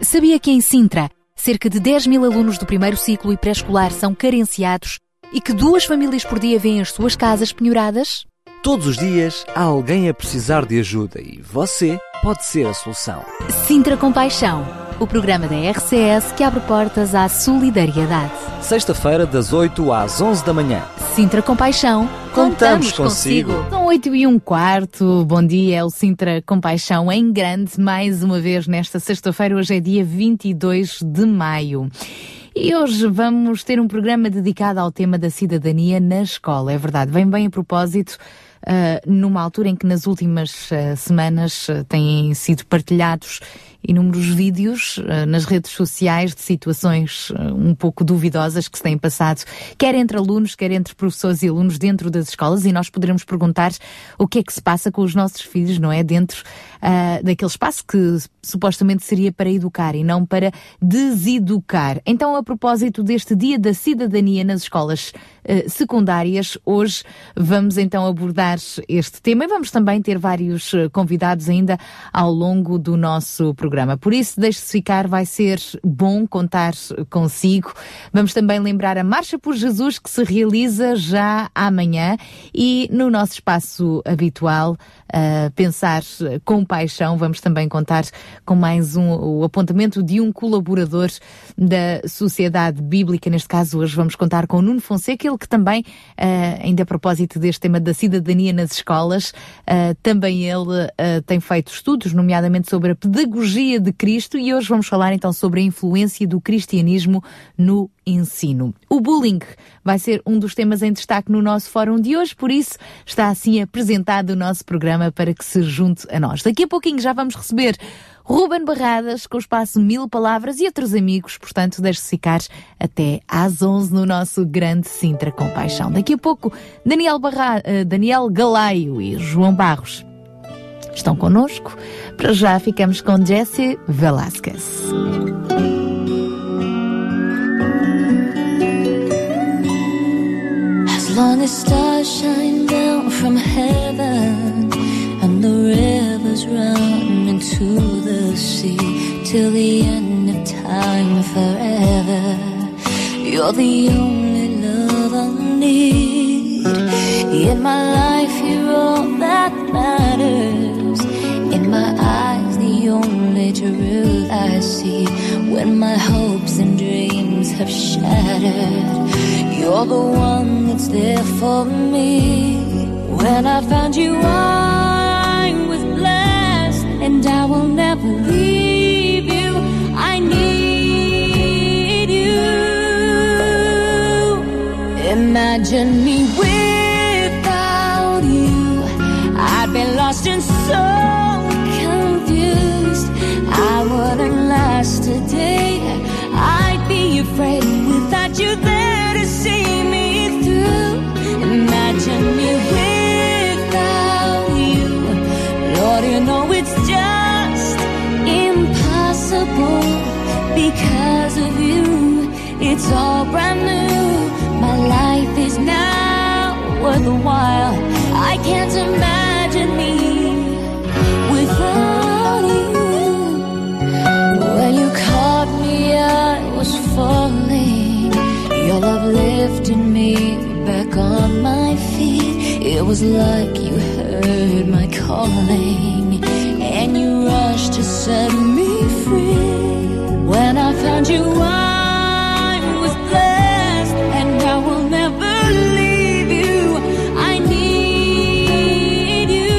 Sabia que em Sintra, cerca de 10 mil alunos do primeiro ciclo e pré-escolar são carenciados e que 2 famílias por dia vêm as suas casas penhoradas? Todos os dias há alguém a precisar de ajuda e você pode ser a solução. Sintra Compaixão, o programa da RCS que abre portas à solidariedade. Sexta-feira, das 8 às 11 da manhã. Sintra Compaixão, contamos consigo. São 8h15, bom dia, é o Sintra Compaixão em grande, mais uma vez nesta sexta-feira, hoje é dia 22 de maio. E hoje vamos ter um programa dedicado ao tema da cidadania na escola, é verdade, vem bem a propósito, numa altura em que nas últimas semanas têm sido partilhados inúmeros vídeos nas redes sociais de situações um pouco duvidosas que se têm passado, quer entre alunos, quer entre professores e alunos dentro das escolas, e nós poderemos perguntar o que é que se passa com os nossos filhos, não é? Dentro daquele espaço que supostamente seria para educar e não para deseducar. Então, a propósito deste Dia da Cidadania nas escolas secundárias, hoje vamos então abordar este tema e vamos também ter vários convidados ainda ao longo do nosso programa. Por isso, deixe-se ficar, vai ser bom contar consigo. Vamos também lembrar a Marcha por Jesus que se realiza já amanhã e no nosso espaço habitual, Pensar com Paixão, vamos também contar com mais o apontamento de um colaborador da Sociedade Bíblica. Neste caso, hoje vamos contar com o Nuno Fonseca, ele que também, ainda a propósito deste tema da cidadania nas escolas, também ele tem feito estudos, nomeadamente sobre a pedagogia de Cristo, e hoje vamos falar então sobre a influência do cristianismo no ensino. O bullying vai ser um dos temas em destaque no nosso fórum de hoje, por isso está assim apresentado o nosso programa para que se junte a nós. Daqui a pouquinho já vamos receber Ruben Barradas com o espaço 1000 Palavras e outros amigos, portanto deixe-se ficar até às 11 no nosso grande Sintra Compaixão. Daqui a pouco Daniel Galaio e João Barros estão connosco. Para já ficamos com Jesse Velasquez. As long as stars shine down from heaven and the rivers run into the sea till the end of time forever, you're the only love I need. In my life you're all that matters. In my eyes the only truth I see. When my hopes and dreams have shattered, you're the one that's there for me. When I found you I was blessed, and I will never leave you. I need you. Imagine me without you, I'd be lost and so confused. I wouldn't last a day, I'd be afraid without you there to see me through. Imagine me without you, Lord, you know it's just impossible. Because of you, it's all brand new. My life is now worth a while. I can't imagine me without you. When you caught me, I was falling. Your love lifted me back on my feet. It was like you heard my calling and you rushed to set me free. When I found you I was blessed, and I will never leave you. I need you.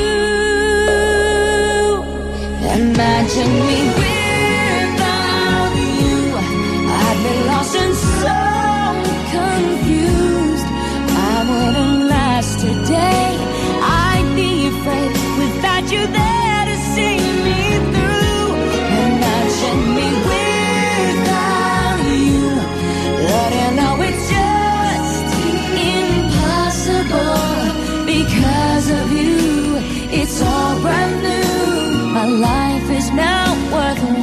Imagine me without you, I'd be lost and so confused. I wouldn't last a day, I'd be afraid without you there to see me through. Imagine me without you, Lord, you know it's just impossible. Because of you, it's all brand new. My life is now worth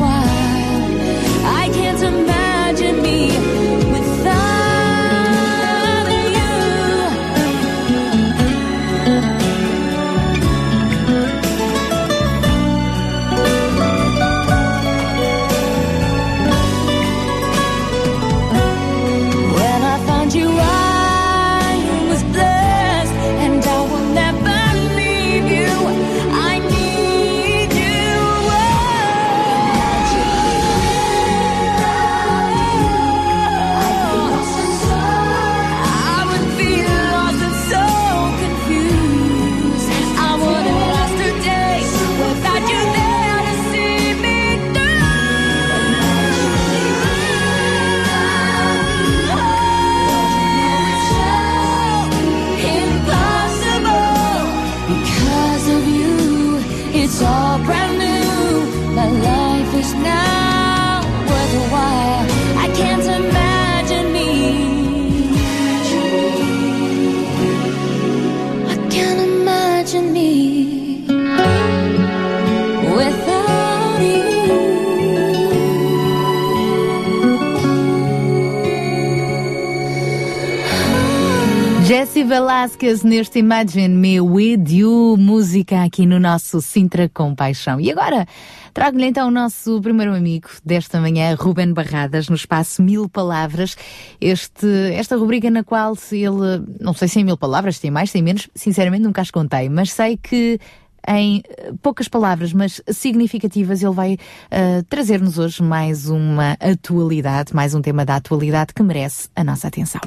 Velasquez neste Imagine Me With You, música aqui no nosso Sintra Compaixão. E agora trago-lhe então o nosso primeiro amigo desta manhã, Ruben Barradas, no espaço 1000 Palavras. Esta rubrica na qual ele, não sei se em 1000 palavras, tem mais, tem menos, sinceramente nunca as contei, mas sei que em poucas palavras, mas significativas, ele vai trazer-nos hoje mais uma atualidade, mais um tema da atualidade que merece a nossa atenção.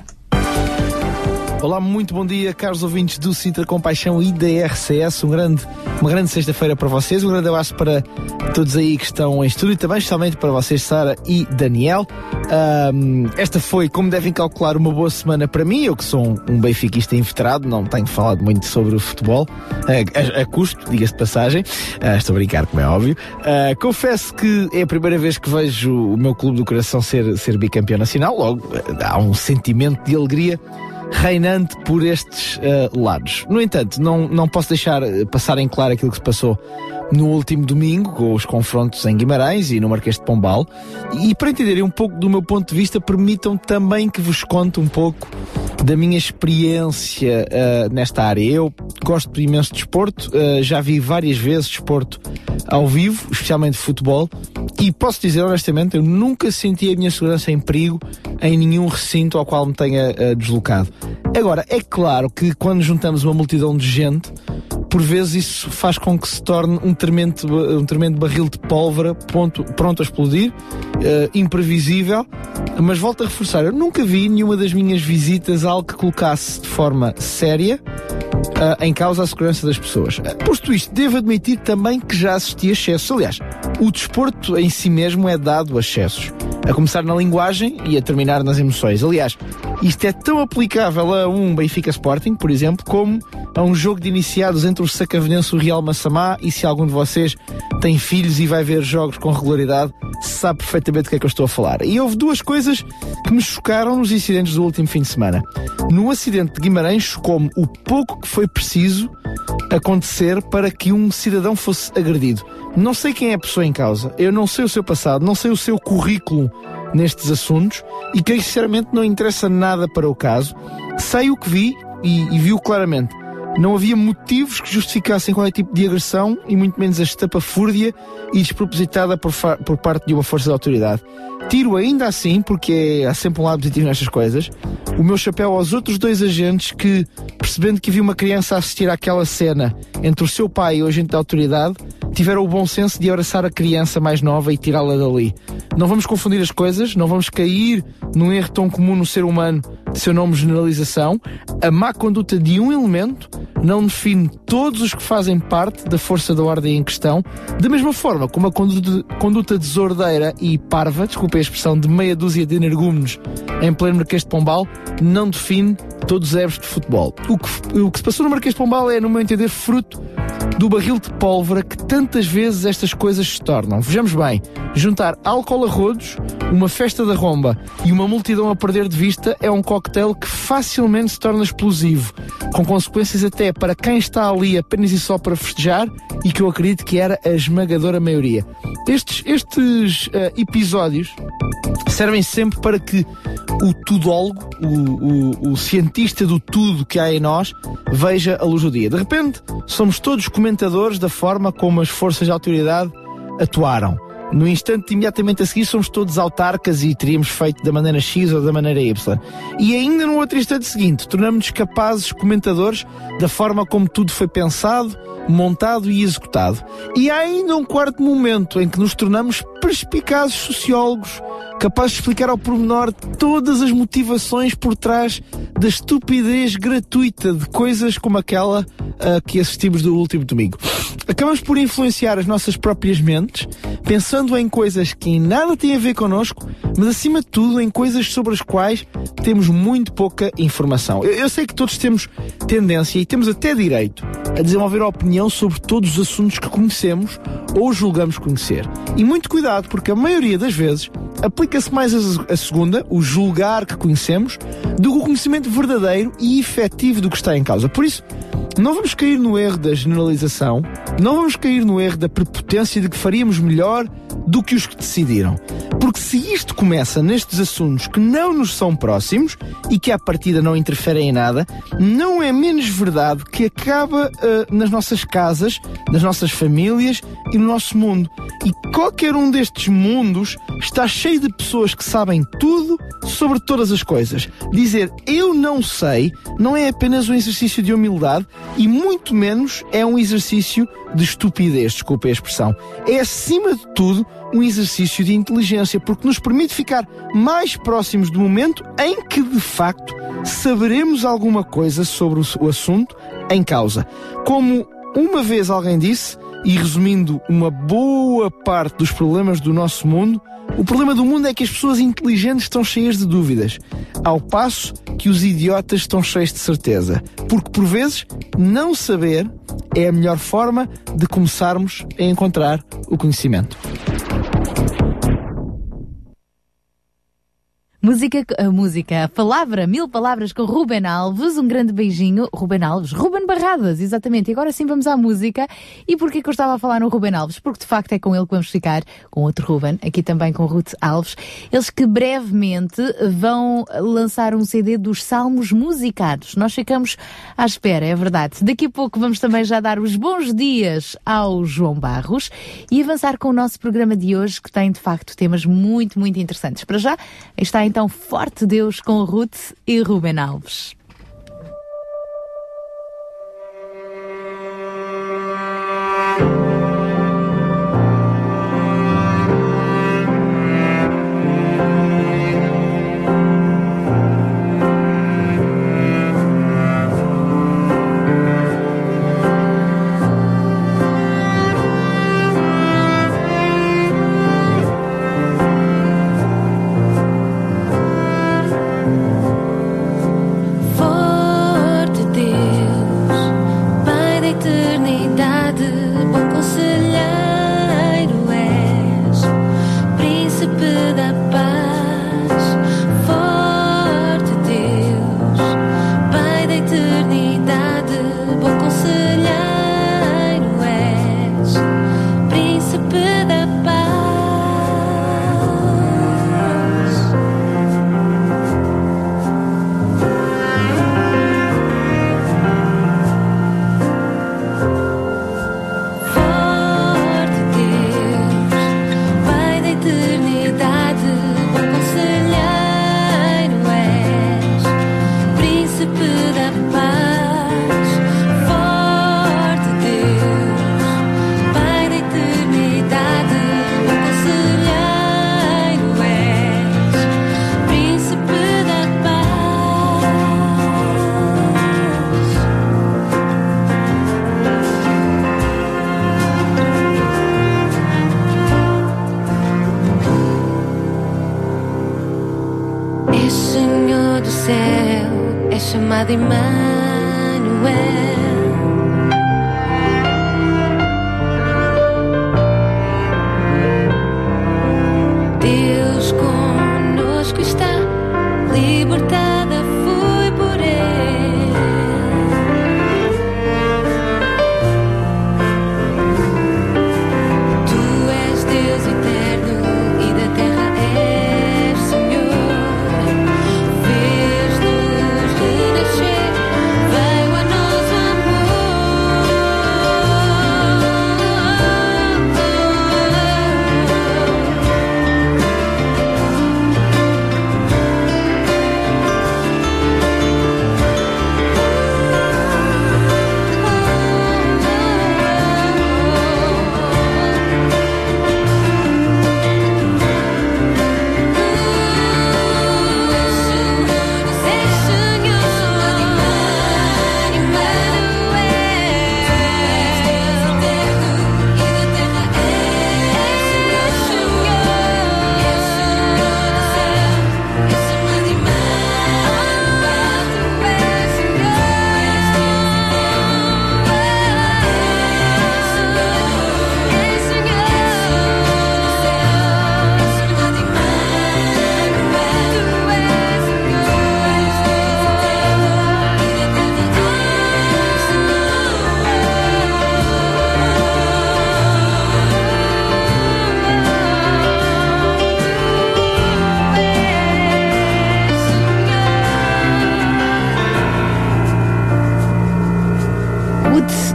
Olá, muito bom dia, caros ouvintes do Sintra Compaixão e da RCS. Uma grande sexta-feira para vocês. Um grande abraço para todos aí que estão em estúdio e também, especialmente para vocês, Sara e Daniel. Esta foi, como devem calcular, uma boa semana para mim. Eu que sou um benfiquista inveterado, não tenho falado muito sobre o futebol, a custo, diga-se de passagem. Estou a brincar, como é óbvio. Confesso que é a primeira vez que vejo o meu clube do coração ser bicampeão nacional. Logo, há um sentimento de alegria reinante por estes lados. No entanto, não posso deixar passar em claro aquilo que se passou no último domingo, com os confrontos em Guimarães e no Marquês de Pombal. E para entenderem um pouco do meu ponto de vista, permitam também que vos conte um pouco da minha experiência nesta área. Eu gosto imenso de desporto, já vi várias vezes desporto ao vivo, especialmente futebol, e posso dizer honestamente, eu nunca senti a minha segurança em perigo em nenhum recinto ao qual me tenha deslocado. Agora, é claro que quando juntamos uma multidão de gente, por vezes isso faz com que se torne um tremendo barril de pólvora pronto a explodir, imprevisível, mas volto a reforçar, eu nunca vi nenhuma das minhas visitas algo que colocasse de forma séria em causa a segurança das pessoas. Posto isto, devo admitir também que já assisti a excessos. Aliás, o desporto em si mesmo é dado a excessos, a começar na linguagem e a terminar nas emoções. Aliás, isto é tão aplicável a um Benfica Sporting, por exemplo, como a um jogo de iniciados entre o Sacavenense e o Real Massamá, e se algum de vocês tem filhos e vai ver jogos com regularidade, sabe perfeitamente do que é que eu estou a falar. E houve duas coisas que me chocaram nos incidentes do último fim de semana. No acidente de Guimarães, chocou-me o pouco que foi preciso acontecer para que um cidadão fosse agredido. Não sei quem é a pessoa em causa, eu não sei o seu passado, não sei o seu currículo nestes assuntos e que sinceramente não interessa nada para o caso. Sei o que vi e vi-o claramente. Não havia motivos que justificassem qualquer tipo de agressão e muito menos a estapafúrdia e despropositada por parte de uma força de autoridade. Tiro ainda assim, porque há sempre um lado positivo nestas coisas, o meu chapéu aos outros dois agentes que, percebendo que havia uma criança a assistir àquela cena entre o seu pai e o agente da autoridade, tiveram o bom senso de abraçar a criança mais nova e tirá-la dali. Não vamos confundir as coisas, não vamos cair num erro tão comum no ser humano de seu nome generalização. A má conduta de um elemento não define todos os que fazem parte da força da ordem em questão, da mesma forma como a conduta desordeira e parva, desculpe a expressão, de meia dúzia de energúmenos em pleno Marquês de Pombal, não define todos os erros de futebol. O que se passou no Marquês de Pombal é, no meu entender, fruto do barril de pólvora que tantas vezes estas coisas se tornam. Vejamos bem, juntar álcool a rodos, uma festa da romba e uma multidão a perder de vista é um coquetel que facilmente se torna explosivo, com consequências até para quem está ali apenas e só para festejar, e que eu acredito que era a esmagadora maioria. Estes episódios servem sempre para que o tudólogo, o cientista do tudo que há em nós, veja a luz do dia. De repente, somos todos comentadores da forma como as forças de autoridade atuaram. No instante imediatamente a seguir somos todos autarcas e teríamos feito da maneira X ou da maneira Y. E ainda no outro instante seguinte, tornamos-nos capazes comentadores da forma como tudo foi pensado, montado e executado. E há ainda um quarto momento em que nos tornamos perspicazes sociólogos, capazes de explicar ao pormenor todas as motivações por trás da estupidez gratuita de coisas como aquela que assistimos do último domingo. Acabamos por influenciar as nossas próprias mentes, pensando em coisas que em nada têm a ver connosco, mas acima de tudo em coisas sobre as quais temos muito pouca informação. Eu sei que todos temos tendência e temos até direito a desenvolver a opinião sobre todos os assuntos que conhecemos ou julgamos conhecer. E muito cuidado, porque a maioria das vezes aplica-se mais a segunda, o julgar que conhecemos, do que o conhecimento verdadeiro e efetivo do que está em causa. Por isso, não vamos cair no erro da generalização, não vamos cair no erro da prepotência de que faríamos melhor do que os que decidiram. Porque se isto começa nestes assuntos que não nos são próximos e que à partida não interferem em nada, não é menos verdade que acaba nas nossas casas, nas nossas famílias e no nosso mundo. E qualquer um destes mundos está cheio de pessoas que sabem tudo sobre todas as coisas. Dizer eu não sei não é apenas um exercício de humildade e muito menos é um exercício de estupidez, desculpe a expressão. É acima de tudo um exercício de inteligência, porque nos permite ficar mais próximos do momento em que de facto saberemos alguma coisa sobre o assunto em causa. Como uma vez alguém disse, e resumindo uma boa parte dos problemas do nosso mundo, o problema do mundo é que as pessoas inteligentes estão cheias de dúvidas, ao passo que os idiotas estão cheios de certeza. Porque, por vezes, não saber é a melhor forma de começarmos a encontrar o conhecimento. A palavra, 1000 palavras com Ruben Alves, um grande beijinho, Ruben Alves, Ruben Barradas, exatamente, e agora sim vamos à música. E porquê que eu estava a falar no Ruben Alves? Porque de facto é com ele que vamos ficar, com outro Ruben, aqui também com Ruth Alves, eles que brevemente vão lançar um CD dos Salmos musicados. Nós ficamos à espera, é verdade. Daqui a pouco vamos também já dar os bons dias ao João Barros e avançar com o nosso programa de hoje, que tem de facto temas muito, muito interessantes. Para já, está então Forte Deus com Ruth e Ruben Alves. chamado Emmanuel. Deus conosco está, libertada fui por Ele. Tu és Deus eterno e da terra és Senhor. Fez-nos renascer, veio a nós a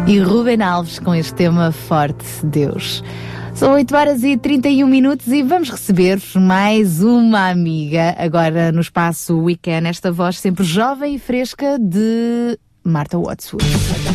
E Ruben Alves com este tema Forte Deus. São 8h31 e vamos receber mais uma amiga agora no espaço Weekend. Esta voz sempre jovem e fresca de Marta Wadsworth.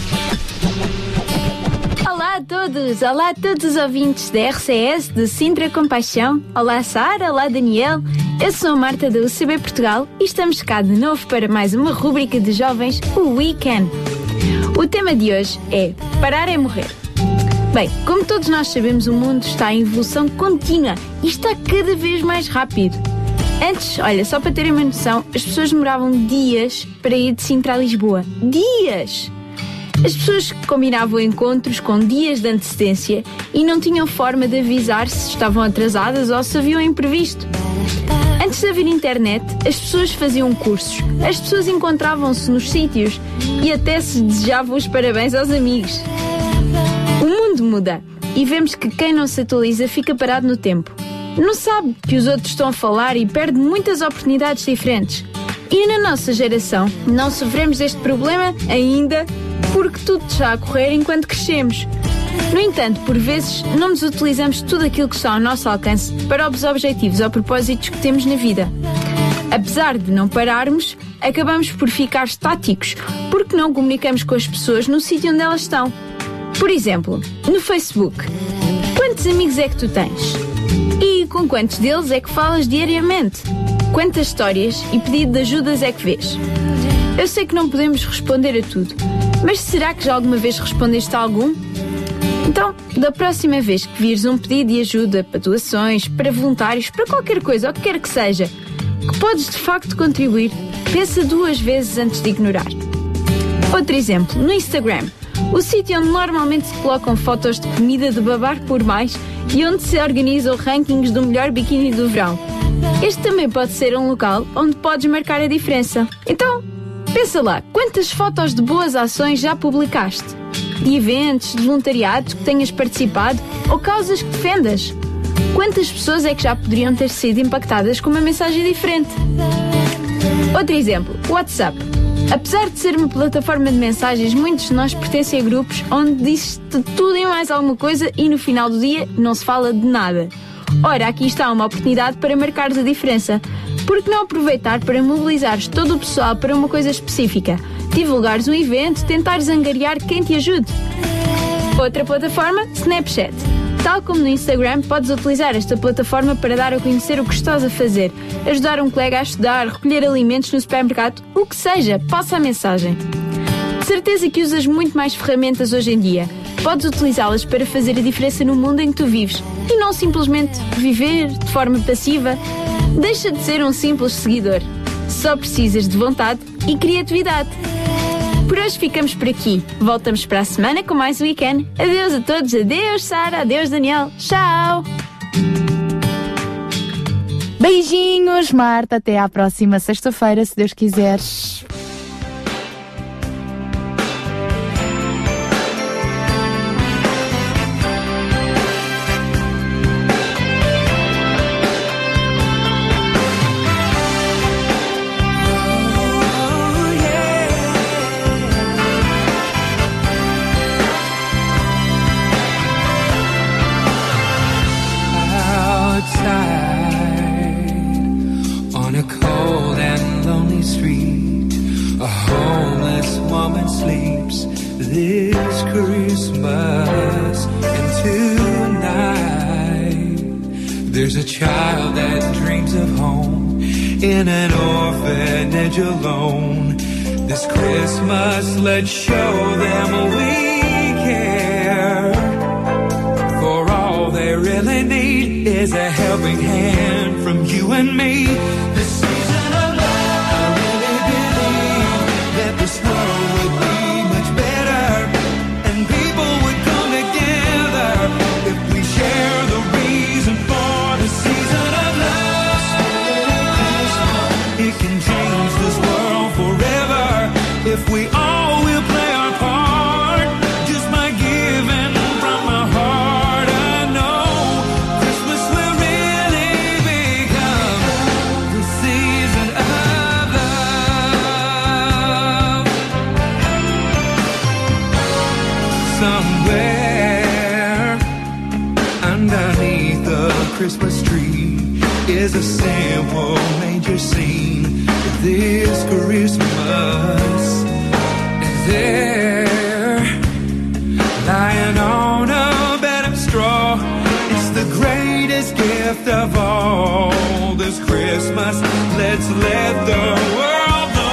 Olá a todos os ouvintes da RCS de Sintra Compaixão. Olá Sara, olá Daniel. Eu sou a Marta da UCB Portugal e estamos cá de novo para mais uma rúbrica de jovens, o Weekend. O tema de hoje é Parar é Morrer. Bem, como todos nós sabemos, o mundo está em evolução contínua e está cada vez mais rápido. Antes, olha, só para terem uma noção, as pessoas demoravam dias para ir de Sintra a Lisboa. Dias! As pessoas combinavam encontros com dias de antecedência e não tinham forma de avisar se estavam atrasadas ou se haviam imprevisto. Antes de haver internet, as pessoas faziam cursos, as pessoas encontravam-se nos sítios e até se desejavam os parabéns aos amigos. O mundo muda e vemos que quem não se atualiza fica parado no tempo. Não sabe que os outros estão a falar e perde muitas oportunidades diferentes. E na nossa geração não sofremos deste problema ainda porque tudo está a correr enquanto crescemos. No entanto, por vezes, não nos utilizamos tudo aquilo que está ao nosso alcance para os objetivos ou propósitos que temos na vida. Apesar de não pararmos, acabamos por ficar estáticos porque não comunicamos com as pessoas no sítio onde elas estão. Por exemplo, no Facebook. Quantos amigos é que tu tens? E com quantos deles é que falas diariamente? Quantas histórias e pedido de ajudas é que vês? Eu sei que não podemos responder a tudo, mas será que já alguma vez respondeste a algum? Então, da próxima vez que vires um pedido de ajuda para doações, para voluntários, para qualquer coisa, ou que quer que seja, que podes de facto contribuir, pensa 2 vezes antes de ignorar. Outro exemplo, no Instagram, o sítio onde normalmente se colocam fotos de comida de babar por mais e onde se organizam rankings do melhor biquíni do verão. Este também pode ser um local onde podes marcar a diferença. Então, pensa lá, quantas fotos de boas ações já publicaste? De eventos, de voluntariado que tenhas participado ou causas que defendas? Quantas pessoas é que já poderiam ter sido impactadas com uma mensagem diferente? Outro exemplo, WhatsApp. Apesar de ser uma plataforma de mensagens, muitos de nós pertencem a grupos onde diz-se tudo e mais alguma coisa e no final do dia não se fala de nada. Ora, aqui está uma oportunidade para marcares a diferença. Por que não aproveitar para mobilizares todo o pessoal para uma coisa específica? Divulgares um evento, tentares angariar quem te ajude. Outra plataforma, Snapchat. Tal como no Instagram, podes utilizar esta plataforma para dar a conhecer o que estás a fazer, ajudar um colega a estudar, recolher alimentos no supermercado, o que seja, passa a mensagem. De certeza que usas muito mais ferramentas hoje em dia. Podes utilizá-las para fazer a diferença no mundo em que tu vives e não simplesmente viver de forma passiva. Deixa de ser um simples seguidor. Só precisas de vontade e criatividade. Por hoje ficamos por aqui. Voltamos para a semana com mais Weekend. Adeus a todos. Adeus, Sara. Adeus, Daniel. Tchau. Beijinhos, Marta. Até à próxima sexta-feira, se Deus quiser. This Christmas, and tonight there's a child that dreams of home in an orphanage alone. This Christmas, let's show them we care, for all they really need is a helping hand from you and me. This season of love, I really believe that this world would be much better, and people would come together if we share the reason for the season of love. It can change this world forever if we all will play our part, just by giving from my heart. I know Christmas will really become the street is a simple major scene this Christmas. There, lying on a bed of straw, it's the greatest gift of all this Christmas. Let's let the world know.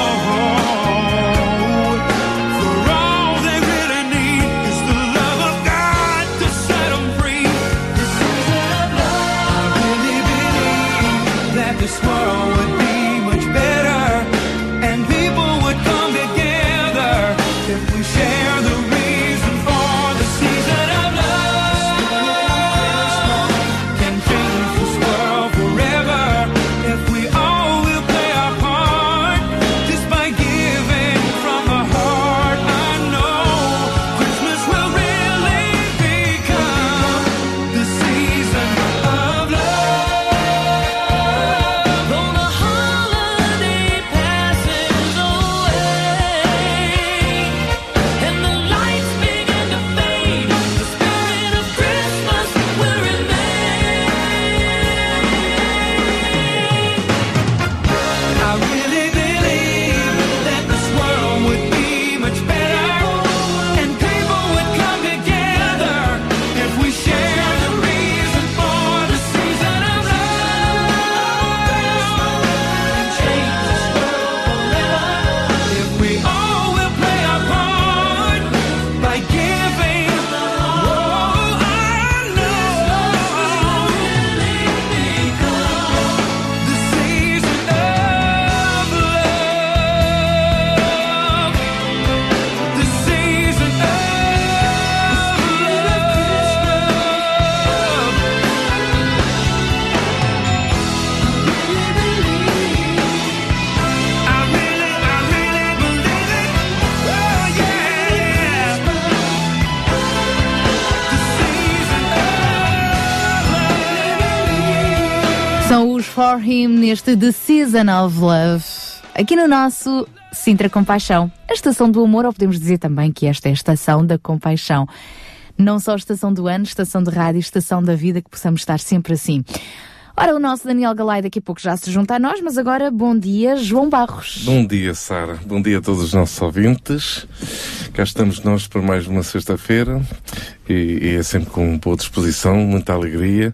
For all they really need is the love of God to set them free. This season of love, I really believe that this world would be much better and people would come together if we share the reason for the season of love. Can change this world forever if we all will play our part, just by giving from the heart. I know Christmas will really become the season of love. Though the holiday passes away and the lights begin to fade, the spirit of Christmas will remain. I really believe that this world would be much better and people would come together if we share the reason for the season of love. And change this world forever if we all will play our part by giving. Oh, I know really become the season of love. The season of love. I really believe it. Oh yeah. The season of love. São os For Him neste The Season of Love, aqui no nosso Sintra Compaixão, a estação do amor, ou podemos dizer também que esta é a estação da compaixão. Não só a estação do ano, estação de rádio, estação da vida, que possamos estar sempre assim. Ora, o nosso Daniel Galay daqui a pouco já se junta a nós, mas agora, bom dia, João Barros. Bom dia, Sara. Bom dia a todos os nossos ouvintes. Cá estamos nós para mais uma sexta-feira e é sempre com boa disposição, muita alegria.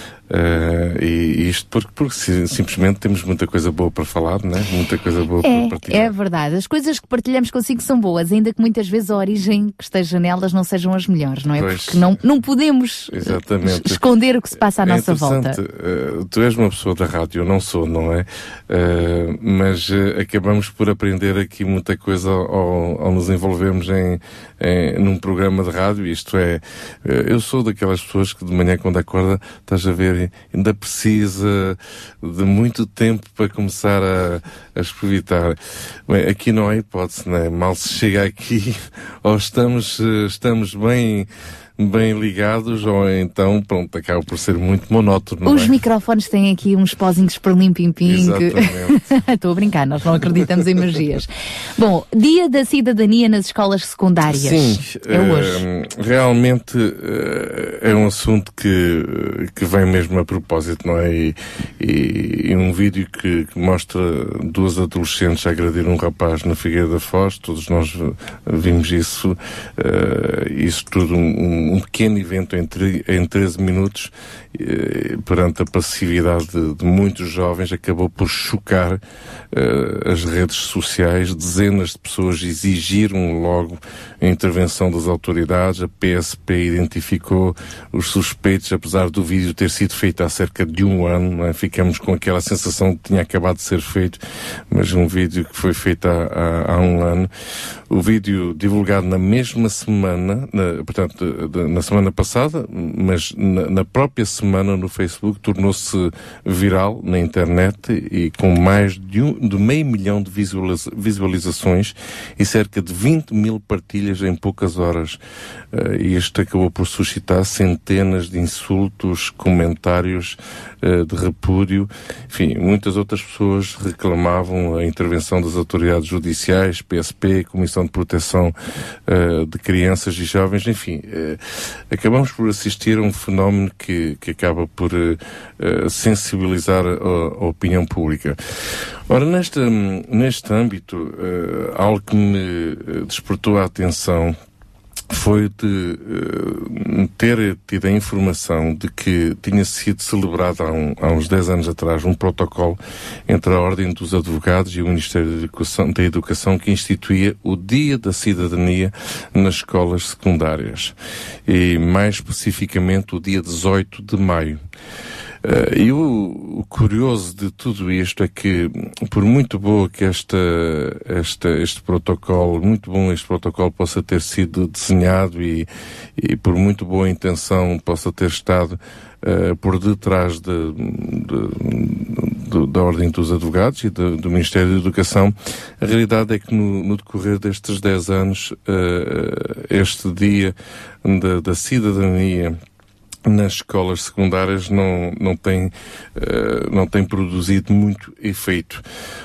E isto porque simplesmente temos muita coisa boa para falar, né? Muita coisa boa para partilhar. É verdade. As coisas que partilhamos consigo são boas, ainda que muitas vezes a origem que esteja nelas não sejam as melhores, não é? Pois. Porque não podemos esconder o que se passa à nossa volta. Tu és uma pessoa da rádio, eu não sou, não é? Mas acabamos por aprender aqui muita coisa ao nos envolvermos num programa de rádio. Isto é, eu sou daquelas pessoas que de manhã quando acorda, estás a ver, ainda precisa de muito tempo para começar a experimentar. Bem, aqui não há hipótese, né? Mal se chega aqui, ou estamos bem ligados, ou então, pronto, acaba por ser muito monótono. Os microfones têm aqui uns pozinhos para lim-pim-pim. Exatamente. Estou a brincar, nós não acreditamos em magias. Bom, Dia da Cidadania nas escolas secundárias. Sim, é hoje. Realmente é um assunto que vem mesmo a propósito, não é? E um vídeo que mostra duas adolescentes a agredir um rapaz na Figueira da Foz, todos nós vimos isso tudo, um pequeno evento em 13 minutos, perante a passividade de muitos jovens, acabou por chocar as redes sociais. Dezenas de pessoas exigiram logo a intervenção das autoridades. A PSP identificou os suspeitos, apesar do vídeo ter sido feito há cerca de um ano, não é? Ficamos com aquela sensação que tinha acabado de ser feito, mas um vídeo que foi feito há um ano. O vídeo divulgado na mesma semana, na semana passada, mas na própria semana no Facebook, tornou-se viral na internet e com mais de 500 mil de visualizações e cerca de 20 mil partilhas em poucas horas. E isto acabou por suscitar centenas de insultos, comentários de repúdio repúdio, enfim, muitas outras pessoas reclamavam a intervenção das autoridades judiciais, PSP, Comissão de Proteção de Crianças e Jovens, enfim, acabamos por assistir a um fenómeno que acaba por sensibilizar a opinião pública. Ora, neste âmbito, algo que me despertou a atenção foi de ter tido a informação de que tinha sido celebrado há uns 10 anos atrás um protocolo entre a Ordem dos Advogados e o Ministério da Educação que instituía o Dia da Cidadania nas escolas secundárias e, mais especificamente, o dia 18 de maio. E o curioso de tudo isto é que, por muito boa que este protocolo possa ter sido desenhado e por muito boa intenção possa ter estado por detrás da Ordem dos Advogados e do Ministério da Educação, a realidade é que no decorrer destes 10 anos, este dia da cidadania nas escolas secundárias não tem produzido muito efeito.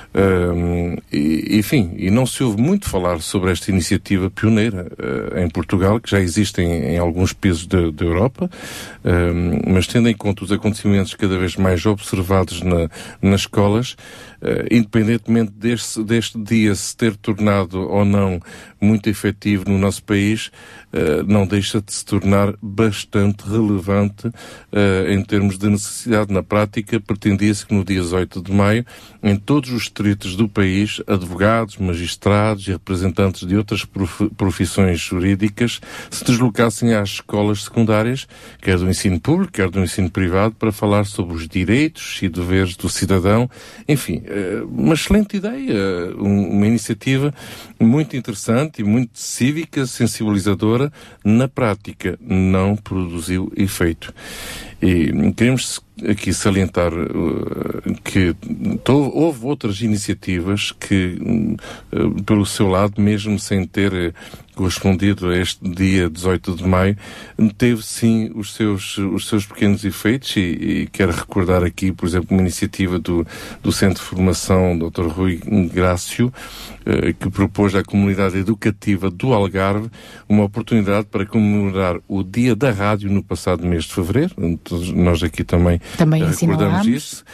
E não se ouve muito falar sobre esta iniciativa pioneira em Portugal, que já existe em alguns países da Europa, mas tendo em conta os acontecimentos cada vez mais observados nas escolas, independentemente deste dia se ter tornado ou não muito efetivo no nosso país, não deixa de se tornar bastante relevante em termos de necessidade. Na prática, pretendia-se que no dia 18 de maio, em todos os distritos do país, advogados, magistrados e representantes de outras profissões jurídicas se deslocassem às escolas secundárias, quer do ensino público, quer do ensino privado, para falar sobre os direitos e deveres do cidadão. Enfim, uma excelente ideia, uma iniciativa muito interessante e muito cívica, sensibilizadora. Na prática, não produziu efeito. E queremos aqui salientar que houve outras iniciativas que, pelo seu lado, mesmo sem ter correspondido a este dia 18 de maio, teve sim os seus pequenos efeitos e quero recordar aqui, por exemplo, uma iniciativa do Centro de Formação Dr. Rui Grácio, que propôs à comunidade educativa do Algarve uma oportunidade para comemorar o Dia da Rádio no passado mês de fevereiro. Nós aqui também recordamos isso.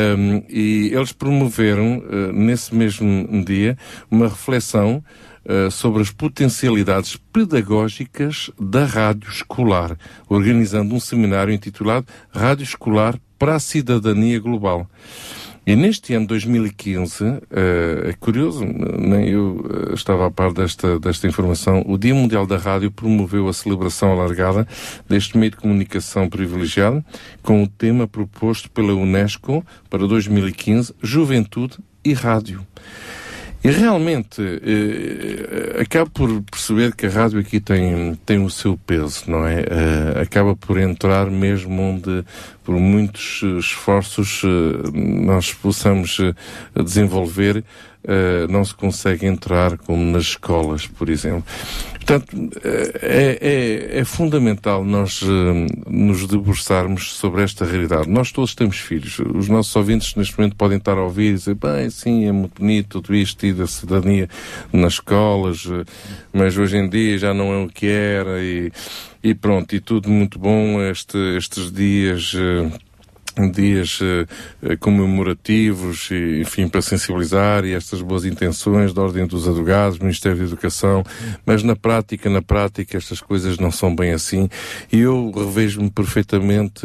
E eles promoveram, nesse mesmo dia, uma reflexão sobre as potencialidades pedagógicas da rádio escolar, organizando um seminário intitulado Rádio Escolar para a Cidadania Global. E neste ano 2015, é curioso, nem eu estava a par desta informação, o Dia Mundial da Rádio promoveu a celebração alargada deste meio de comunicação privilegiado com o tema proposto pela UNESCO para 2015, Juventude e Rádio. E realmente, acabo por perceber que a rádio aqui tem o seu peso, não é? Acaba por entrar mesmo onde, por muitos esforços, nós possamos desenvolver, não se consegue entrar como nas escolas, por exemplo. Portanto, é fundamental nós nos debruçarmos sobre esta realidade. Nós todos temos filhos. Os nossos ouvintes neste momento podem estar a ouvir e dizer, bem, sim, é muito bonito tudo isto e da cidadania nas escolas, mas hoje em dia já não é o que era e pronto, e tudo muito bom estes dias comemorativos, e, enfim, para sensibilizar e estas boas intenções da Ordem dos Advogados, Ministério da Educação, mas na prática estas coisas não são bem assim, e eu revejo-me perfeitamente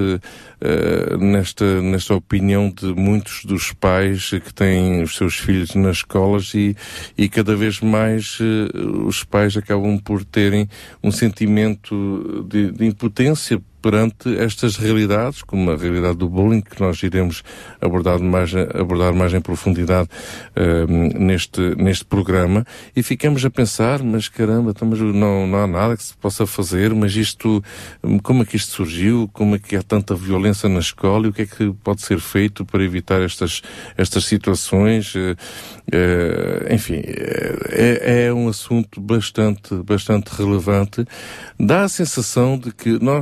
nesta opinião de muitos dos pais que têm os seus filhos nas escolas e cada vez mais os pais acabam por terem um sentimento de impotência perante estas realidades, como a realidade do bullying, que nós iremos abordar mais em profundidade neste programa, e ficamos a pensar, mas caramba, mas não há nada que se possa fazer, mas isto, como é que isto surgiu, como é que há tanta violência na escola, e o que é que pode ser feito para evitar estas situações? Enfim, é um assunto bastante relevante. Dá a sensação de que nós, pais,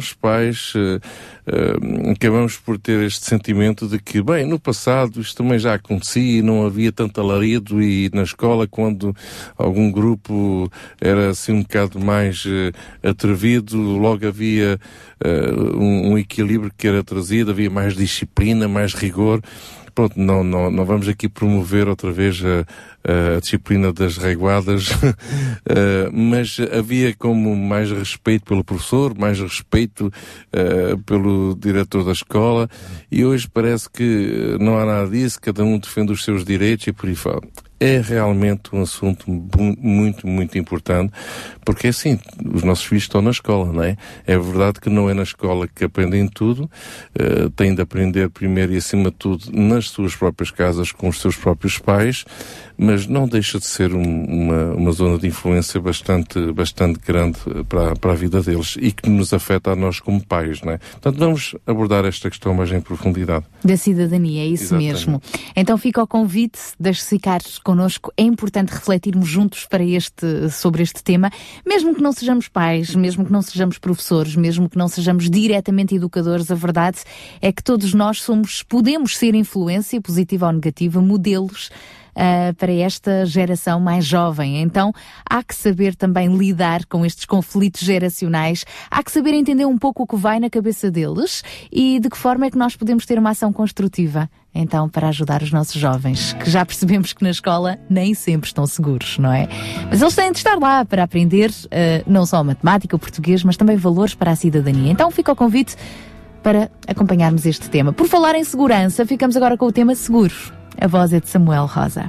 pais, acabamos por ter este sentimento de que, bem, no passado isto também já acontecia e não havia tanto alarido, e na escola, quando algum grupo era assim um bocado mais atrevido, logo havia um equilíbrio que era trazido, havia mais disciplina, mais rigor. Pronto, não vamos aqui promover outra vez a disciplina das reguadas, mas havia como mais respeito pelo professor, mais respeito pelo diretor da escola, e hoje parece que não há nada disso, cada um defende os seus direitos e por aí fora. É realmente um assunto muito, muito importante, porque assim, os nossos filhos estão na escola, não é? É verdade que não é na escola que aprendem tudo, têm de aprender primeiro e acima de tudo nas suas próprias casas, com os seus próprios pais, mas não deixa de ser uma zona de influência bastante grande para a vida deles e que nos afeta a nós como pais, não é? Portanto, vamos abordar esta questão mais em profundidade. Da cidadania, é isso. Exatamente. Mesmo. Então fica o convite, deixe-se ficar connosco. É importante refletirmos juntos sobre este tema, mesmo que não sejamos pais, mesmo que não sejamos professores, mesmo que não sejamos diretamente educadores, a verdade é que todos nós podemos ser influência, positiva ou negativa, modelos para esta geração mais jovem. Então há que saber também lidar com estes conflitos geracionais, há que saber entender um pouco o que vai na cabeça deles e de que forma é que nós podemos ter uma ação construtiva, então, para ajudar os nossos jovens, que já percebemos que na escola nem sempre estão seguros, não é? Mas eles têm de estar lá para aprender não só a matemática, o português, mas também valores para a cidadania. Então fica o convite para acompanharmos este tema. Por falar em segurança, ficamos agora com o tema seguros. A voz é de Samuel Rosa.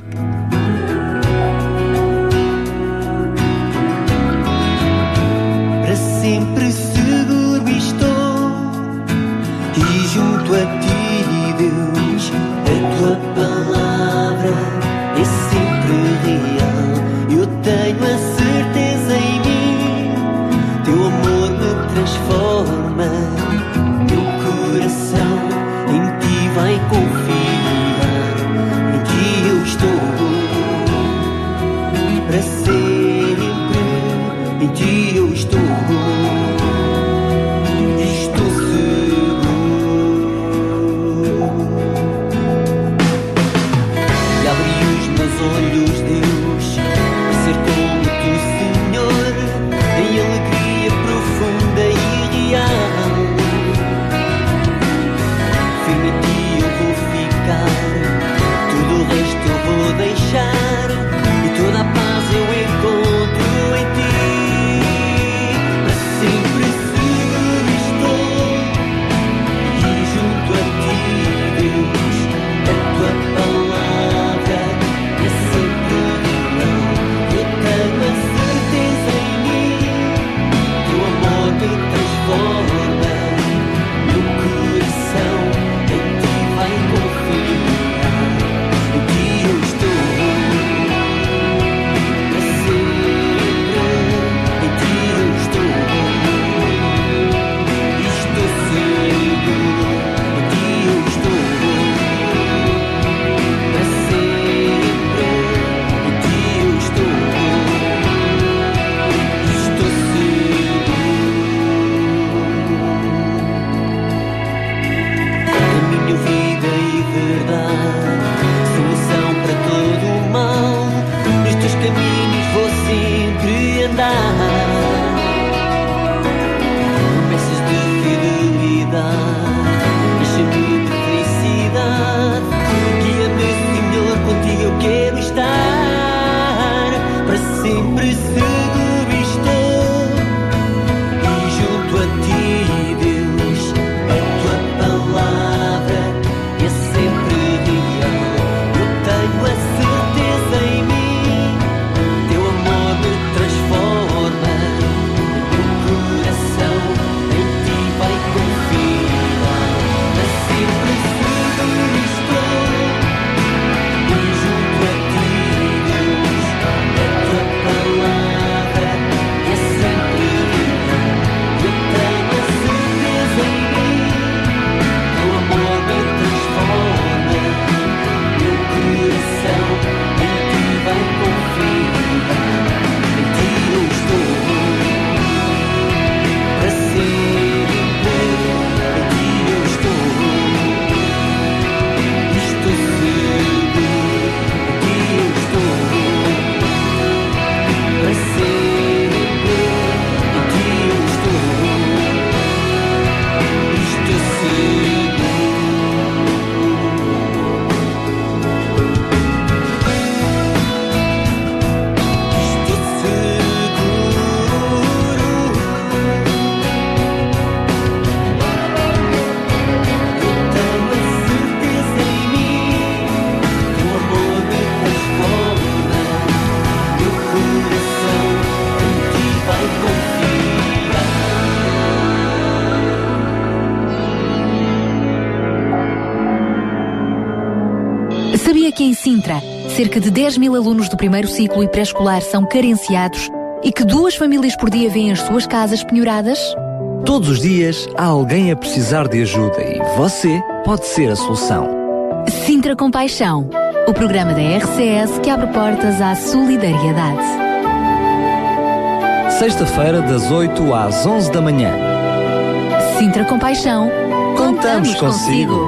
Para sempre seguro estou e junto a ti, Deus, a tua palavra é sempre real. Eu tenho a certeza em mim, teu amor me transforma, meu coração em ti vai confiar. Estou para sempre, em ti eu estou seguro. E abri os meus olhos, Deus, a ser como tu, Senhor, em alegria profunda e real. Firme em ti eu vou ficar. Sabia que em Sintra, cerca de 10 mil alunos do primeiro ciclo e pré-escolar são carenciados e que 2 famílias por dia vêm as suas casas penhoradas? Todos os dias há alguém a precisar de ajuda e você pode ser a solução. Sintra Compaixão, o programa da RCS que abre portas à solidariedade. Sexta-feira, das 8 às 11 da manhã. Sintra Compaixão, contamos consigo.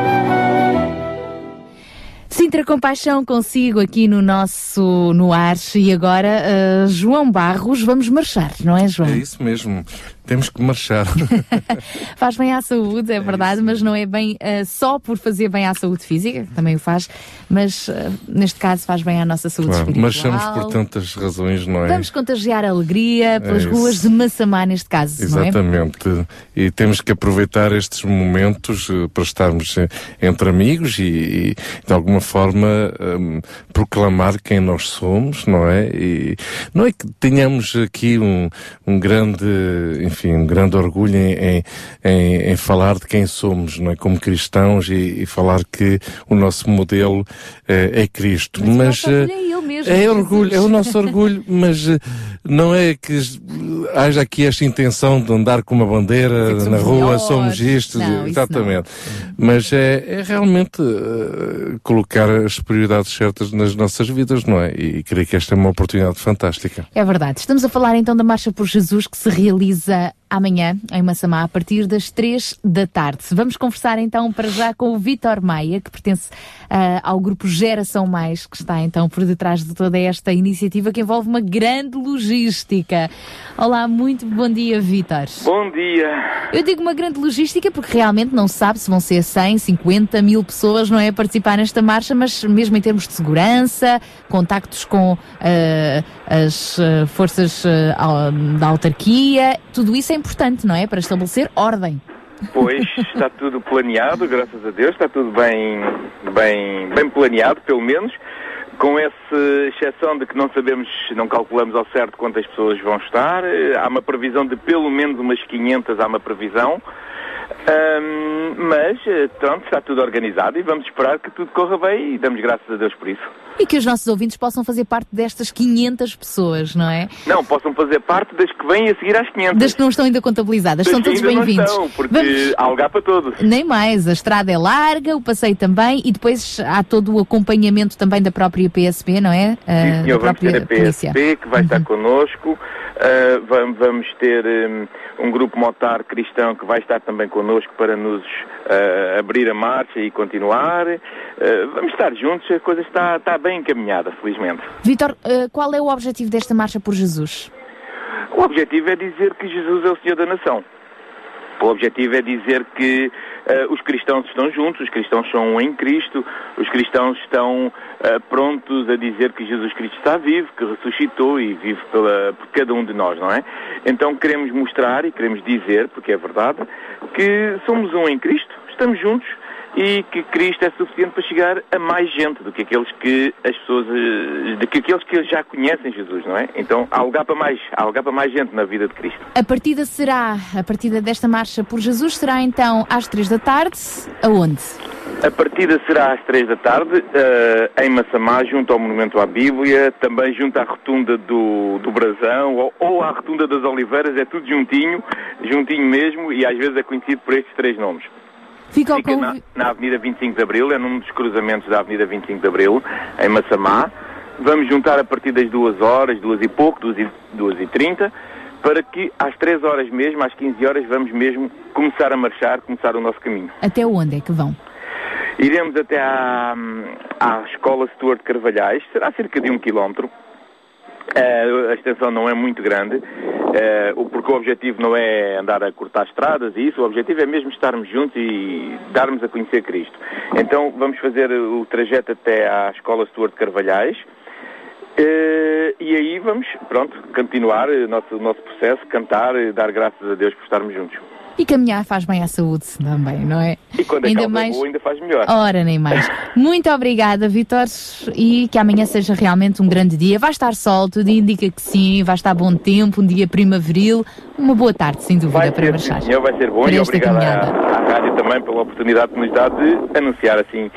Sintra Compaixão consigo aqui no ar. E agora, João Barros, vamos marchar, não é, João? É isso mesmo. Temos que marchar. Faz bem à saúde, é verdade, mas não é bem só por fazer bem à saúde física, que também o faz, mas neste caso faz bem à nossa saúde espiritual. Marchamos por tantas razões, não é? Vamos contagiar a alegria pelas ruas de Massamá, neste caso, exatamente. Não é? E temos que aproveitar estes momentos para estarmos entre amigos e de alguma forma proclamar quem nós somos, não é? E não é que tenhamos aqui um grande orgulho em falar de quem somos, não é? Como cristãos e falar que o nosso modelo é Cristo. Mas é orgulho, é o nosso orgulho, mas não é que haja aqui esta intenção de andar com uma bandeira na rua, somos isto, não, exatamente. Mas é realmente colocar as prioridades certas nas nossas vidas, não é? E creio que esta é uma oportunidade fantástica. É verdade. Estamos a falar então da Marcha por Jesus, que se realiza amanhã em Massamá a partir das 3 da tarde. Vamos conversar então para já com o Vítor Maia, que pertence ao grupo Geração Mais, que está então por detrás de toda esta iniciativa que envolve uma grande logística. Olá, muito bom dia, Vítor. Bom dia. Eu digo uma grande logística porque realmente não se sabe se vão ser 100, 50 mil pessoas, não é, a participar nesta marcha, mas mesmo em termos de segurança, contactos com as forças da autarquia, tudo isso é importante, não é? Para estabelecer ordem. Pois, está tudo planeado, graças a Deus, está tudo bem planeado, pelo menos, com essa exceção de que não sabemos, não calculamos ao certo quantas pessoas vão estar. Há uma previsão de pelo menos umas 500, há uma previsão. Mas, pronto, está tudo organizado e vamos esperar que tudo corra bem e damos graças a Deus por isso. E que os nossos ouvintes possam fazer parte destas 500 pessoas, não é? Não, possam fazer parte das que vêm a seguir às 500. Das que não estão ainda contabilizadas, são todos bem-vindos. Não estão, porque há lugar para todos. Nem mais, a estrada é larga, o passeio também e depois há todo o acompanhamento também da própria PSP, não é? Sim, senhor, vamos ter a PSP que vai estar connosco. Vamos ter um grupo motar cristão que vai estar também connosco para nos abrir a marcha e continuar. Vamos estar juntos, a coisa está bem encaminhada, felizmente. Vítor, qual é o objetivo desta Marcha por Jesus? O objetivo é dizer que Jesus é o Senhor da nação. O objetivo é dizer que os cristãos estão juntos, os cristãos são um em Cristo, os cristãos estão prontos a dizer que Jesus Cristo está vivo, que ressuscitou e vive por cada um de nós, não é? Então queremos mostrar e queremos dizer, porque é verdade, que somos um em Cristo, estamos juntos e que Cristo é suficiente para chegar a mais gente do que aqueles que as pessoas, do que aqueles que já conhecem Jesus, não é? Então há lugar para mais gente na vida de Cristo. A partida desta Marcha por Jesus será então às 3 da tarde, aonde? A partida será às 3 da tarde, em Massamá, junto ao Monumento à Bíblia, também junto à rotunda do Brasão, ou à rotunda das Oliveiras, é tudo juntinho mesmo, e às vezes é conhecido por estes 3 nomes. Fica na Avenida 25 de Abril, é num dos cruzamentos da Avenida 25 de Abril, em Massamá. Vamos juntar a partir das 2 horas, 2 e pouco, 2h30, para que às 3 horas mesmo, às 15 horas, vamos mesmo começar a marchar, começar o nosso caminho. Até onde é que vão? Iremos até à Escola Stuart Carvalhais, será cerca de 1 km. A extensão não é muito grande, porque o objetivo não é andar a cortar estradas e isso, o objetivo é mesmo estarmos juntos e darmos a conhecer Cristo. Então vamos fazer o trajeto até à Escola Stuart Carvalhais e aí vamos, continuar o nosso processo, cantar, dar graças a Deus por estarmos juntos. E caminhar faz bem à saúde também, não é? E quando ainda faz melhor. Ora, nem mais. Muito obrigada, Vítor, e que amanhã seja realmente um grande dia. Vai estar sol, tudo indica que sim, vai estar bom tempo, um dia primaveril, uma boa tarde, sem dúvida, para marchar. Sim, vai ser bom, e obrigado à rádio também pela oportunidade que nos dá de anunciar assim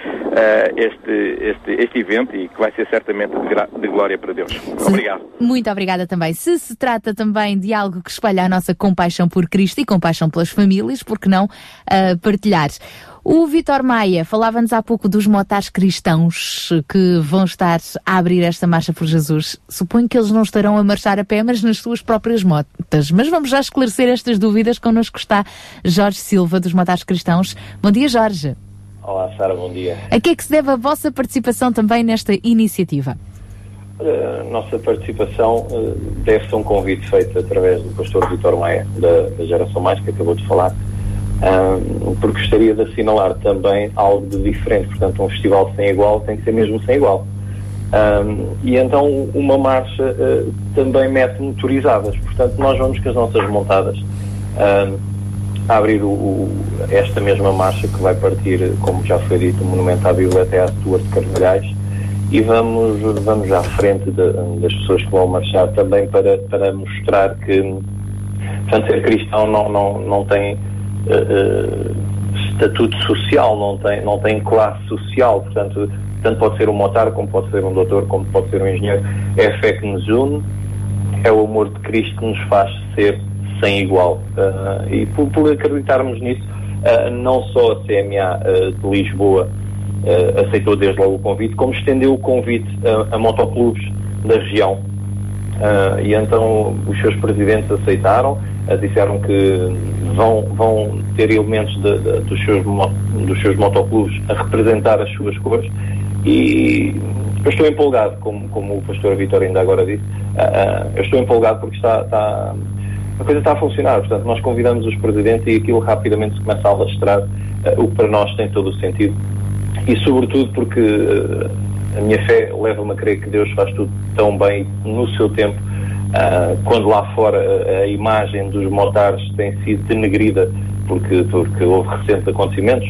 este evento, e que vai ser certamente de glória para Deus. Obrigado. Muito obrigada também. Se trata também de algo que espalha a nossa compaixão por Cristo e compaixão pelas famílias, por que não partilhar? O Vítor Maia falava-nos há pouco dos motares cristãos que vão estar a abrir esta marcha por Jesus. Suponho que eles não estarão a marchar a pé, mas nas suas próprias motas. Mas vamos já esclarecer estas dúvidas. Connosco está Jorge Silva, dos Motares Cristãos. Bom dia, Jorge. Olá, Sara, bom dia. A que é que se deve a vossa participação também nesta iniciativa? A nossa participação deve-se a um convite feito através do pastor Vítor Maia, da Geração Mais, que acabou de falar, porque gostaria de assinalar também algo de diferente. Portanto, um festival sem igual tem que ser mesmo sem igual. E então uma marcha também mete motorizadas. Portanto, nós vamos com as nossas montadas a abrir esta mesma marcha, que vai partir, como já foi dito, do Monumento à Bíblia até à Duarte de Carvalhais, e vamos à frente das pessoas que vão marchar também para mostrar que, portanto, ser cristão não tem estatuto social, não tem classe social. Portanto, tanto pode ser um motar, como pode ser um doutor, como pode ser um engenheiro. É a fé que nos une, é o amor de Cristo que nos faz ser sem igual. E por acreditarmos nisso, não só a CMA de Lisboa aceitou desde logo o convite, como estendeu o convite a motoclubes da região. E então os seus presidentes aceitaram, disseram que vão ter elementos dos seus motoclubes a representar as suas cores, e eu estou empolgado, como o pastor Vítor ainda agora disse, eu estou empolgado porque a coisa está a funcionar. Portanto, nós convidamos os presidentes e aquilo rapidamente se começa a alastrar, o que para nós tem todo o sentido, e sobretudo porque a minha fé leva-me a crer que Deus faz tudo tão bem no seu tempo. Quando lá fora a imagem dos motares tem sido denegrida porque houve recentes acontecimentos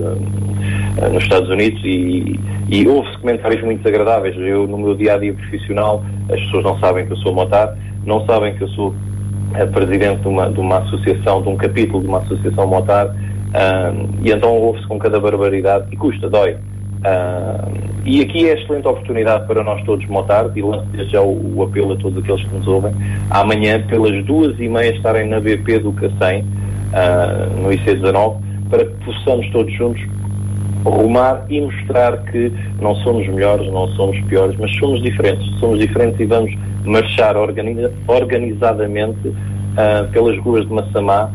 nos Estados Unidos, e houve-se comentários muito desagradáveis. Eu, no meu dia-a-dia profissional, as pessoas não sabem que eu sou motar, não sabem que eu sou presidente de uma associação, de um capítulo de uma associação motar, e então houve-se com cada barbaridade, e custa, dói. E aqui é a excelente oportunidade para nós todos motar, e lanço desde já o apelo a todos aqueles que nos ouvem, amanhã pelas 2h30 estarem na BP do Cacém, no IC19, para que possamos todos juntos rumar e mostrar que não somos melhores, não somos piores, mas somos diferentes e vamos marchar organizadamente pelas ruas de Massamá,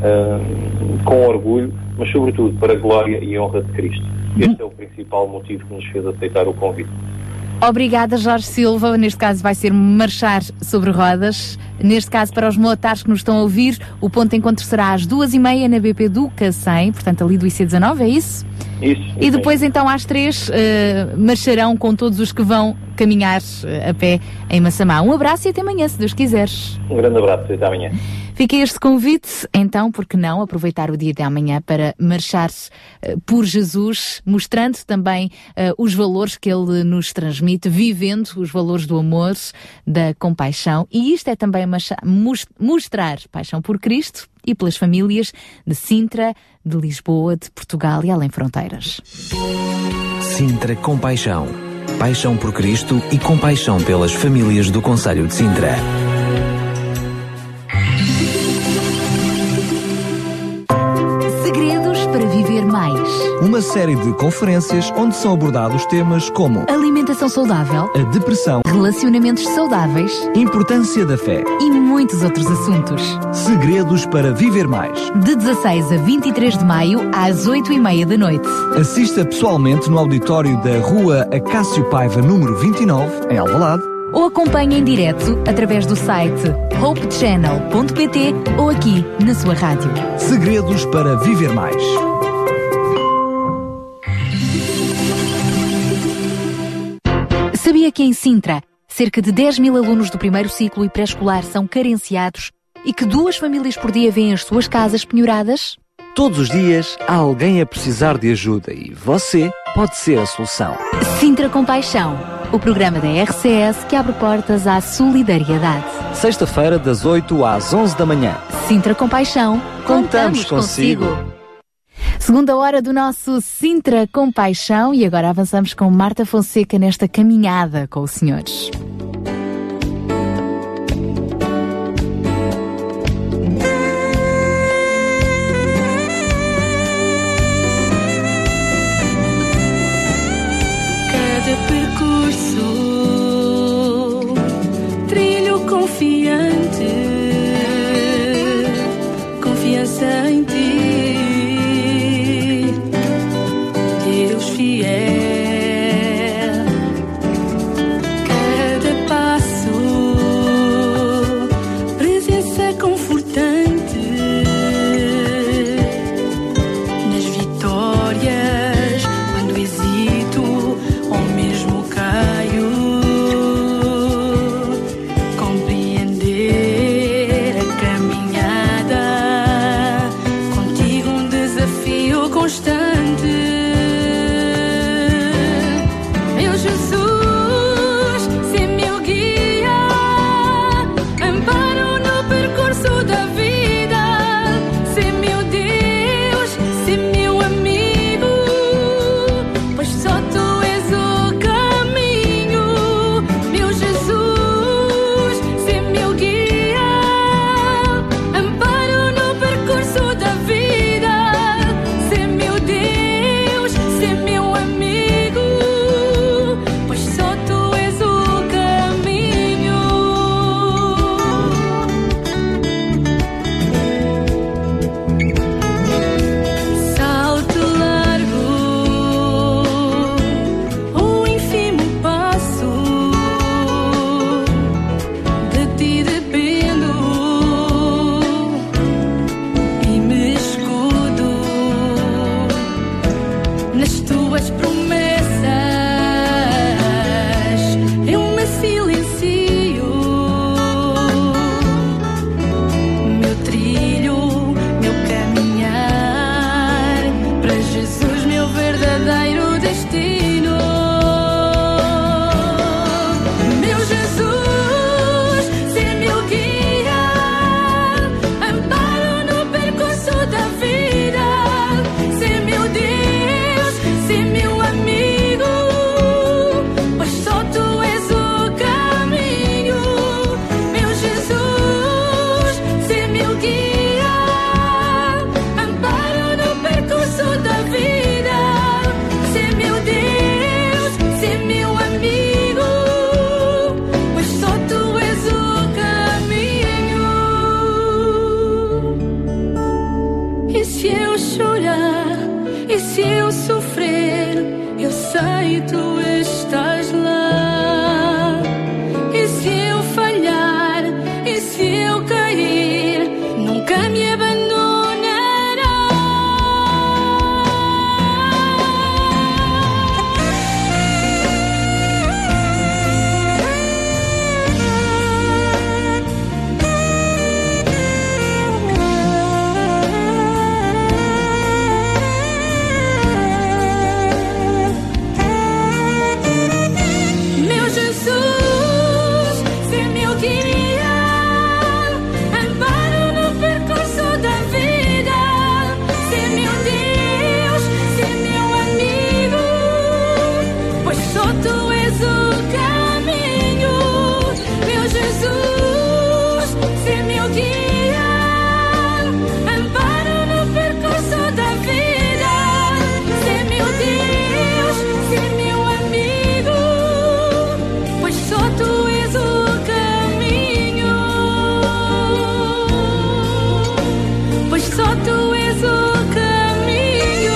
com orgulho, mas sobretudo para a glória e honra de Cristo. Este é o principal motivo que nos fez aceitar o convite. Obrigada, Jorge Silva. Neste caso vai ser marchar sobre rodas. Neste caso, para os motares que nos estão a ouvir, o ponto de encontro será às 2h30 na BP do Cacém, portanto ali do IC19, é isso? Isso. E depois então às 3 marcharão com todos os que vão caminhar a pé em Massamá. Um abraço e até amanhã, se Deus quiseres. Um grande abraço e até amanhã. Fica este convite, então, por que não aproveitar o dia de amanhã para marchar por Jesus, mostrando também os valores que Ele nos transmite, vivendo os valores do amor, da compaixão, e isto é também mostrar paixão por Cristo e pelas famílias de Sintra, de Lisboa, de Portugal e além fronteiras. Sintra Compaixão. Paixão por Cristo e compaixão pelas famílias do concelho de Sintra. Segredos para viver mais. Uma série de conferências onde são abordados temas como alimentação saudável, a depressão, relacionamentos saudáveis, importância da fé e muitos outros assuntos. Segredos para viver mais. De 16 a 23 de maio, às 8h30 da noite. Assista pessoalmente no auditório da Rua Acácio Paiva, número 29, em Alvalade. Ou acompanhe em direto através do site hopechannel.pt ou aqui na sua rádio. Segredos para viver mais. Sabia que em Sintra, cerca de 10.000 alunos do primeiro ciclo e pré-escolar são carenciados e que 2 famílias por dia vêm as suas casas penhoradas? Todos os dias há alguém a precisar de ajuda e você pode ser a solução. Sintra Compaixão, o programa da RCS que abre portas à solidariedade. Sexta-feira, das 8 às 11 da manhã. Sintra Compaixão, contamos consigo. Segunda hora do nosso Sintra Compaixão e agora avançamos com Marta Fonseca nesta caminhada com os senhores. Cada percurso trilho confiante, confiança em ti, Deus fiel. Cada passo, presença confortante, nas vitórias, quando hesito ou mesmo caio, compreender a caminhada, contigo um desafio constante. Meu Jesus, ser meu guia, amparo no percurso da vida, ser meu Deus, ser meu amigo, pois só tu és o caminho. Meu Jesus, ser meu guia, amparo no percurso da vida, ser meu Deus, ser meu amigo, pois só tu és o caminho. Salto largo, o ínfimo passo, de ti dependo e me escudo nas tuas promessas. Eu me silencio, meu trilho, meu caminhar, para Jesus, meu verdadeiro destino. Meu Jesus, ser meu guia, amparo no percurso da vida, ser meu Deus, ser meu amigo, pois só tu és o caminho. Meu Jesus, ser meu guia, amparo no percurso da vida, ser meu Deus, ser meu amigo, pois só tu és o caminho. E se eu chorar, e se eu sofrer, eu sei tu estás lá. E se eu falhar, e se eu cair, nunca me Meu Jesus, ser meu guia, amparo no percurso da vida, ser meu Deus, ser meu amigo, pois só tu és o caminho. Meu Jesus, ser meu guia, amparo no percurso da vida, ser meu Deus, ser meu amigo, pois só tu és o caminho, pois só tu és o caminho.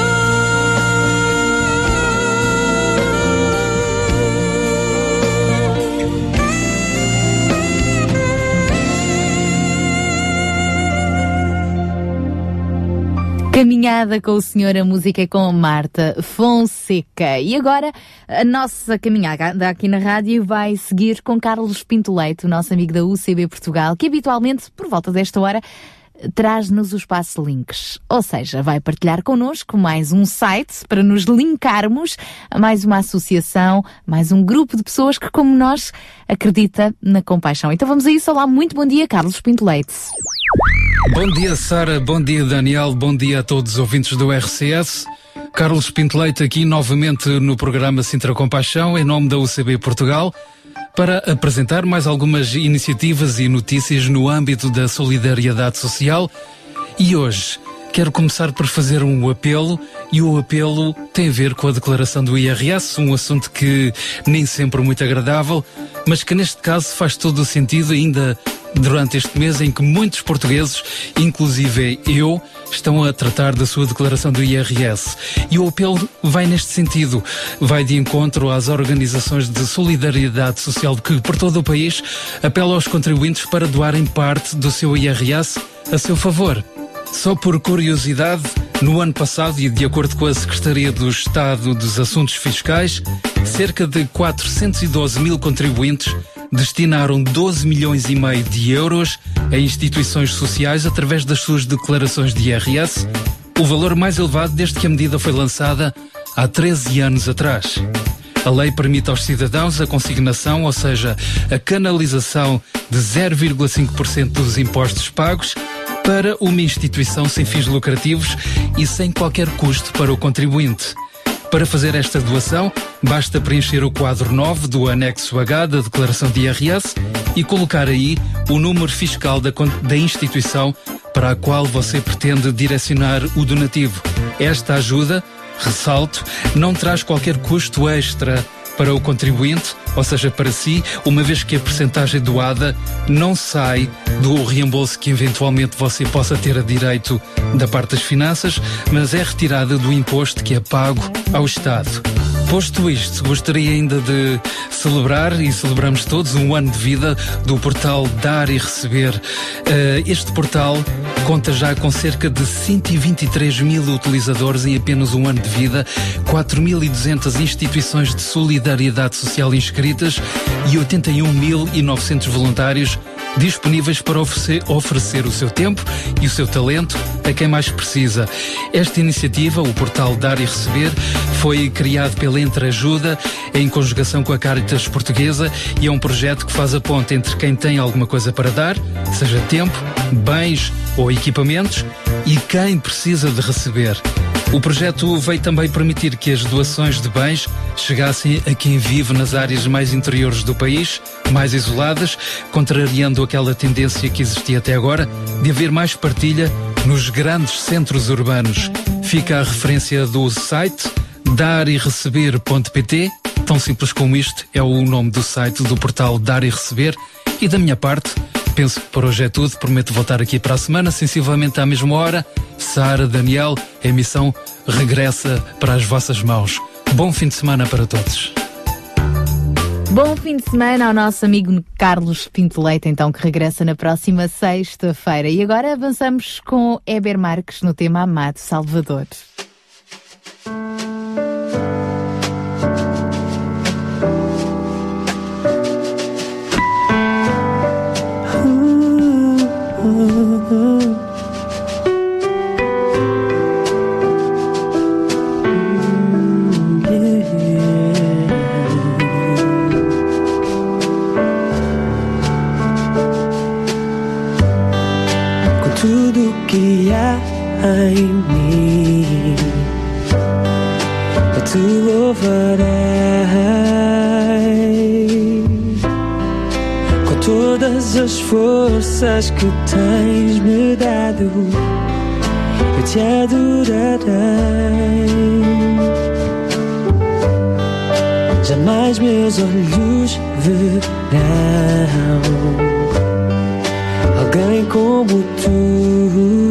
Caminhada com o Senhor, a música é com Marta Fonseca. E agora a nossa caminhada aqui na rádio vai seguir com Carlos Pinto Leite, o nosso amigo da UCB Portugal, que habitualmente, por volta desta hora, traz-nos o espaço links. Ou seja, vai partilhar connosco mais um site para nos linkarmos a mais uma associação, mais um grupo de pessoas que, como nós, acredita na compaixão. Então vamos a isso. Olá, muito bom dia, Carlos Pinto Leite. Bom dia, Sara. Bom dia, Daniel. Bom dia a todos os ouvintes do RCS. Carlos Pinto Leite aqui novamente no programa Sintra Compaixão, em nome da UCB Portugal, para apresentar mais algumas iniciativas e notícias no âmbito da solidariedade social. E hoje quero começar por fazer um apelo, e o apelo tem a ver com a declaração do IRS, um assunto que nem sempre é muito agradável, mas que neste caso faz todo o sentido ainda durante este mês em que muitos portugueses, inclusive eu, estão a tratar da sua declaração do IRS. E o apelo vai neste sentido, vai de encontro às organizações de solidariedade social que por todo o país apelam aos contribuintes para doarem parte do seu IRS a seu favor. Só por curiosidade, no ano passado, e de acordo com a Secretaria do Estado dos Assuntos Fiscais, cerca de 412 mil contribuintes destinaram 12 milhões e meio de euros a instituições sociais através das suas declarações de IRS, o valor mais elevado desde que a medida foi lançada há 13 anos atrás. A lei permite aos cidadãos a consignação, ou seja, a canalização de 0,5% dos impostos pagos para uma instituição sem fins lucrativos e sem qualquer custo para o contribuinte. Para fazer esta doação, basta preencher o quadro 9 do anexo H da declaração de IRS e colocar aí o número fiscal da instituição para a qual você pretende direcionar o donativo. Esta ajuda, ressalto, não traz qualquer custo extra para o contribuinte, ou seja, para si, uma vez que a percentagem doada não sai do reembolso que eventualmente você possa ter a direito da parte das finanças, mas é retirada do imposto que é pago ao Estado. Posto isto, gostaria ainda de celebrar, e celebramos todos, um ano de vida do portal Dar e Receber. Este portal conta já com cerca de 123 mil utilizadores em apenas um ano de vida, 4.200 instituições de solidariedade social inscritas e 81.900 voluntários disponíveis para oferecer o seu tempo e o seu talento a quem mais precisa. Esta iniciativa, o portal Dar e Receber, foi criado pela Entreajuda em conjugação com a Caritas Portuguesa e é um projeto que faz a ponte entre quem tem alguma coisa para dar, seja tempo, bens ou equipamentos, e quem precisa de receber. O projeto veio também permitir que as doações de bens chegassem a quem vive nas áreas mais interiores do país, mais isoladas, contrariando aquela tendência que existia até agora de haver mais partilha nos grandes centros urbanos. Fica a referência do site darireceber.pt, tão simples como isto é o nome do site do portal Dar e Receber. E da minha parte, penso que por hoje é tudo. Prometo voltar aqui para a semana, sensivelmente à mesma hora. Sara, Daniel, a emissão regressa para as vossas mãos. Bom fim de semana para todos. Bom fim de semana ao nosso amigo Carlos Pinto Leite, então, que regressa na próxima sexta-feira. E agora avançamos com Heber Marques no tema Amado Salvador. Que há em mim, eu te louvarei com todas as forças que tens me dado, eu te adorarei. Jamais meus olhos verão alguém como tu,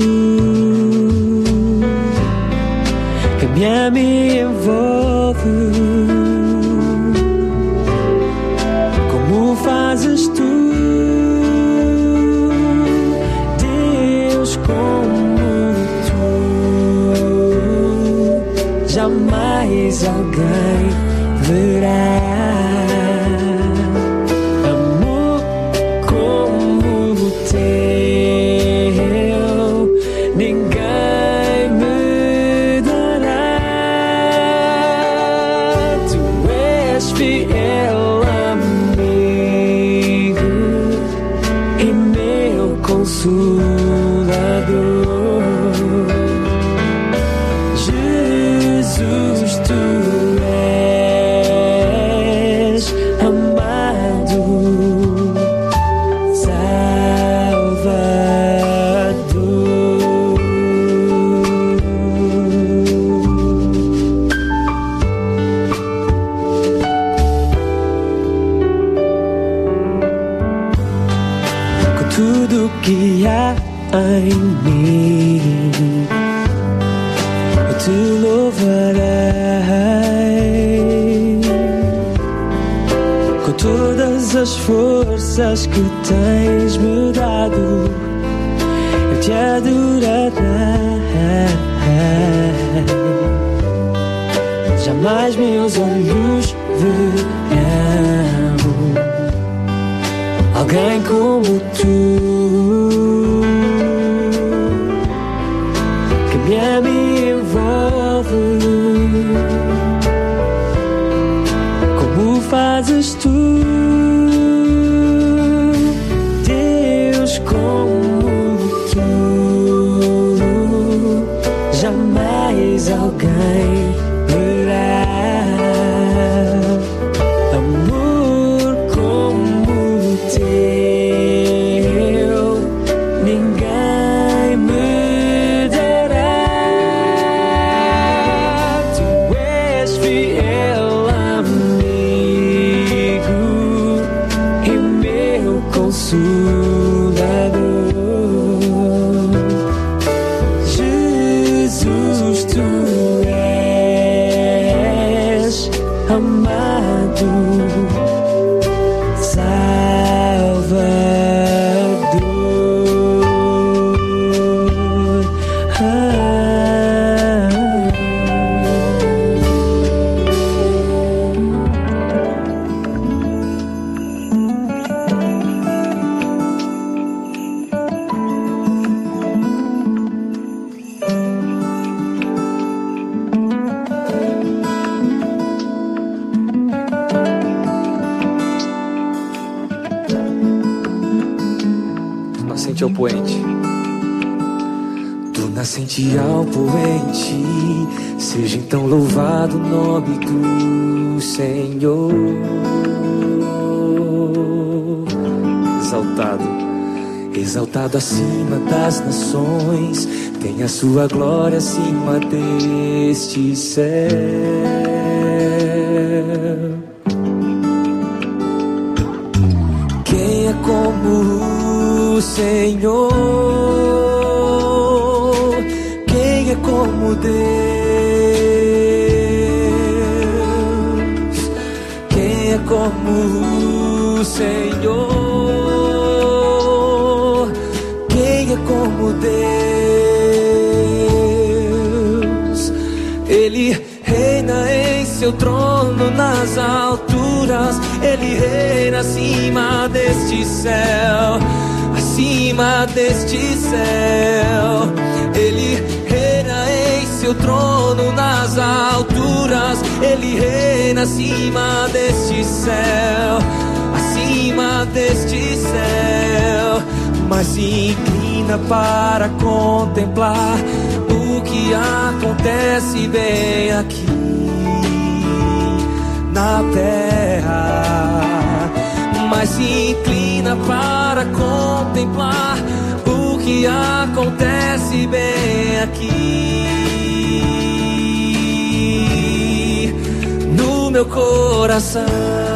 que me envolve, como fazes tu, Deus, como tu, jamais alguém verá. Amor como o teu fiel amigo e meu consolador. Jesus, tu és amado, Salvador. Com tudo que há em mim, eu te louvarei. Com todas as forças que tens me dado, eu te adorarei. Jamais meus olhos verão alguém como tu, que me ama e envolve, como fazes tu, Deus, como tu. Jamais alguém verá amor como o teu, ninguém me dará. Tu és fiel amigo e meu consolador. Jesus, tu és amado, Salvador. Do nascente ao poente, do nascente ao poente, seja então louvado o nome do Senhor. Exaltado, exaltado acima das nações, tem a sua glória acima deste céu. Quem é como o Senhor? Quem é como Deus? Quem é como o Senhor? Quem é como Deus? Ele reina em seu trono nas alturas, ele reina acima deste céu, acima deste céu. Ele reina em seu trono nas alturas, ele reina acima deste céu, acima deste céu. Mas se inclina para contemplar o que acontece bem aqui na terra. Mas se inclina para contemplar o que acontece bem aqui no meu coração.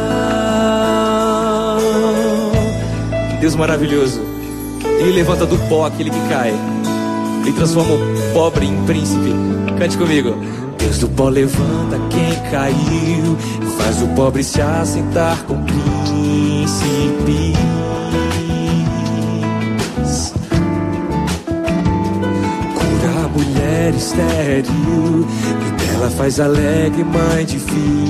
Deus maravilhoso, Ele levanta do pó aquele que cai, Ele transforma o pobre em príncipe. Cante comigo. Deus do pó levanta quem caiu, faz o pobre se assentar com príncipes. Cura a mulher estéril e dela faz alegre mãe de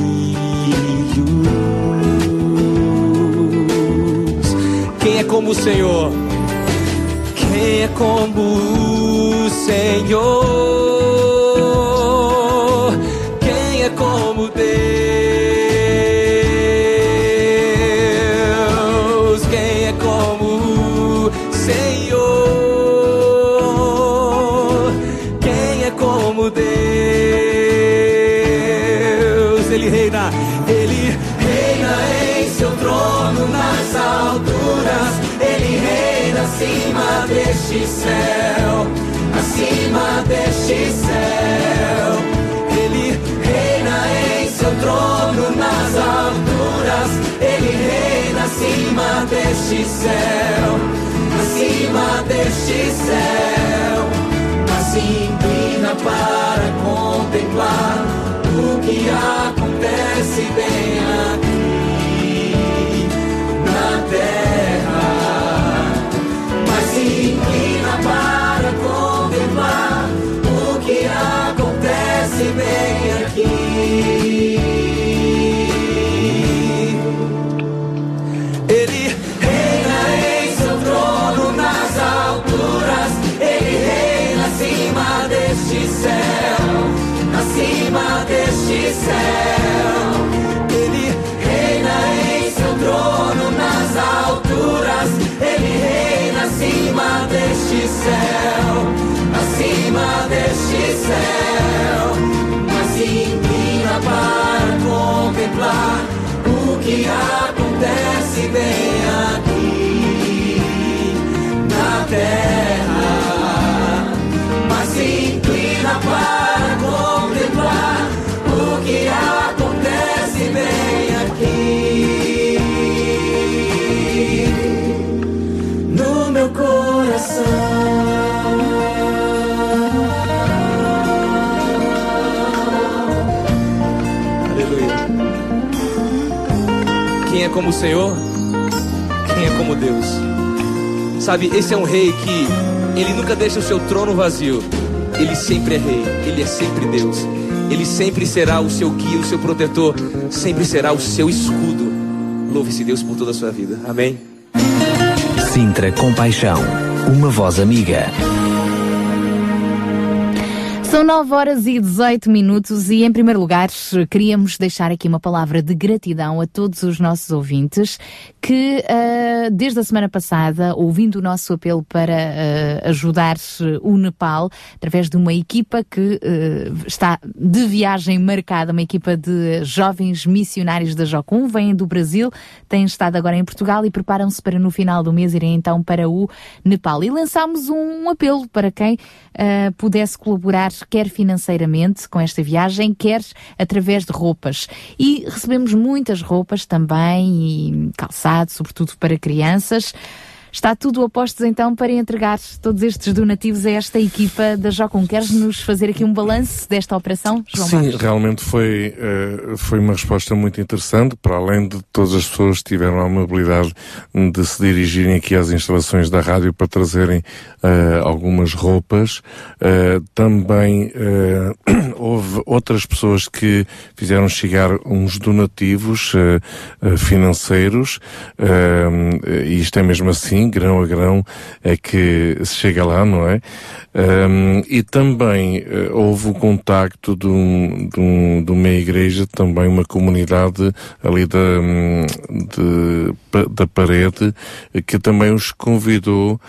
filhos. Quem é como o Senhor? Quem é como o Senhor? Quem é como Deus? deste céu, acima deste céu. Ele reina em seu trono nas alturas, ele reina acima deste céu, acima deste céu. Mas se inclina para contemplar o que acontece bem aqui na terra. Mas se inclina para contemplar o que acontece bem aqui. Ele reina em seu trono nas alturas, ele reina acima deste céu, acima deste céu. Ele reina em seu trono nas alturas, ele reina acima deste céu, acima deste céu. Mas se inclina para contemplar o que acontece bem aqui na terra. Mas se inclina para contemplar o que acontece bem aqui no meu coração. Aleluia. Quem é como o Senhor? Quem é como Deus? Sabe, esse é um rei que ele nunca deixa o seu trono vazio. Ele sempre é rei, ele é sempre Deus. Ele sempre será o seu guia, o seu protetor, sempre será o seu escudo. Louve-se Deus por toda a sua vida. Amém. Sintra Compaixão, uma voz amiga. São 9h18 e, em primeiro lugar, queríamos deixar aqui uma palavra de gratidão a todos os nossos ouvintes que, desde a semana passada, ouvindo o nosso apelo para ajudar o Nepal, através de uma equipa que está de viagem marcada, uma equipa de jovens missionários da Jocum, vêm do Brasil, têm estado agora em Portugal e preparam-se para, no final do mês, irem então para o Nepal. E lançámos um apelo para quem pudesse colaborar, quer financeiramente com esta viagem, quer através de roupas. E recebemos muitas roupas também e calçado, sobretudo para crianças. Está tudo a postos então para entregar todos estes donativos a esta equipa da Jocum. Queres-nos fazer aqui um balanço desta operação, João Sim, Marcos? realmente foi uma resposta muito interessante, para além de todas as pessoas que tiveram a amabilidade de se dirigirem aqui às instalações da rádio para trazerem algumas roupas. Também houve outras pessoas que fizeram chegar uns donativos financeiros, e isto é mesmo assim, grão a grão é que se chega lá, não é? E também houve o contacto de uma igreja, também uma comunidade ali da Parede, que também os convidou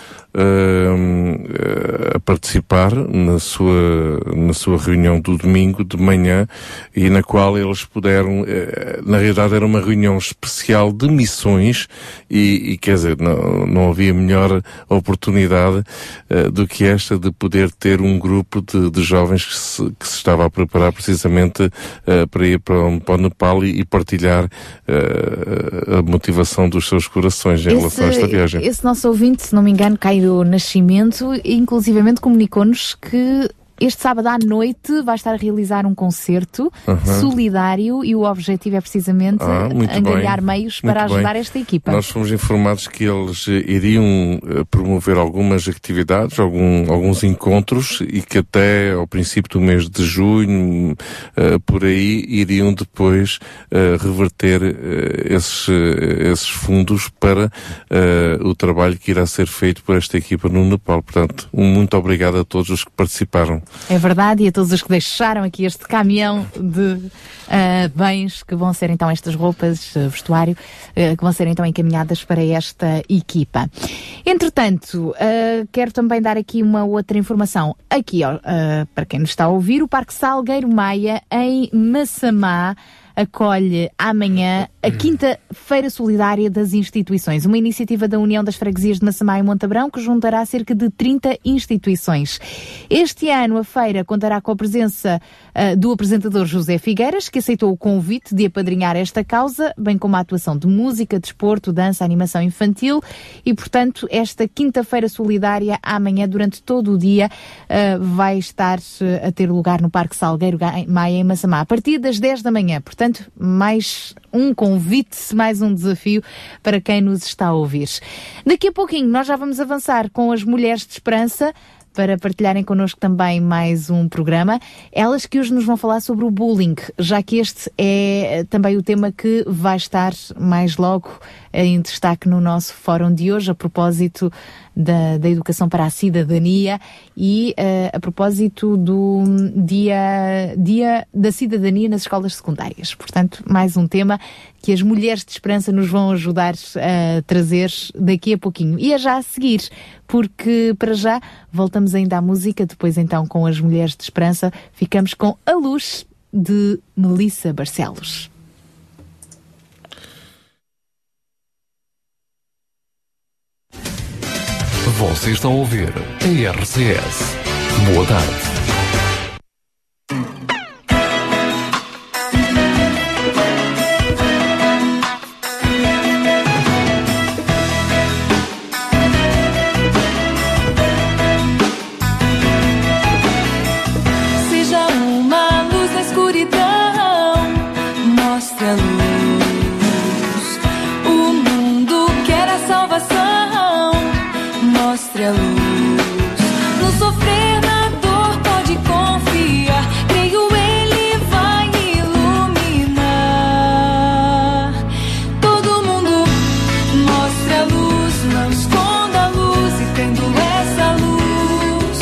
a participar na sua reunião do domingo de manhã, e na qual eles puderam, na realidade era uma reunião especial de missões, e quer dizer, não havia melhor oportunidade do que esta de poder ter um grupo de jovens que se estava a preparar precisamente para ir para o Nepal e partilhar a motivação dos seus corações em relação a esta viagem. Esse nosso ouvinte, se não me engano, Caio Nascimento, inclusivamente comunicou-nos que este sábado à noite vai estar a realizar um concerto solidário, e o objetivo é precisamente angariar meios para ajudar esta equipa. Nós fomos informados que eles iriam promover algumas atividades, alguns encontros, e que até ao princípio do mês de junho, por aí, iriam depois reverter esses fundos para o trabalho que irá ser feito por esta equipa no Nepal. Portanto, muito obrigado a todos os que participaram. É verdade, e a todos os que deixaram aqui este caminhão de bens que vão ser então estas roupas, vestuário, que vão ser então encaminhadas para esta equipa. Entretanto, quero também dar aqui uma outra informação. Aqui, para quem nos está a ouvir, o Parque Salgueiro Maia, em Massamá, acolhe amanhã a Quinta Feira Solidária das Instituições, uma iniciativa da União das Freguesias de Massamá e Montabrão que juntará cerca de 30 instituições. Este ano a feira contará com a presença do apresentador José Figueiras, que aceitou o convite de apadrinhar esta causa, bem como a atuação de música, desporto, dança, animação infantil e, portanto, esta Quinta Feira Solidária amanhã, durante todo o dia, vai estar a ter lugar no Parque Salgueiro Maia em Massamá, a partir das 10 da manhã. Portanto, mais um convite, mais um desafio para quem nos está a ouvir. Daqui a pouquinho nós já vamos avançar com as Mulheres de Esperança para partilharem connosco também mais um programa. Elas que hoje nos vão falar sobre o bullying, já que este é também o tema que vai estar mais logo em destaque no nosso fórum de hoje, a propósito da educação para a cidadania e a propósito do dia da cidadania nas escolas secundárias. Portanto, mais um tema que as Mulheres de Esperança nos vão ajudar a trazer daqui a pouquinho. E é já a seguir, porque para já voltamos ainda à música, depois então com as Mulheres de Esperança ficamos com A Luz de Melissa Barcelos. Você está a ouvir a RCS. Boa tarde. Seja uma luz na escuridão, mostre a luz. O mundo quer a salvação, mostre a luz. No sofrer, na dor, pode confiar. Creio, Ele vai iluminar. Todo mundo mostre a luz, não esconda a luz. E tendo essa luz,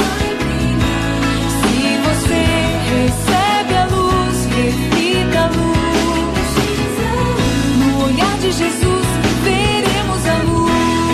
se você recebe a luz, reflita a luz. No olhar de Jesus, veremos a luz.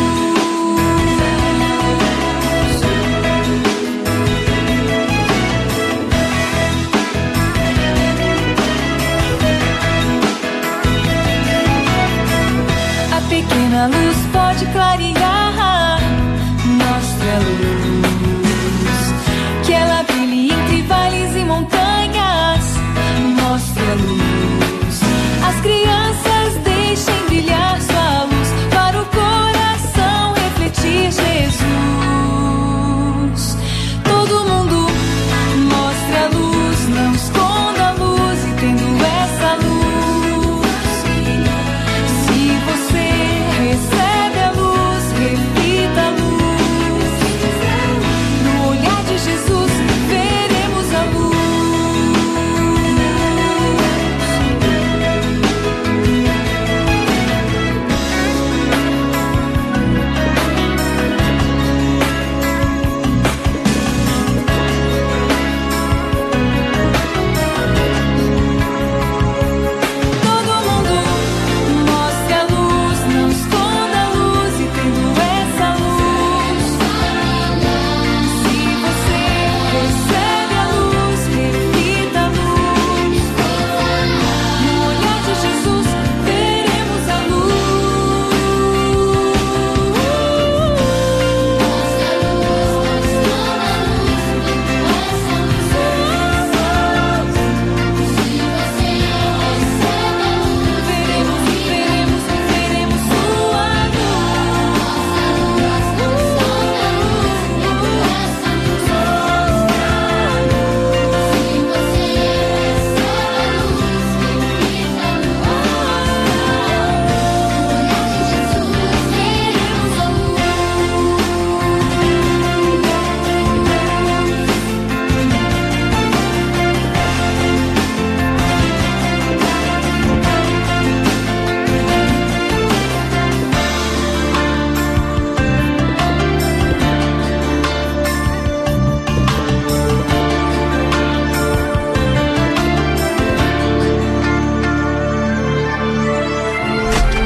A pequena luz pode clarear, mostre a luz. Que ela brilhe entre vales e montanhas, mostre a luz. As crianças deixem brilhar sua luz, para o coração refletir Jesus. Todo mundo mostre a luz, não esconda a luz. E tendo essa luz, se você recebe a luz, reflita a luz.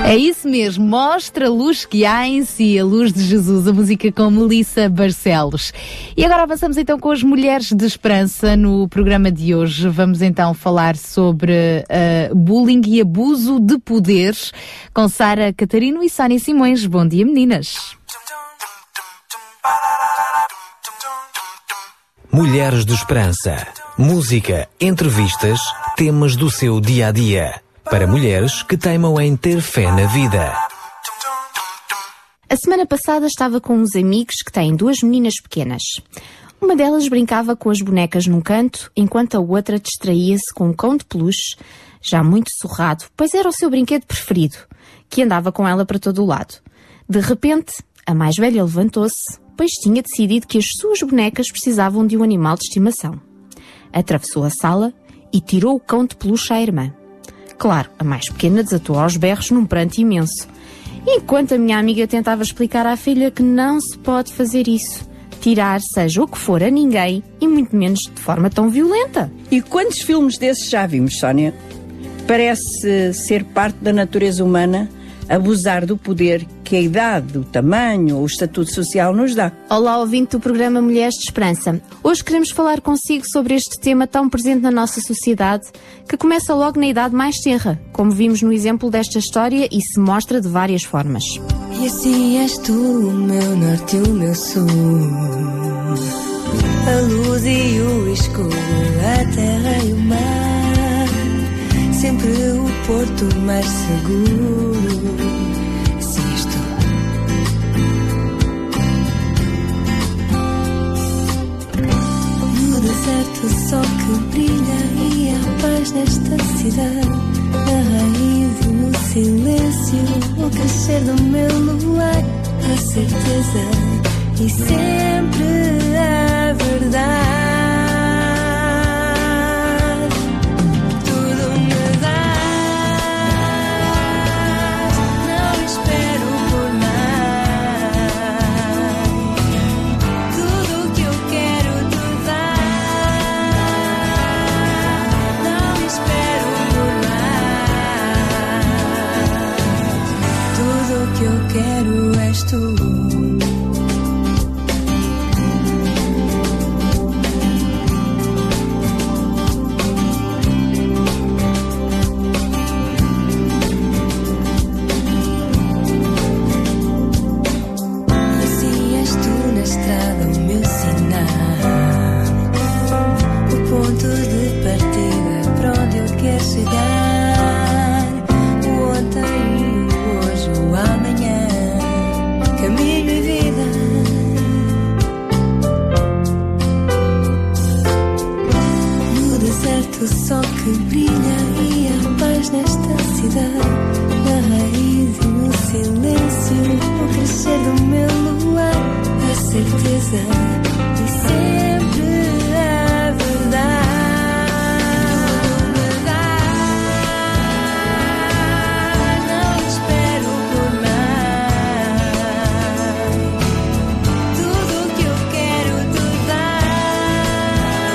É isso mesmo, mostra a luz que há em si, a luz de Jesus, a música com Melissa Barcelos. E agora avançamos então com as Mulheres de Esperança no programa de hoje. Vamos então falar sobre bullying e abuso de poderes com Sara Catarino e Sónia Simões. Bom dia, meninas. Mulheres de Esperança. Música, entrevistas, temas do seu dia-a-dia. Para mulheres que teimam em ter fé na vida. A semana passada estava com uns amigos que têm 2 meninas pequenas. Uma delas brincava com as bonecas num canto, enquanto a outra distraía-se com um cão de peluche, já muito surrado, pois era o seu brinquedo preferido, que andava com ela para todo o lado. De repente, a mais velha levantou-se, pois tinha decidido que as suas bonecas precisavam de um animal de estimação. Atravessou a sala e tirou o cão de peluche à irmã. Claro, a mais pequena desatou aos berros num pranto imenso. Enquanto a minha amiga tentava explicar à filha que não se pode fazer isso. Tirar seja o que for a ninguém e muito menos de forma tão violenta. E quantos filmes desses já vimos, Sónia? Parece ser parte da natureza humana abusar do poder que a idade, o tamanho ou o estatuto social nos dá. Olá, ouvinte do programa Mulheres de Esperança. Hoje queremos falar consigo sobre este tema tão presente na nossa sociedade, que começa logo na idade mais tenra, como vimos no exemplo desta história e se mostra de várias formas. E assim és tu, o meu norte e o meu sul, a luz e o escuro, a terra e o mar, sempre o porto mais seguro. No deserto o sol que brilha e a paz nesta cidade, na raiz e no silêncio, o crescer do meu luar, a certeza e sempre a verdade. Tudo me dás, não espero por mais. Tudo o que eu quero tu dás, não espero por mais. Tudo o que eu quero és tu. O sol que brilha e a paz nesta cidade, na raiz e no silêncio, o crescer do meu luar, a certeza e sempre a verdade. Não espero por mais. Tudo o que eu quero tu dás.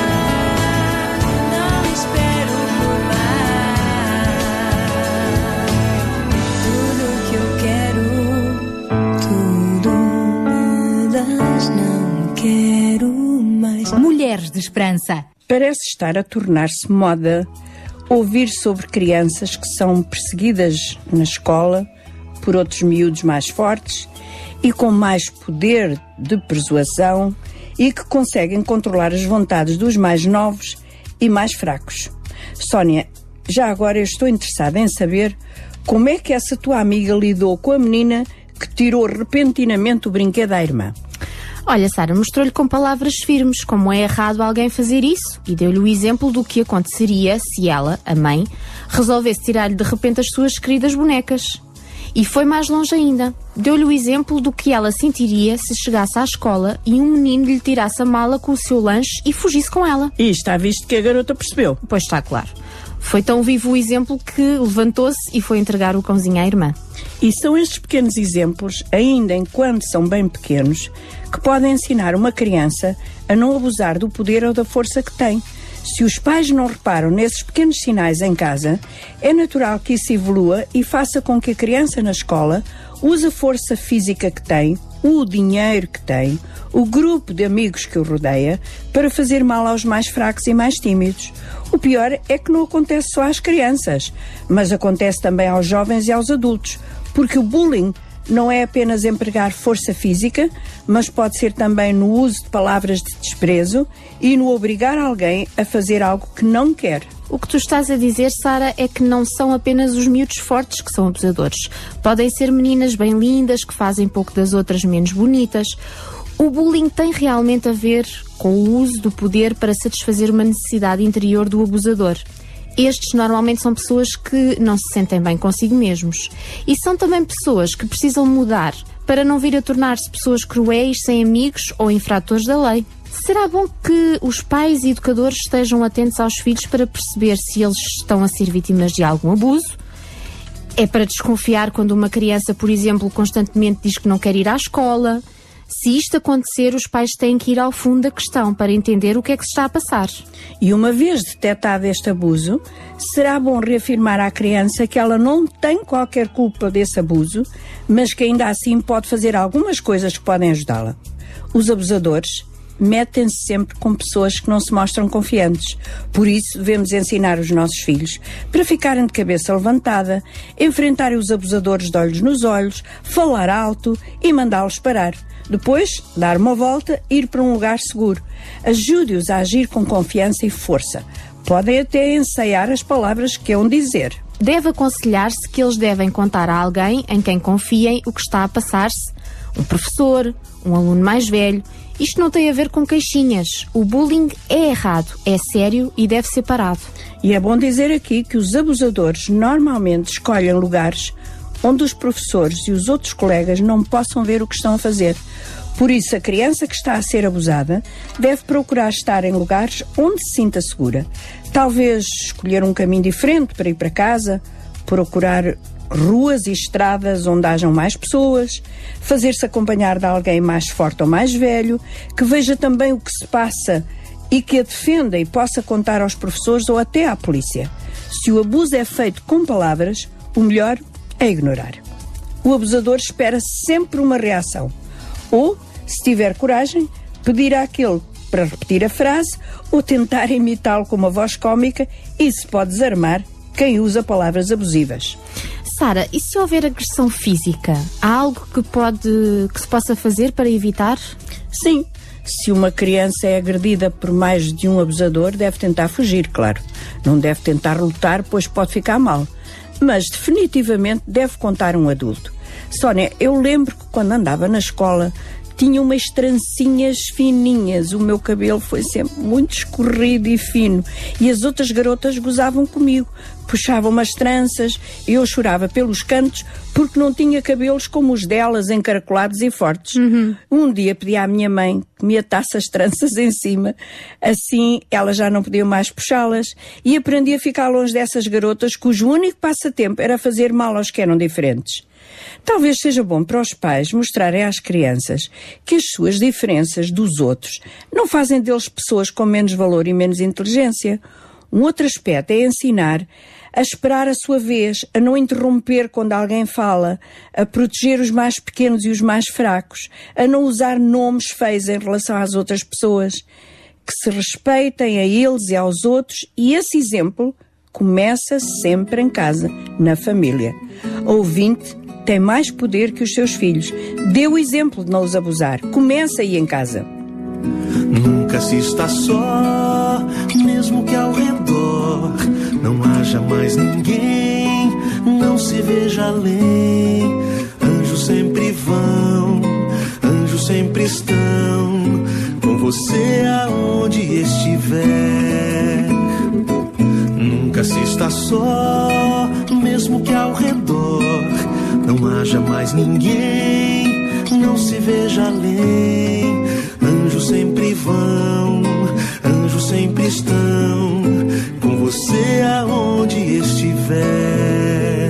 Mulheres de Esperança. Parece estar a tornar-se moda ouvir sobre crianças que são perseguidas na escola por outros miúdos mais fortes e com mais poder de persuasão e que conseguem controlar as vontades dos mais novos e mais fracos. Sónia, já agora eu estou interessada em saber como é que essa tua amiga lidou com a menina que tirou repentinamente o brinquedo à irmã. Olha, Sara, mostrou-lhe com palavras firmes como é errado alguém fazer isso e deu-lhe o exemplo do que aconteceria se ela, a mãe, resolvesse tirar-lhe de repente as suas queridas bonecas. E foi mais longe ainda. Deu-lhe o exemplo do que ela sentiria se chegasse à escola e um menino lhe tirasse a mala com o seu lanche e fugisse com ela. E está visto que a garota percebeu. Pois está, claro. Foi tão vivo o exemplo que levantou-se e foi entregar o cãozinho à irmã. E são estes pequenos exemplos, ainda enquanto são bem pequenos, que podem ensinar uma criança a não abusar do poder ou da força que tem, Se os pais não reparam nesses pequenos sinais em casa, é natural que isso evolua e faça com que a criança na escola use a força física que tem, o dinheiro que tem, o grupo de amigos que o rodeia, para fazer mal aos mais fracos e mais tímidos. O pior é que não acontece só às crianças, mas acontece também aos jovens e aos adultos, porque o bullying não é apenas empregar força física, mas pode ser também no uso de palavras de desprezo e no obrigar alguém a fazer algo que não quer. O que tu estás a dizer, Sara, é que não são apenas os miúdos fortes que são abusadores. Podem ser meninas bem lindas, que fazem pouco das outras menos bonitas. O bullying tem realmente a ver com o uso do poder para satisfazer uma necessidade interior do abusador. Estes normalmente são pessoas que não se sentem bem consigo mesmos. E são também pessoas que precisam mudar para não vir a tornar-se pessoas cruéis, sem amigos ou infratores da lei. Será bom que os pais e educadores estejam atentos aos filhos para perceber se eles estão a ser vítimas de algum abuso? É para desconfiar quando uma criança, por exemplo, constantemente diz que não quer ir à escola? Se isto acontecer, os pais têm que ir ao fundo da questão para entender o que é que se está a passar. E uma vez detectado este abuso, será bom reafirmar à criança que ela não tem qualquer culpa desse abuso, mas que ainda assim pode fazer algumas coisas que podem ajudá-la. Os abusadores metem-se sempre com pessoas que não se mostram confiantes. Por isso, devemos ensinar os nossos filhos para ficarem de cabeça levantada, enfrentarem os abusadores de olhos nos olhos, falar alto e mandá-los parar. Depois, dar uma volta e ir para um lugar seguro. Ajude-os a agir com confiança e força. Podem até ensaiar as palavras que hão dizer. Deve aconselhar-se que eles devem contar a alguém em quem confiem o que está a passar-se. Um professor, um aluno mais velho. Isto não tem a ver com queixinhas. O bullying é errado, é sério e deve ser parado. E é bom dizer aqui que os abusadores normalmente escolhem lugares onde os professores e os outros colegas não possam ver o que estão a fazer. Por isso, a criança que está a ser abusada deve procurar estar em lugares onde se sinta segura. Talvez escolher um caminho diferente para ir para casa, procurar ruas e estradas onde hajam mais pessoas, fazer-se acompanhar de alguém mais forte ou mais velho, que veja também o que se passa e que a defenda e possa contar aos professores ou até à polícia. Se o abuso é feito com palavras, o melhor é ignorar. O abusador espera sempre uma reação. Ou, se tiver coragem, pedir àquele para repetir a frase ou tentar imitá-lo com uma voz cómica. Isso pode desarmar quem usa palavras abusivas. Sara, e se houver agressão física? Há algo que se possa fazer para evitar? Sim. Se uma criança é agredida por mais de um abusador, deve tentar fugir, claro. Não deve tentar lutar, pois pode ficar mal. Mas definitivamente deve contar um adulto. Sónia, eu lembro que quando andava na escola tinha umas trancinhas fininhas, o meu cabelo foi sempre muito escorrido e fino e as outras garotas gozavam comigo, puxavam umas tranças e eu chorava pelos cantos porque não tinha cabelos como os delas, encaracolados e fortes. Um dia pedi à minha mãe que me atasse as tranças em cima, assim elas já não podiam mais puxá-las e aprendi a ficar longe dessas garotas cujo único passatempo era fazer mal aos que eram diferentes. Talvez seja bom para os pais mostrarem às crianças que as suas diferenças dos outros não fazem deles pessoas com menos valor e menos inteligência. Um outro aspecto é ensinar a esperar a sua vez, a não interromper quando alguém fala, a proteger os mais pequenos e os mais fracos, a não usar nomes feios em relação às outras pessoas, que se respeitem a eles e aos outros, e esse exemplo começa sempre em casa, na família. A ouvinte tem mais poder que os seus filhos. Dê o exemplo de não os abusar. Começa aí em casa. Nunca se está só, mesmo que ao redor não haja mais ninguém, não se veja além. Anjos sempre vão, anjos sempre estão com você aonde estiver. Nunca se está só, mesmo que ao redor não haja mais ninguém, não se veja além. Anjos sempre vão, anjos sempre estão com você aonde estiver.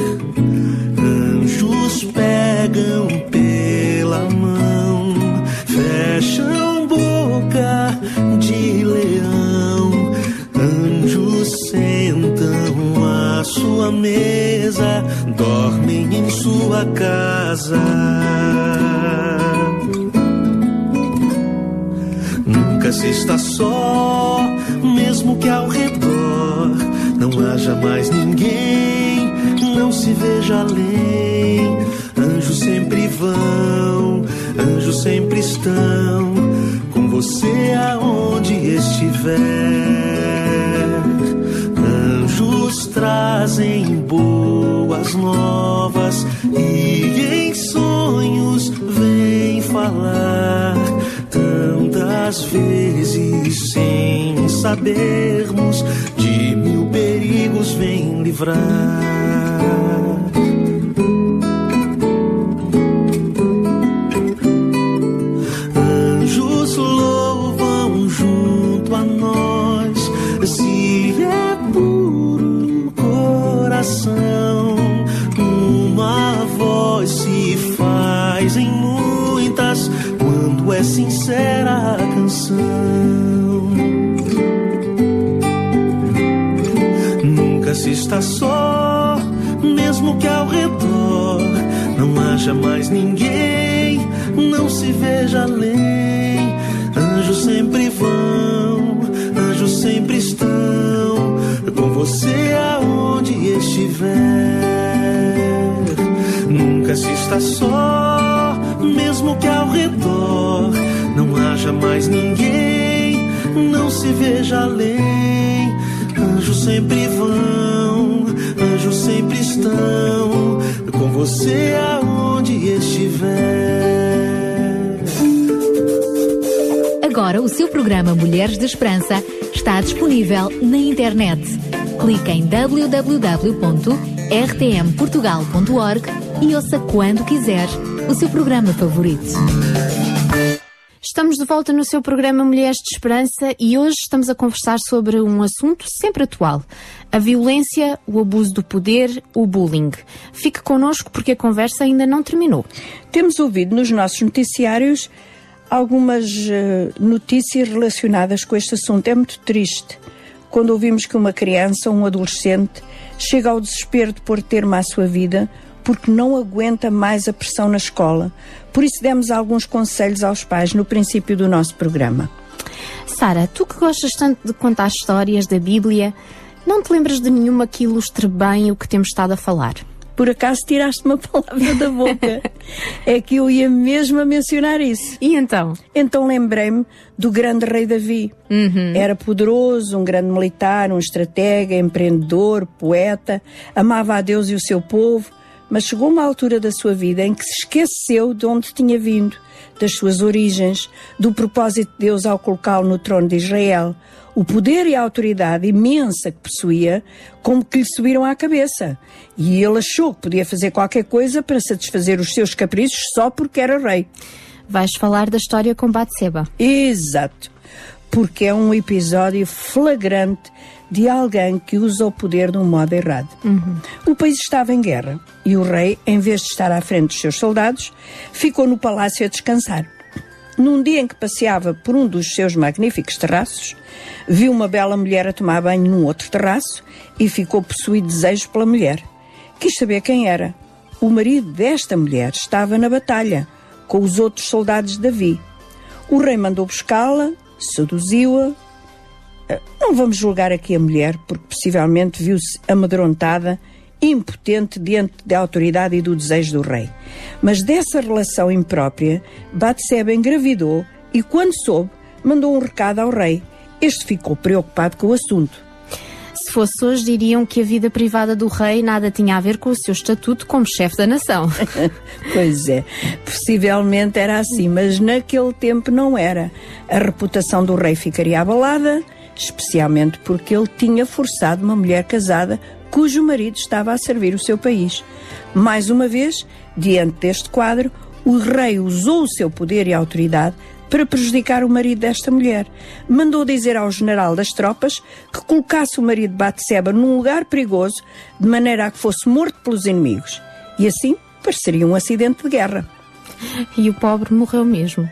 Anjos pegam pela mão, fecham boca de leão, dormem em sua casa. Nunca se está só, mesmo que ao redor não haja mais ninguém, não se veja além. Anjos sempre vão, anjos sempre estão com você aonde estiver. Anjos trazem boas novas e em sonhos vêm falar. Tantas vezes sem sabermos, de mil perigos vem livrar. Anjos louvam junto a nós, se é puro coração. Uma voz se faz em muitas quando é sincera a canção. Nunca se está só, mesmo que ao redor não haja mais ninguém, não se veja além. Anjos sempre vão, anjos sempre estão com você aonde estiver. Nunca se está só, mesmo que ao redor não haja mais ninguém, não se veja além. Anjos sempre vão, anjos sempre estão com você aonde estiver. Agora o seu programa Mulheres de Esperança está disponível na internet. Clique em www.rtmportugal.org e ouça quando quiser o seu programa favorito. Estamos de volta no seu programa Mulheres de Esperança e hoje estamos a conversar sobre um assunto sempre atual: a violência, o abuso do poder, o bullying. Fique connosco porque a conversa ainda não terminou. Temos ouvido nos nossos noticiários algumas notícias relacionadas com este assunto. É muito triste quando ouvimos que uma criança ou um adolescente chega ao desespero de pôr termo à sua vida porque não aguenta mais a pressão na escola. Por isso demos alguns conselhos aos pais no princípio do nosso programa. Sara, tu que gostas tanto de contar histórias da Bíblia, não te lembras de nenhuma que ilustre bem o que temos estado a falar? Por acaso tiraste uma palavra da boca. É que eu ia mesmo a mencionar isso. E então? Então lembrei-me do grande rei Davi. Era poderoso, um grande militar, um estratega, empreendedor, poeta, amava a Deus e o seu povo, mas chegou uma altura da sua vida em que se esqueceu de onde tinha vindo, das suas origens, do propósito de Deus ao colocá-lo no trono de Israel. O poder e a autoridade imensa que possuía, como que lhe subiram à cabeça. E ele achou que podia fazer qualquer coisa para satisfazer os seus caprichos só porque era rei. Vais falar da história com Batseba. Exato. Porque é um episódio flagrante de alguém que usa o poder de um modo errado. O país estava em guerra e o rei, em vez de estar à frente dos seus soldados, ficou no palácio a descansar. Num dia em que passeava por um dos seus magníficos terraços, viu uma bela mulher a tomar banho num outro terraço e ficou possuído de desejo pela mulher. Quis saber quem era. O marido desta mulher estava na batalha, com os outros soldados de Davi. O rei mandou buscá-la, seduziu-a. Não vamos julgar aqui a mulher, porque possivelmente viu-se amedrontada, impotente diante da autoridade e do desejo do rei. Mas dessa relação imprópria, Batseba engravidou e, quando soube, mandou um recado ao rei. Este ficou preocupado com o assunto. Se fosse hoje, diriam que a vida privada do rei nada tinha a ver com o seu estatuto como chefe da nação. Pois é, possivelmente era assim, mas naquele tempo não era. A reputação do rei ficaria abalada, especialmente porque ele tinha forçado uma mulher casada cujo marido estava a servir o seu país. Mais uma vez, diante deste quadro, o rei usou o seu poder e autoridade para prejudicar o marido desta mulher. Mandou dizer ao general das tropas que colocasse o marido de Batseba num lugar perigoso, de maneira a que fosse morto pelos inimigos. E assim, pareceria um acidente de guerra. E o pobre morreu mesmo.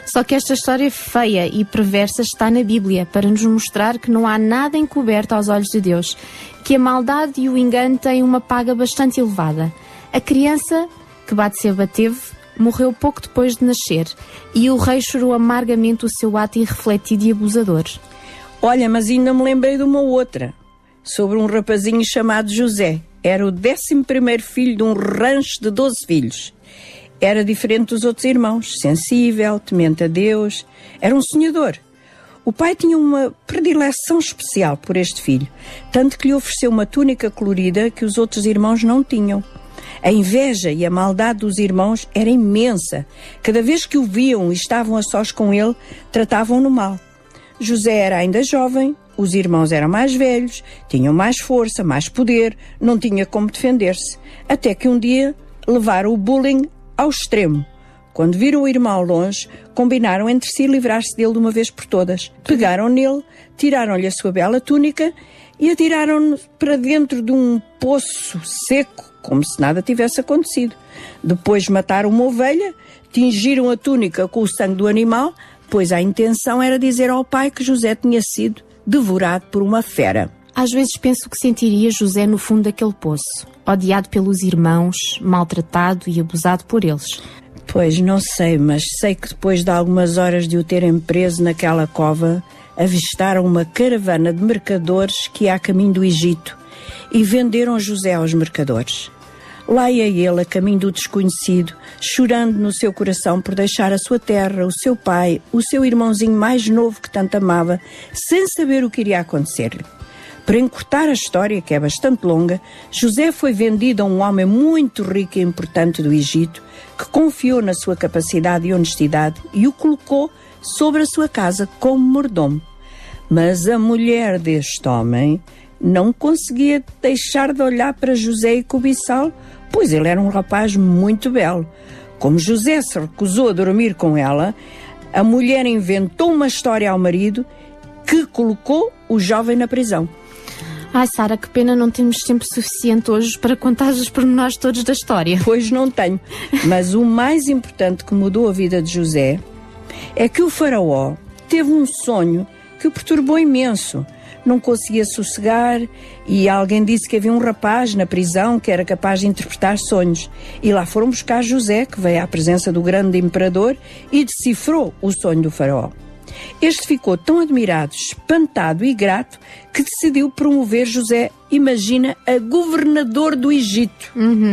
Só que esta história feia e perversa está na Bíblia para nos mostrar que não há nada encoberto aos olhos de Deus, que a maldade e o engano têm uma paga bastante elevada. A criança que Batseba teve morreu pouco depois de nascer e o rei chorou amargamente o seu ato irrefletido e abusador. Olha, mas ainda me lembrei de uma outra, sobre um rapazinho chamado José. Era o 11º filho de um rancho de 12 filhos. Era diferente dos outros irmãos, sensível, temente a Deus, era um sonhador. O pai tinha uma predileção especial por este filho, tanto que lhe ofereceu uma túnica colorida que os outros irmãos não tinham. A inveja e a maldade dos irmãos era imensa. Cada vez que o viam e estavam a sós com ele, tratavam-no mal. José era ainda jovem, os irmãos eram mais velhos, tinham mais força, mais poder, não tinha como defender-se. Até que um dia levaram o bullying ao extremo. Quando viram o irmão longe, combinaram entre si livrar-se dele de uma vez por todas. Pegaram nele, tiraram-lhe a sua bela túnica e atiraram-no para dentro de um poço seco, como se nada tivesse acontecido. Depois mataram uma ovelha, tingiram a túnica com o sangue do animal, pois a intenção era dizer ao pai que José tinha sido devorado por uma fera. Às vezes penso que sentiria José no fundo daquele poço, odiado pelos irmãos, maltratado e abusado por eles. Pois não sei, mas sei que depois de algumas horas de o terem preso naquela cova, avistaram uma caravana de mercadores que ia a caminho do Egito e venderam José aos mercadores. Lá ia ele a caminho do desconhecido, chorando no seu coração por deixar a sua terra, o seu pai, o seu irmãozinho mais novo que tanto amava, sem saber o que iria acontecer-lhe. Para encurtar a história, que é bastante longa, José foi vendido a um homem muito rico e importante do Egito, que confiou na sua capacidade e honestidade e o colocou sobre a sua casa como mordomo. Mas a mulher deste homem não conseguia deixar de olhar para José e cobiçá-lo, pois ele era um rapaz muito belo. Como José se recusou a dormir com ela, a mulher inventou uma história ao marido que colocou o jovem na prisão. Ai, Sara, que pena não temos tempo suficiente hoje para contar os pormenores todos da história. Pois não tenho, mas o mais importante que mudou a vida de José é que o faraó teve um sonho que o perturbou imenso. Não conseguia sossegar e alguém disse que havia um rapaz na prisão que era capaz de interpretar sonhos. E lá foram buscar José, que veio à presença do grande imperador e decifrou o sonho do faraó. Este ficou tão admirado, espantado e grato que decidiu promover José, imagina, a governador do Egito.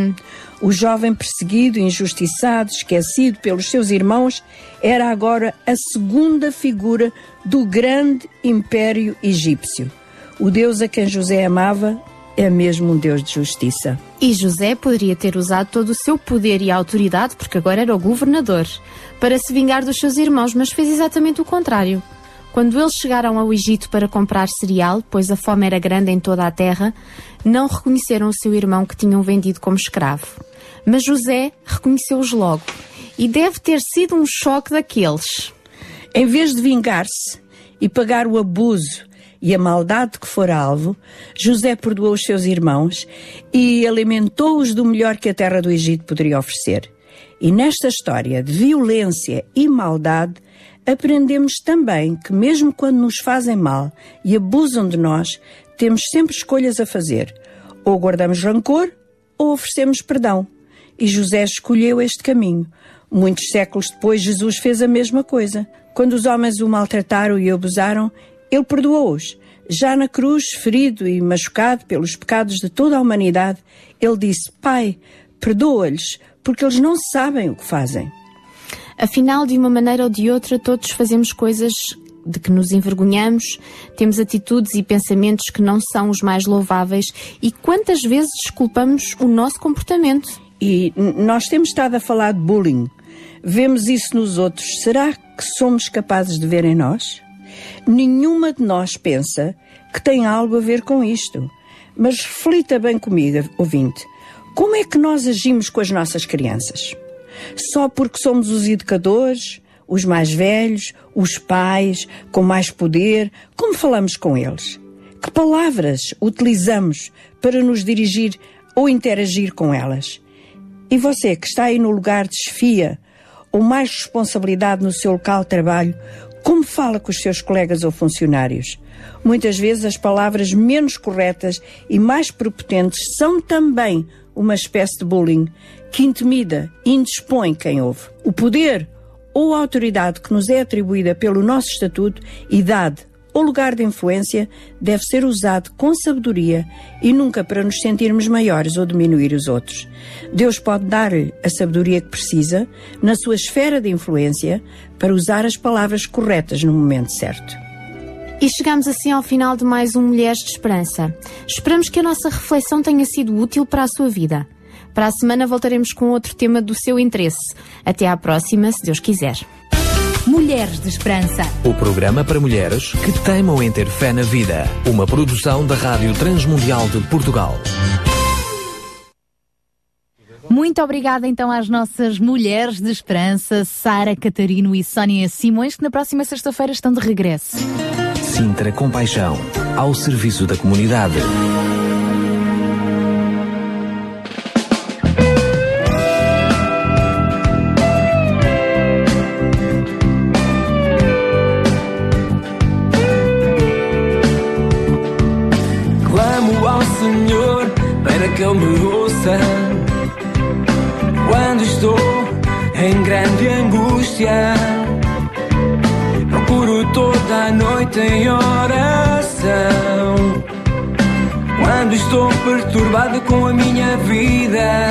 O jovem perseguido, injustiçado, esquecido pelos seus irmãos, era agora a segunda figura do grande império egípcio. O Deus a quem José amava é mesmo um Deus de justiça. E José poderia ter usado todo o seu poder e autoridade, porque agora era o governador, para se vingar dos seus irmãos, mas fez exatamente o contrário. Quando eles chegaram ao Egito para comprar cereal, pois a fome era grande em toda a terra, não reconheceram o seu irmão que tinham vendido como escravo. Mas José reconheceu-os logo, e deve ter sido um choque daqueles. Em vez de vingar-se e pagar o abuso e a maldade que fora alvo, José perdoou os seus irmãos e alimentou-os do melhor que a terra do Egito poderia oferecer. E nesta história de violência e maldade, aprendemos também que mesmo quando nos fazem mal e abusam de nós, temos sempre escolhas a fazer. Ou guardamos rancor, ou oferecemos perdão. E José escolheu este caminho. Muitos séculos depois, Jesus fez a mesma coisa. Quando os homens o maltrataram e o abusaram, ele perdoou-os. Já na cruz, ferido e machucado pelos pecados de toda a humanidade, ele disse: Pai, perdoa-lhes, porque eles não sabem o que fazem. Afinal, de uma maneira ou de outra, todos fazemos coisas de que nos envergonhamos, temos atitudes e pensamentos que não são os mais louváveis e quantas vezes desculpamos o nosso comportamento. E nós temos estado a falar de bullying. Vemos isso nos outros. Será que somos capazes de ver em nós? Nenhuma de nós pensa que tem algo a ver com isto. Mas reflita bem comigo, ouvinte. Como é que nós agimos com as nossas crianças? Só porque somos os educadores, os mais velhos, os pais, com mais poder, como falamos com eles? Que palavras utilizamos para nos dirigir ou interagir com elas? E você que está aí no lugar de chefia ou mais responsabilidade no seu local de trabalho, como fala com os seus colegas ou funcionários? Muitas vezes as palavras menos corretas e mais prepotentes são também uma espécie de bullying que intimida e indispõe quem ouve. O poder ou a autoridade que nos é atribuída pelo nosso estatuto, idade ou lugar de influência deve ser usado com sabedoria e nunca para nos sentirmos maiores ou diminuir os outros. Deus pode dar-lhe a sabedoria que precisa, na sua esfera de influência, para usar as palavras corretas no momento certo. E chegamos assim ao final de mais um Mulheres de Esperança. Esperamos que a nossa reflexão tenha sido útil para a sua vida. Para a semana voltaremos com outro tema do seu interesse. Até à próxima, se Deus quiser. Mulheres de Esperança. O programa para mulheres que teimam em ter fé na vida. Uma produção da Rádio Transmundial de Portugal. Muito obrigada então às nossas Mulheres de Esperança, Sara Catarino e Sónia Simões, que na próxima sexta-feira estão de regresso. Sintra Compaixão, ao serviço da comunidade. Senhor, para que Ele me ouça quando estou em grande angústia. Procuro toda a noite em oração. Quando estou perturbado com a minha vida,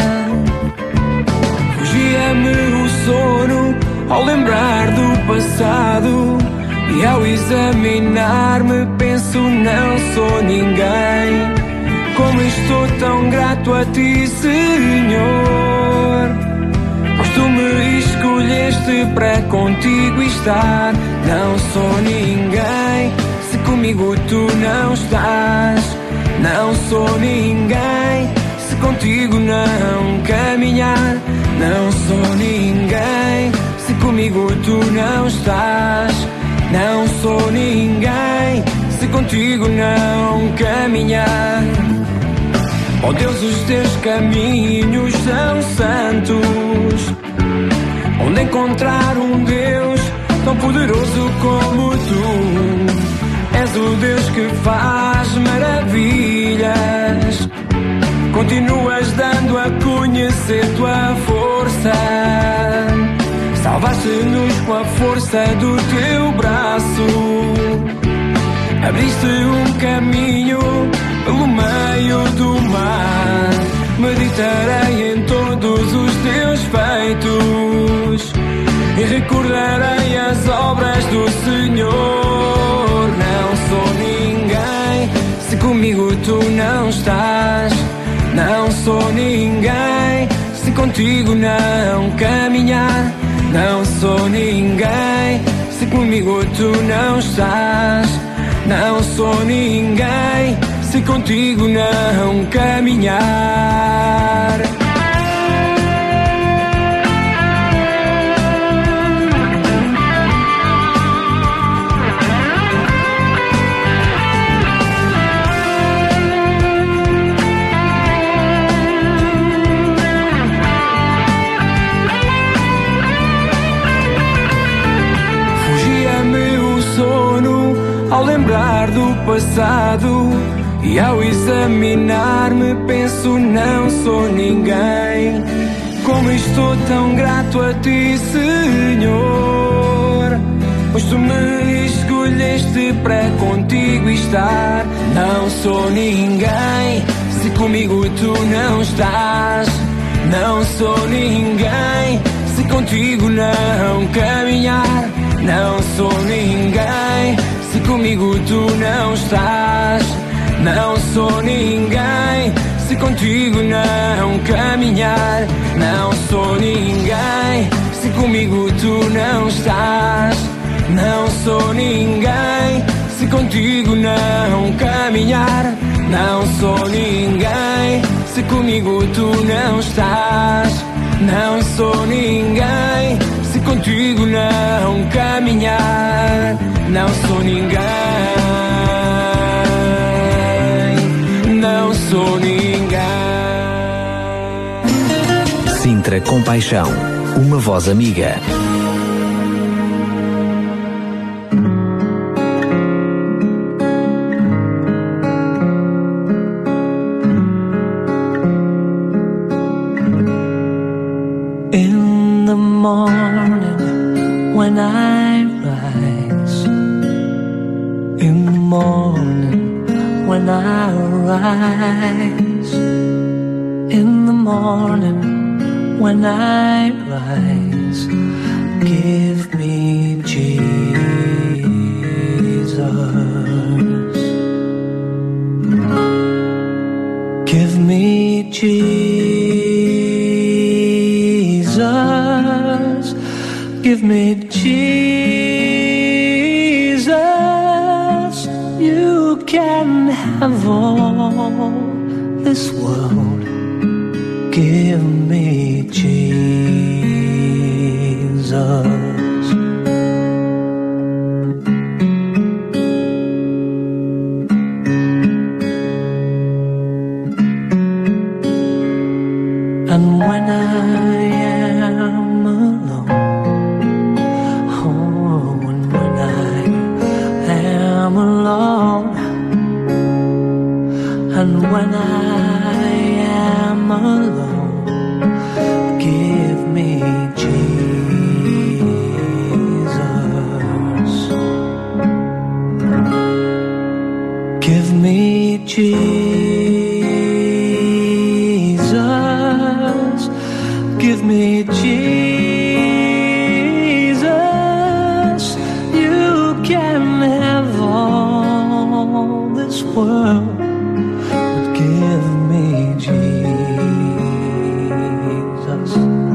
fugia-me o sono ao lembrar do passado. E ao examinar-me penso, não sou ninguém. Como estou tão grato a Ti, Senhor, pois Tu me escolheste para contigo estar. Não sou ninguém se comigo Tu não estás. Não sou ninguém se contigo não caminhar. Não sou ninguém se comigo Tu não estás. Não sou ninguém se contigo não caminhar. Oh Deus, os teus caminhos são santos. Onde encontrar um Deus tão poderoso como Tu? És o Deus que faz maravilhas. Continuas dando a conhecer Tua força. Salvaste-nos com a força do Teu braço. Abriste um caminho pelo meio do mar. Meditarei em todos os Teus feitos e recordarei as obras do Senhor. Não sou ninguém se comigo Tu não estás. Não sou ninguém se contigo não caminhar. Não sou ninguém se comigo Tu não estás. Não sou ninguém se contigo não caminhar. Fugia-me o sono ao lembrar do passado. E ao examinar-me penso, não sou ninguém. Como estou tão grato a Ti, Senhor, pois Tu me escolheste para contigo estar. Não sou ninguém se comigo Tu não estás. Não sou ninguém se contigo não caminhar. Não sou ninguém se comigo Tu não estás. Não sou ninguém se contigo não caminhar. Não sou ninguém se comigo Tu não estás. Não sou ninguém se contigo não caminhar. Não sou ninguém se comigo Tu não estás. Não sou ninguém se contigo não caminhar. Não sou ninguém. Não sou ninguém. Sintra Compaixão, uma voz amiga. In the morning when I rise, in the morning when I rise, in the morning when I rise, give me Jesus, give me Jesus, give me Jesus. You can have all this world, give me Jesus. And when I am alone, oh, and when I am alone, and when I am alone, give me Jesus, give me Jesus, give me Jesus. You can have all this world, but give me Jesus.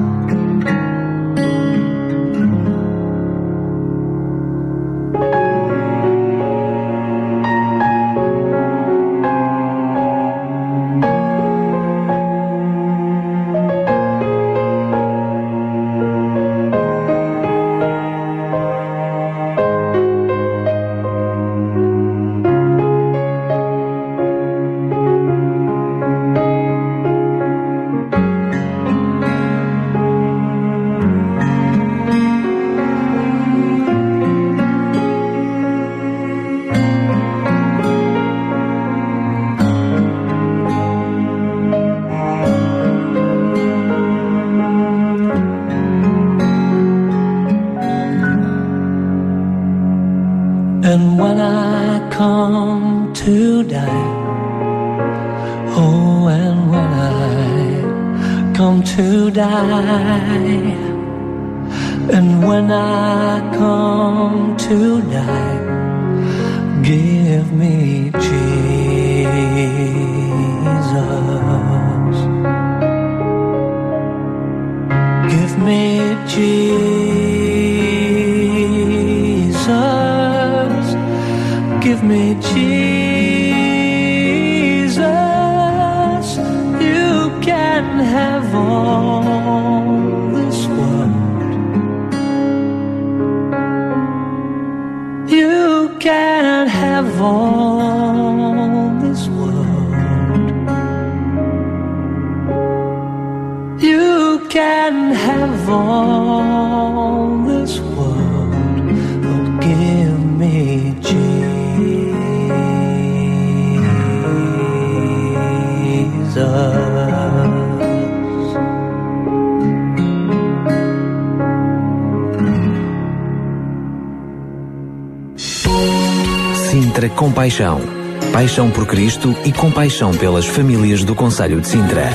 And when I come to die, oh, and when I come to die, and when I come to die, give me Jesus, give me Jesus, give me Jesus. You can have all this world, you can have all this world, you can have all this world, but give me Jesus. Sintra Compaixão. Paixão por Cristo e compaixão pelas famílias do Concelho de Sintra.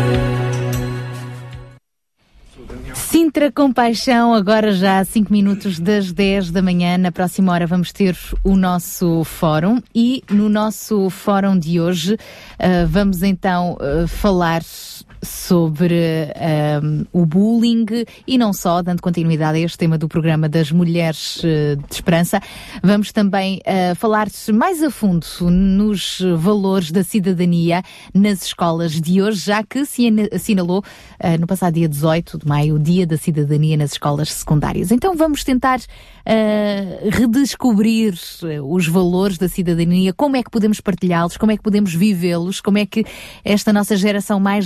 Sintra Compaixão, agora já 5 minutos das 10 da manhã. Na próxima hora vamos ter o nosso fórum e no nosso fórum de hoje vamos então falar sobre o bullying e não só, dando continuidade a este tema do programa das Mulheres de Esperança. Vamos também falar mais a fundo nos valores da cidadania nas escolas de hoje, já que se assinalou no passado dia 18 de maio o Dia da Cidadania nas escolas secundárias. Então vamos tentar redescobrir os valores da cidadania, como é que podemos partilhá-los, como é que podemos vivê-los, como é que esta nossa geração mais jovem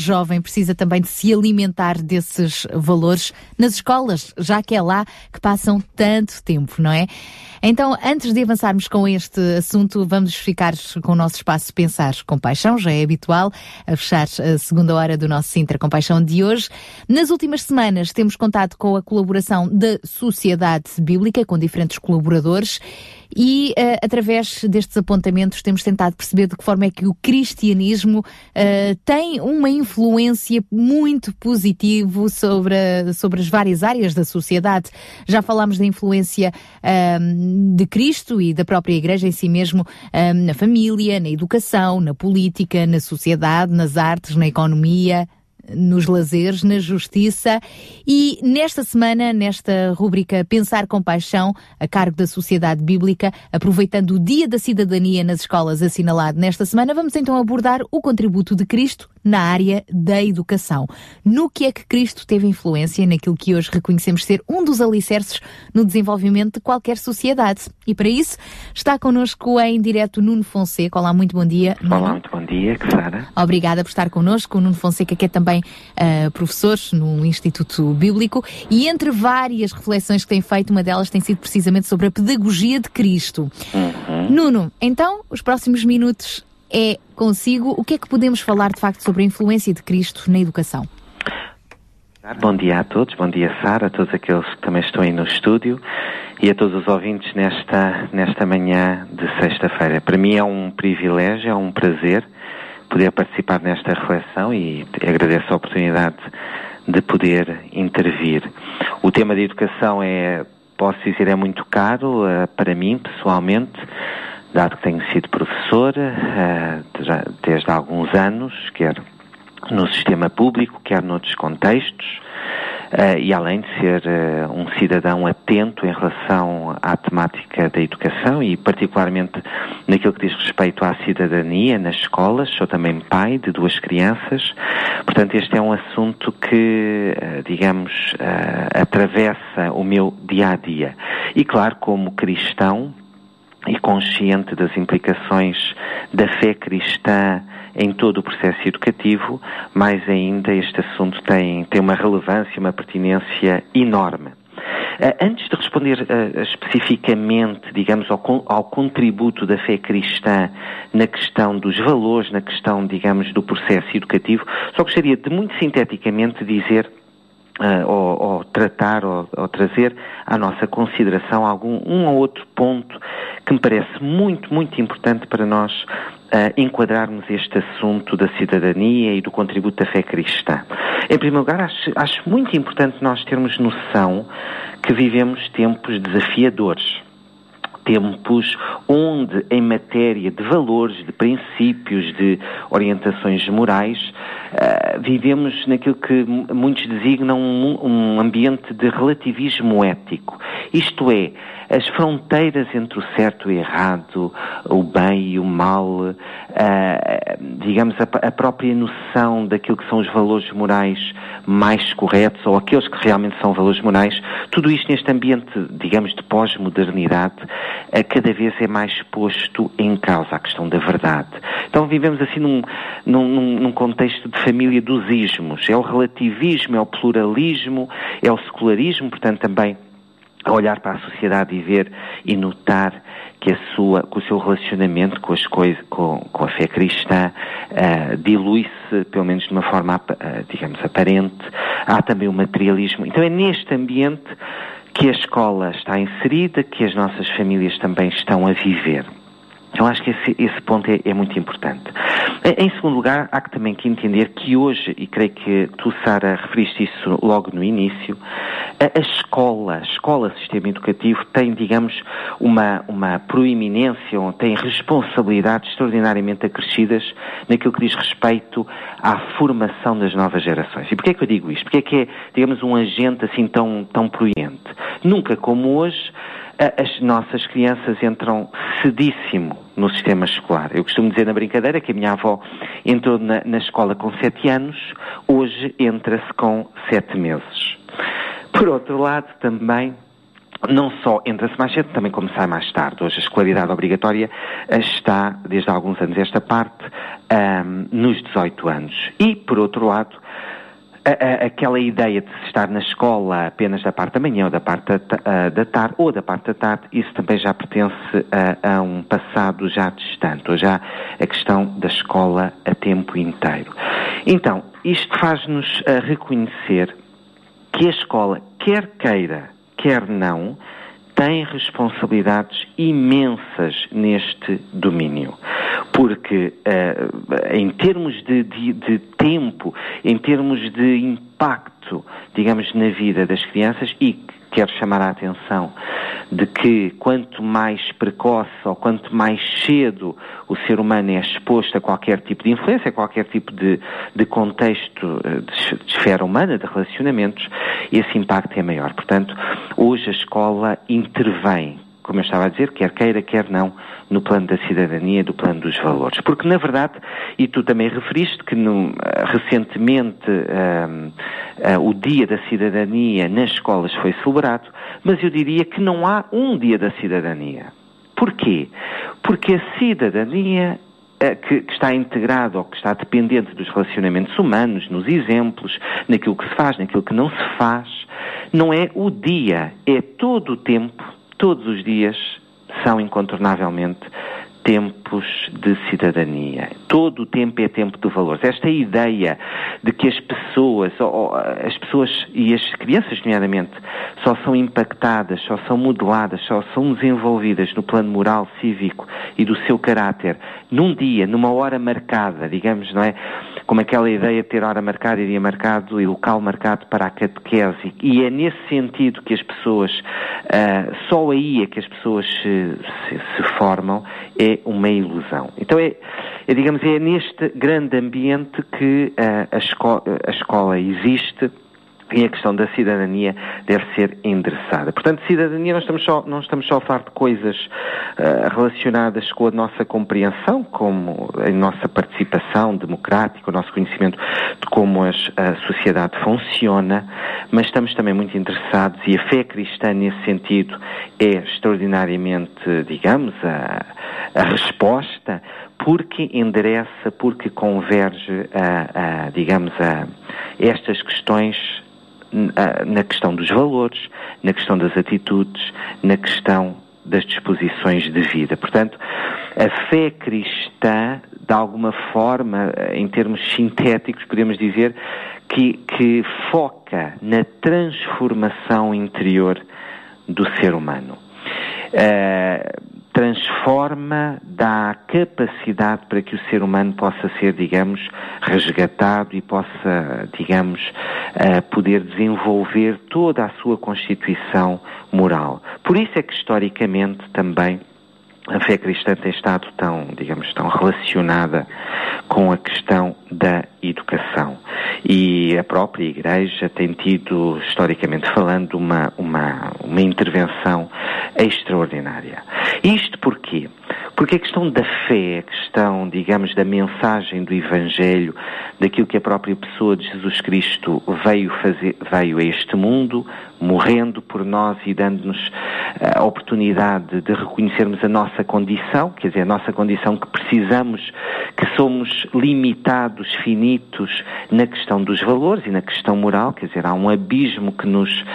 precisa também de se alimentar desses valores nas escolas, já que é lá que passam tanto tempo, não é? Então, antes de avançarmos com este assunto, vamos ficar com o nosso espaço Pensar com Paixão, já é habitual, a fechar a segunda hora do nosso Sintra com Paixão de hoje. Nas últimas semanas temos contado com a colaboração da Sociedade Bíblica, com diferentes colaboradores, e através destes apontamentos temos tentado perceber de que forma é que o cristianismo tem uma influência muito positiva sobre as várias áreas da sociedade. Já falámos da influência de Cristo e da própria Igreja em si mesmo, na família, na educação, na política, na sociedade, nas artes, na economia, nos lazeres, na justiça. E nesta semana, nesta rúbrica Pensar com Paixão, a cargo da Sociedade Bíblica, aproveitando o Dia da Cidadania nas escolas assinalado nesta semana, vamos então abordar o contributo de Cristo na área da educação. No que é que Cristo teve influência naquilo que hoje reconhecemos ser um dos alicerces no desenvolvimento de qualquer sociedade. E para isso está connosco em direto Nuno Fonseca. Olá, muito bom dia. Olá, muito bom dia, Sara. Obrigada por estar connosco. O Nuno Fonseca, que é também professor no Instituto Bíblico, e entre várias reflexões que tem feito, uma delas tem sido precisamente sobre a pedagogia de Cristo. Nuno, então, os próximos minutos é consigo. O que é que podemos falar de facto sobre a influência de Cristo na educação? Bom dia a todos, bom dia Sara, a todos aqueles que também estão aí no estúdio e a todos os ouvintes nesta manhã de sexta-feira. Para mim é um privilégio, é um prazer poder participar nesta reflexão e agradeço a oportunidade de poder intervir. O tema da educação posso dizer, é muito caro para mim pessoalmente, dado que tenho sido professor desde há alguns anos, quer no sistema público, quer noutros contextos, e além de ser um cidadão atento em relação à temática da educação e particularmente naquilo que diz respeito à cidadania nas escolas. Sou também pai de 2 crianças, portanto este é um assunto que, digamos, atravessa o meu dia-a-dia. E claro, como cristão e consciente das implicações da fé cristã em todo o processo educativo, mais ainda este assunto tem uma relevância, uma pertinência enorme. Antes de responder especificamente, digamos, ao contributo da fé cristã na questão dos valores, na questão, digamos, do processo educativo, só gostaria de muito sinteticamente dizer ou tratar ou trazer à nossa consideração um ou outro ponto que me parece muito, muito importante para nós enquadrarmos este assunto da cidadania e do contributo da fé cristã. Em primeiro lugar, acho muito importante nós termos noção que vivemos tempos desafiadores. Tempos onde, em matéria de valores, de princípios, de orientações morais, vivemos naquilo que muitos designam um ambiente de relativismo ético. Isto é, as fronteiras entre o certo e o errado, o bem e o mal, digamos, a própria noção daquilo que são os valores morais mais corretos, ou aqueles que realmente são valores morais, tudo isto neste ambiente, digamos, de pós-modernidade, cada vez é mais posto em causa a questão da verdade. Então vivemos assim num contexto de família dos ismos. É o relativismo, é o pluralismo, é o secularismo, portanto também a olhar para a sociedade e ver e notar que o seu relacionamento com as coisas, com a fé cristã, dilui-se, pelo menos de uma forma, digamos, aparente. Há também o materialismo. Então é neste ambiente que a escola está inserida, que as nossas famílias também estão a viver. Eu acho que esse ponto é muito importante. Em segundo lugar, há também que entender que hoje, e creio que tu, Sara, referiste isso logo no início, a escola, sistema educativo, tem, digamos, uma proeminência, ou tem responsabilidades extraordinariamente acrescidas naquilo que diz respeito à formação das novas gerações. E porquê é que eu digo isto? Porque é que é, digamos, um agente assim tão proeminente? Nunca como hoje, as nossas crianças entram cedíssimo no sistema escolar. Eu costumo dizer na brincadeira que a minha avó entrou na escola com 7 anos, hoje entra-se com 7 meses. Por outro lado, também, não só entra-se mais cedo, também como sai mais tarde. Hoje a escolaridade obrigatória está, desde há alguns anos esta parte, nos 18 anos. E, por outro lado, aquela ideia de se estar na escola apenas da parte da manhã ou da parte da tarde, ou da parte da tarde, isso também já pertence a um passado já distante, ou já a questão da escola a tempo inteiro. Então, isto faz-nos reconhecer que a escola, quer queira, quer não, tem responsabilidades imensas neste domínio. Porque, em termos de tempo, em termos de impacto, digamos, na vida das crianças, e quero chamar a atenção de que quanto mais precoce ou quanto mais cedo o ser humano é exposto a qualquer tipo de influência, a qualquer tipo de contexto de esfera humana, de relacionamentos, esse impacto é maior. Portanto, hoje a escola intervém, como eu estava a dizer, quer queira, quer não, no plano da cidadania, do plano dos valores. Porque, na verdade, e tu também referiste que recentemente o Dia da Cidadania nas escolas foi celebrado, mas eu diria que não há um Dia da Cidadania. Porquê? Porque a cidadania que está integrado ou que está dependente dos relacionamentos humanos, nos exemplos, naquilo que se faz, naquilo que não se faz, não é o dia, é todo o tempo. Todos os dias são incontornavelmente tempos de cidadania. Todo o tempo é tempo de valores. Esta ideia de que as pessoas e as crianças, nomeadamente, só são impactadas, só são modeladas, só são desenvolvidas no plano moral, cívico e do seu caráter num dia, numa hora marcada, digamos, não é? Como aquela ideia de ter hora marcada e dia marcado e local marcado para a catequese. E é nesse sentido que as pessoas, só aí é que as pessoas se formam, é uma ilusão. Então digamos, é neste grande ambiente que a escola existe e a questão da cidadania deve ser endereçada. Portanto, cidadania, não estamos só a falar de coisas relacionadas com a nossa compreensão, como a nossa participação democrática, o nosso conhecimento de como a sociedade funciona, mas estamos também muito interessados, e a fé cristã nesse sentido é extraordinariamente, digamos, a resposta, porque endereça, porque converge digamos, a estas questões, na questão dos valores, na questão das atitudes, na questão das disposições de vida. Portanto, a fé cristã, de alguma forma, em termos sintéticos, podemos dizer que foca na transformação interior do ser humano. Transforma, dá capacidade para que o ser humano possa ser, digamos, resgatado e possa, digamos, poder desenvolver toda a sua constituição moral. Por isso é que, historicamente, também a fé cristã tem estado tão relacionada com a questão da educação. E a própria Igreja tem tido, historicamente falando, uma intervenção extraordinária. Isto porquê? Porque a questão da fé, a questão, digamos, da mensagem do Evangelho, daquilo que a própria pessoa de Jesus Cristo veio a este mundo, morrendo por nós e dando-nos a oportunidade de reconhecermos a nossa condição, quer dizer, a nossa condição que precisamos, que somos limitados, finitos na questão dos valores e na questão moral, quer dizer, há um abismo que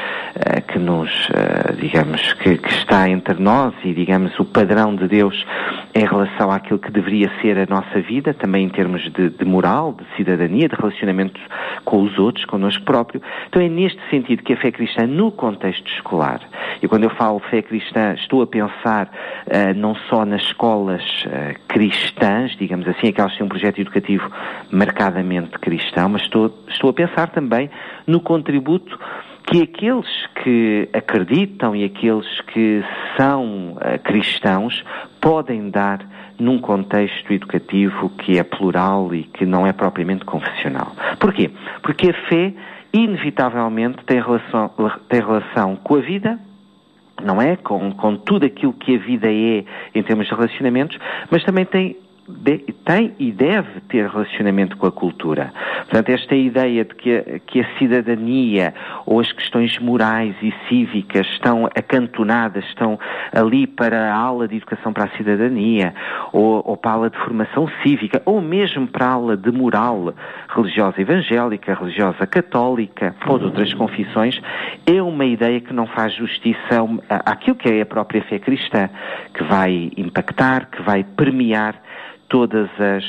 está entre nós e, digamos, o padrão de Deus em relação àquilo que deveria ser a nossa vida, também em termos de moral, de cidadania, de relacionamento com os outros, connosco próprio. Então é neste sentido que a fé cristã, no contexto escolar, e quando eu falo fé cristã, estou a pensar não só nas escolas cristãs, digamos assim, aquelas que têm um projeto educativo marcadamente cristão, mas estou a pensar também no contributo que aqueles que acreditam e aqueles que são cristãos podem dar num contexto educativo que é plural e que não é propriamente confessional. Porquê? Porque a fé, inevitavelmente, tem relação com a vida, não é? Com tudo aquilo que a vida é em termos de relacionamentos, mas também tem tem e deve ter relacionamento com a cultura. Portanto, esta ideia de que a cidadania ou as questões morais e cívicas estão acantonadas, estão ali para a aula de educação para a cidadania, ou para a aula de formação cívica, ou mesmo para a aula de moral religiosa evangélica, religiosa católica, ou de outras confissões, é uma ideia que não faz justiça àquilo que é a própria fé cristã, que vai impactar, que vai permear todas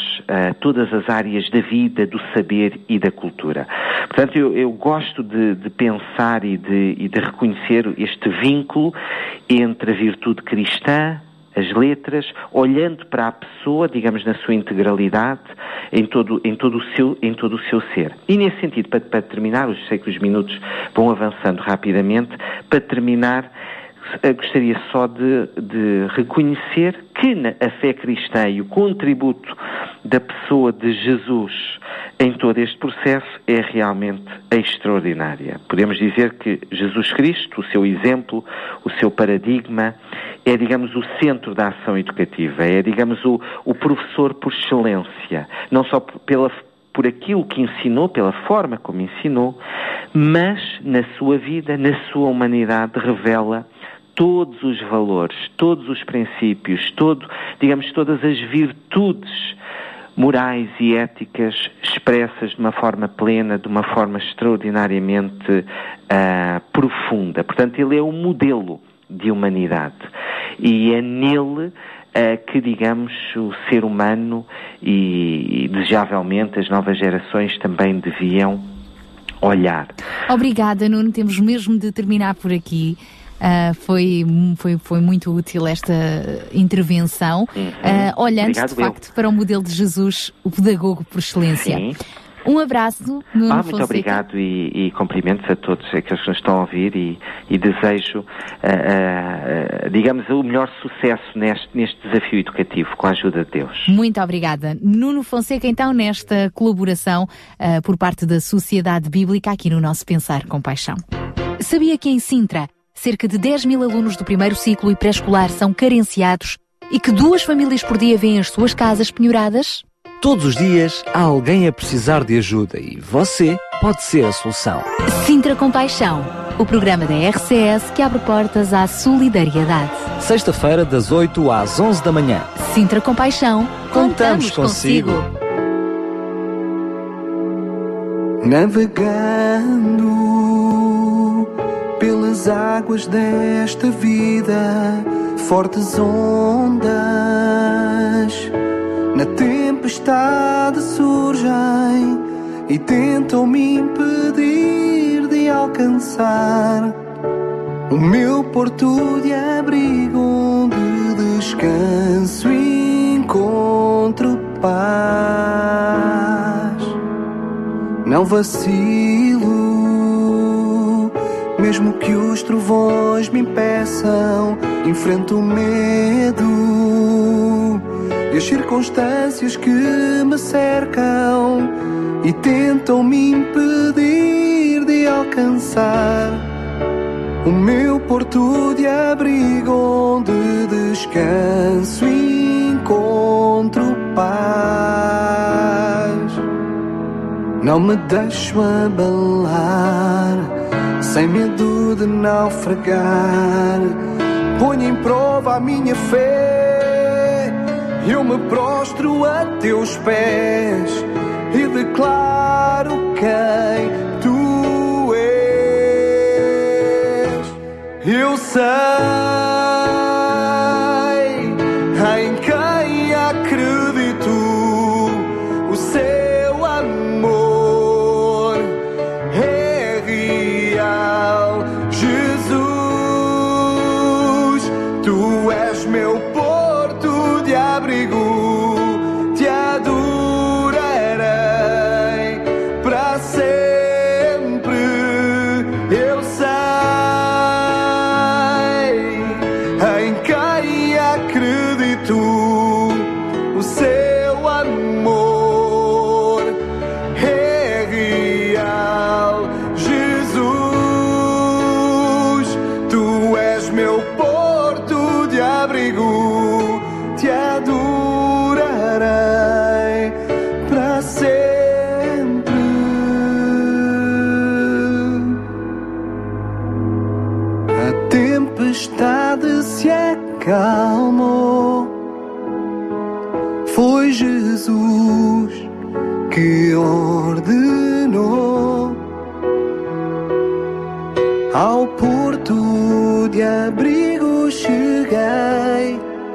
as áreas da vida, do saber e da cultura. Portanto, eu gosto de pensar e de reconhecer este vínculo entre a virtude cristã, as letras, olhando para a pessoa, digamos, na sua integralidade, em todo o seu ser. E nesse sentido, para terminar, eu sei que os minutos vão avançando rapidamente, para terminar, gostaria só de reconhecer que a fé cristã e o contributo da pessoa de Jesus em todo este processo é realmente extraordinária. Podemos dizer que Jesus Cristo, o seu exemplo, o seu paradigma, é, digamos, o centro da ação educativa, é, digamos, o professor por excelência, não só por aquilo que ensinou, pela forma como ensinou, mas na sua vida, na sua humanidade, revela todos os valores, todos os princípios, todas as virtudes morais e éticas expressas de uma forma plena, de uma forma extraordinariamente profunda. Portanto, ele é um modelo de humanidade e é nele que, digamos, o ser humano e desejavelmente as novas gerações também deviam olhar. Obrigada, Nuno. Temos mesmo de terminar por aqui. Foi muito útil esta intervenção, olhando Obrigado, de facto para o modelo de Jesus, o pedagogo por excelência. Sim. Um abraço, Nuno Fonseca. Muito obrigado e cumprimentos a todos aqueles que nos estão a ouvir e desejo, digamos, o melhor sucesso neste desafio educativo, com a ajuda de Deus. Muito obrigada. Nuno Fonseca, então, nesta colaboração por parte da Sociedade Bíblica aqui no nosso Pensar com Paixão. Sabia que em Sintra cerca de 10.000 alunos do primeiro ciclo e pré-escolar são carenciados e que 2 famílias por dia vêm as suas casas penhoradas? Todos os dias há alguém a precisar de ajuda e você pode ser a solução. Sintra com Paixão, o programa da RCS que abre portas à solidariedade. Sexta-feira, das 8 às 11 da manhã. Sintra com Paixão, contamos consigo. Navegando pelas águas desta vida, fortes ondas na tempestade surgem e tentam me impedir de alcançar o meu porto de abrigo, onde descanso e encontro paz. Não vacilo, mesmo que os trovões me impeçam, enfrento o medo e as circunstâncias que me cercam e tentam me impedir de alcançar o meu porto de abrigo, onde descanso e encontro paz. Não me deixo abalar, sem medo de naufragar. Ponho em prova a minha fé, eu me prostro a teus pés e declaro quem tu és. Eu sei em quem acredito, o seu amor é real. Jesus, tu és meu porto de abrigo, te adorarei para sempre. Eu sei tempestade se acalmou. Foi Jesus que ordenou. Ao porto de abrigo cheguei,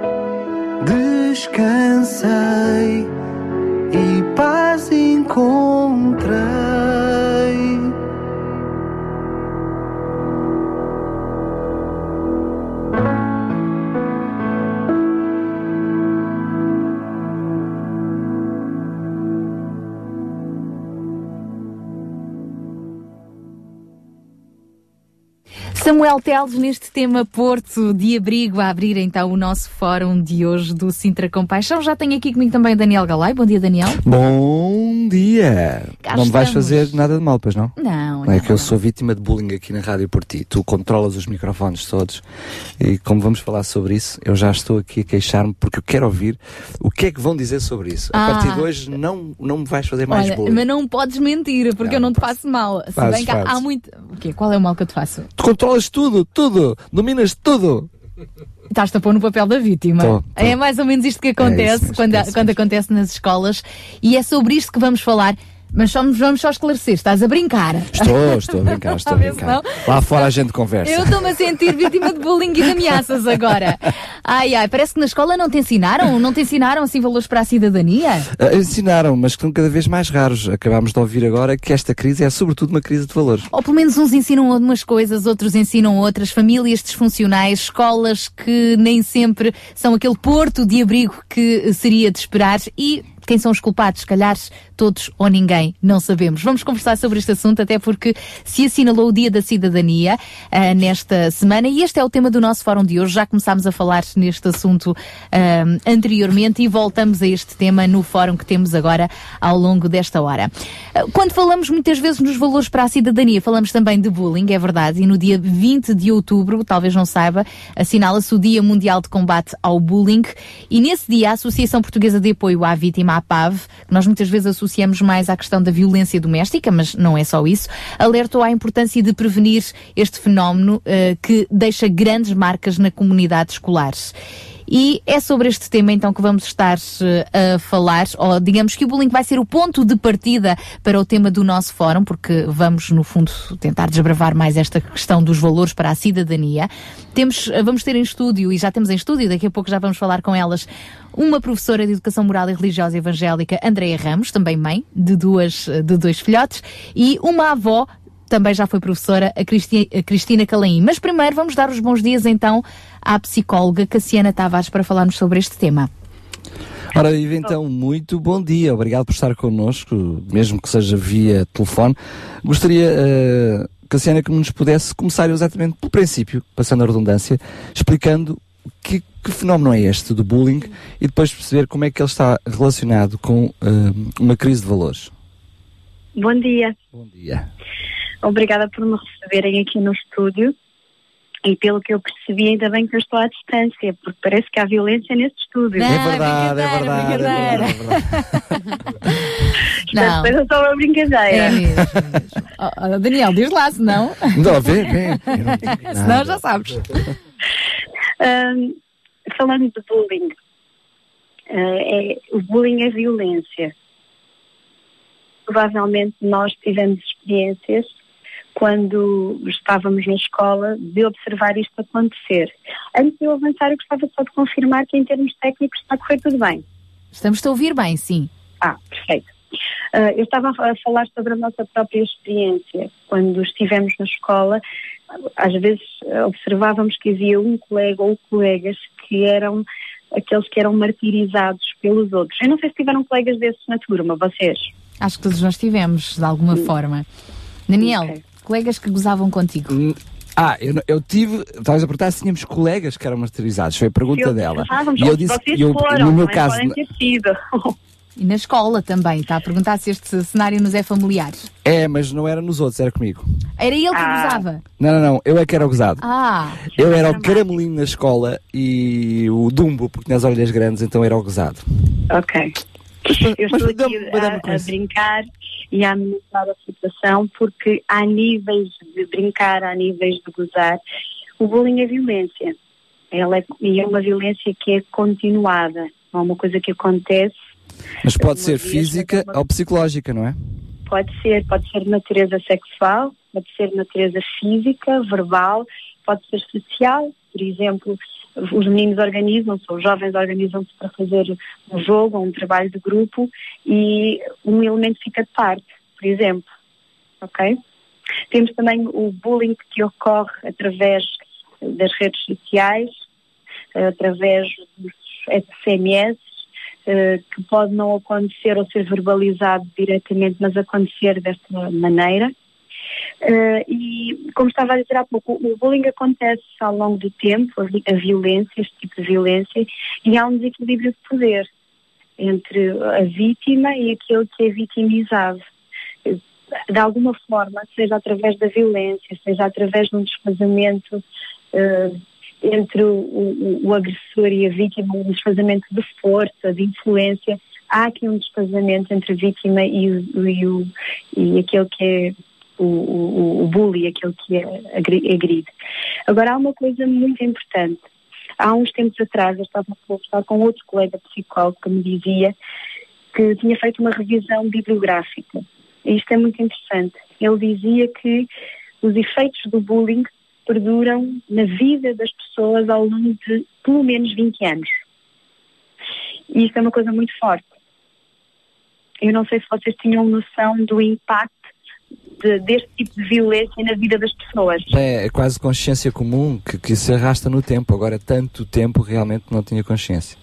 descansei e paz encontrei. Samuel Teles neste tema Porto de Abrigo, a abrir então o nosso fórum de hoje do Sintra Compaixão. Já tenho aqui comigo também o Daniel Galay. Bom dia, Daniel. Bom dia. Não me vais fazer nada de mal, pois não? Não. É que eu sou vítima de bullying aqui na rádio por ti. Tu controlas os microfones todos e como vamos falar sobre isso, eu já estou aqui a queixar-me porque eu quero ouvir o que é que vão dizer sobre isso. A partir de hoje não me vais fazer mais bullying. Mas não podes mentir, porque eu não te faço mal. Se bem que há muito... O quê? Qual é o mal que eu te faço? Tu controlas tudo, dominas tudo. Estás-te a pôr no papel da vítima. Tô. É mais ou menos isto que acontece quando acontece nas escolas, e é sobre isto que vamos falar. Mas vamos só esclarecer, estás a brincar. Estou a brincar. Lá fora a gente conversa. Eu estou-me a sentir vítima de bullying e de ameaças agora. Ai, parece que na escola não te ensinaram assim valores para a cidadania? Ensinaram, mas que estão cada vez mais raros. Acabámos de ouvir agora que esta crise é sobretudo uma crise de valores. Ou pelo menos uns ensinam umas coisas, outros ensinam outras, famílias disfuncionais, escolas que nem sempre são aquele porto de abrigo que seria de esperar. E quem são os culpados? Se calhar todos ou ninguém, não sabemos. Vamos conversar sobre este assunto, até porque se assinalou o Dia da Cidadania nesta semana, e este é o tema do nosso fórum de hoje. Já começámos a falar neste assunto anteriormente e voltamos a este tema no fórum que temos agora ao longo desta hora. Quando falamos muitas vezes nos valores para a cidadania, falamos também de bullying, é verdade, e no dia 20 de outubro, talvez não saiba, assinala-se o Dia Mundial de Combate ao Bullying, e nesse dia a Associação Portuguesa de Apoio à Vítima, a APAV, que nós muitas vezes associamos mais à questão da violência doméstica, mas não é só isso, alertou à importância de prevenir este fenómeno que deixa grandes marcas na comunidade escolar. E é sobre este tema então que vamos estar a falar, ou digamos que o bullying vai ser o ponto de partida para o tema do nosso fórum, porque vamos no fundo tentar desbravar mais esta questão dos valores para a cidadania. Vamos ter em estúdio, e já temos em estúdio, daqui a pouco já vamos falar com elas, uma professora de Educação Moral e Religiosa Evangélica, Andreia Ramos, também mãe de dois filhotes, e uma avó, também já foi professora, a Cristina Calaim. Mas primeiro vamos dar os bons dias então à psicóloga Cassiana Tavares para falarmos sobre este tema. Ora, Iva, então, muito bom dia. Obrigado por estar connosco, mesmo que seja via telefone. Gostaria, Cassiana, que nos pudesse começar exatamente pelo princípio, passando a redundância, explicando que fenómeno é este do bullying e depois perceber como é que ele está relacionado com uma crise de valores. Bom dia. Bom dia. Obrigada por me receberem aqui no estúdio, e pelo que eu percebi, ainda bem que eu estou à distância, porque parece que há violência neste estúdio. Não, é verdade. Não. Isto é só uma brincadeira. É mesmo. Daniel, diz lá, senão... Não, vem. Senão já sabes. Falando de bullying, o bullying é violência. Provavelmente nós tivemos experiências quando estávamos na escola de observar isto acontecer. Antes de eu avançar, eu gostava só de confirmar que em termos técnicos está a correr tudo bem. Estamos-te a ouvir bem, sim. Perfeito. Eu estava a falar sobre a nossa própria experiência. Quando estivemos na escola, às vezes observávamos que havia um colega ou colegas que eram aqueles que eram martirizados pelos outros. Eu não sei se tiveram colegas desses na turma, vocês? Acho que todos nós tivemos, de alguma forma. Daniel, colegas que gozavam contigo? Eu tive, estavas a perguntar se tínhamos colegas que eram martirizados, foi a pergunta dela. E eu disse que no meu caso... Podem ter sido. E na escola também, está a perguntar se este cenário nos é familiar. É, mas não era nos outros, era comigo. Era ele que gozava? Não, eu é que era o gozado. Eu era o caramelinho na escola e o Dumbo, porque tinha as orelhas grandes, então era o gozado. Ok. Eu estou aqui a brincar e a amenizar a situação, porque há níveis de brincar, há níveis de gozar. O bullying é violência. E é uma violência que é continuada. Não é uma coisa que acontece. Mas pode ser física ou psicológica, não é? Pode ser de natureza sexual, pode ser de natureza física, verbal, pode ser social. Por exemplo, os meninos organizam-se, ou os jovens organizam-se para fazer um jogo ou um trabalho de grupo e um elemento fica de parte, por exemplo. Ok? Temos também o bullying que ocorre através das redes sociais, através dos SMS, que pode não acontecer ou ser verbalizado diretamente, mas acontecer desta maneira. E, como estava a dizer há pouco, o bullying acontece ao longo do tempo, a violência, este tipo de violência, e há um desequilíbrio de poder entre a vítima e aquele que é vitimizado. De alguma forma, seja através da violência, seja através de um desfazamento entre o agressor e a vítima, um desfazamento de força, de influência, há aqui um desfazamento entre a vítima e aquele que é o bully, aquele que agride. Agora, há uma coisa muito importante. Há uns tempos atrás, eu estava a conversar com outro colega psicólogo que me dizia que tinha feito uma revisão bibliográfica. E isto é muito interessante. Ele dizia que os efeitos do bullying perduram na vida das pessoas ao longo de pelo menos 20 anos. E isto é uma coisa muito forte. Eu não sei se vocês tinham noção do impacto deste tipo de violência na vida das pessoas. É quase consciência comum que se arrasta no tempo. Agora, tanto tempo realmente não tinha consciência.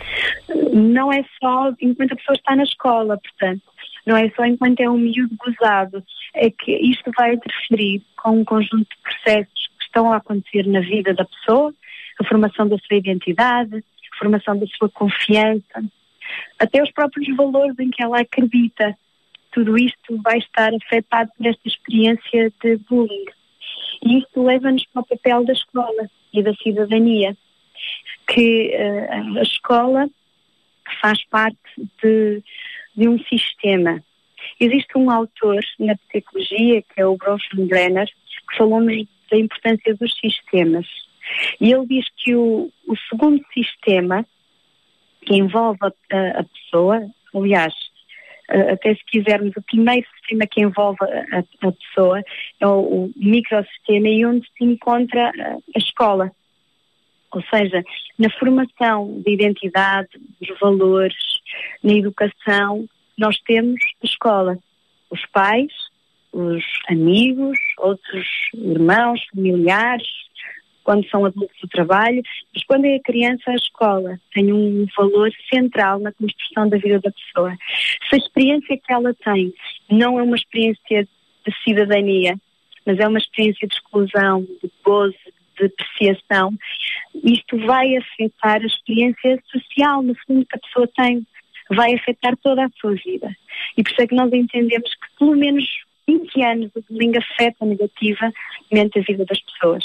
Não é só enquanto a pessoa está na escola, portanto. Não é só enquanto é um miúdo gozado. É que isto vai interferir com um conjunto de processos que estão a acontecer na vida da pessoa, a formação da sua identidade, a formação da sua confiança, até os próprios valores em que ela acredita. Tudo isto vai estar afetado por esta experiência de bullying. E isto leva-nos para o papel da escola e da cidadania, que a escola faz parte de um sistema. Existe um autor na psicologia, que é o Bronfenbrenner, que falou-nos da importância dos sistemas. E ele diz que o segundo sistema, que envolve a pessoa, aliás, até se quisermos, o primeiro sistema que envolve a pessoa é o microsistema, e onde se encontra a escola. Ou seja, na formação de identidade, dos valores, na educação, nós temos a escola. Os pais, os amigos, outros irmãos, familiares, quando são adultos do trabalho, mas quando é criança, a escola tem um valor central na construção da vida da pessoa. Se a experiência que ela tem não é uma experiência de cidadania, mas é uma experiência de exclusão, de gozo, de apreciação, isto vai afetar a experiência social, no fundo, que a pessoa tem. Vai afetar toda a sua vida. E por isso é que nós entendemos que pelo menos 20 anos o bullying afeta negativamente a vida das pessoas.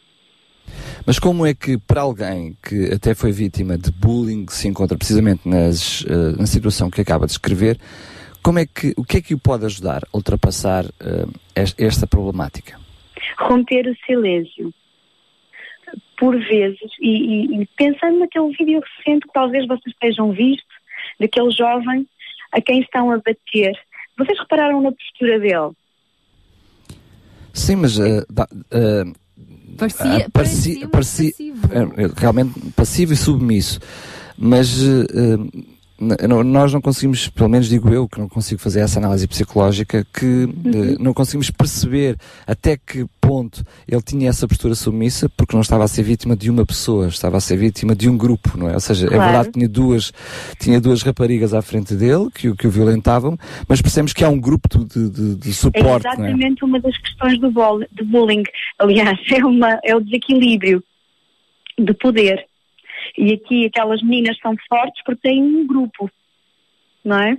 Mas como é que para alguém que até foi vítima de bullying, se encontra precisamente na situação que acaba de escrever, o que é que o pode ajudar a ultrapassar esta problemática? Romper o silêncio. Por vezes, e pensando naquele vídeo recente que talvez vocês tenham visto, daquele jovem a quem estão a bater, vocês repararam na postura dele? Sim, mas parecia passivo. Realmente passivo e submisso, mas nós não conseguimos, pelo menos digo eu, que não consigo fazer essa análise psicológica, que não conseguimos perceber até que ponto ele tinha essa postura submissa, porque não estava a ser vítima de uma pessoa, estava a ser vítima de um grupo, não é? Ou seja, claro. É verdade que tinha duas raparigas à frente dele, que o violentavam, mas percebemos que há um grupo de suporte, não é? É exatamente uma das questões do bullying. Aliás, é o desequilíbrio de poder. E aqui aquelas meninas são fortes porque têm um grupo, não é?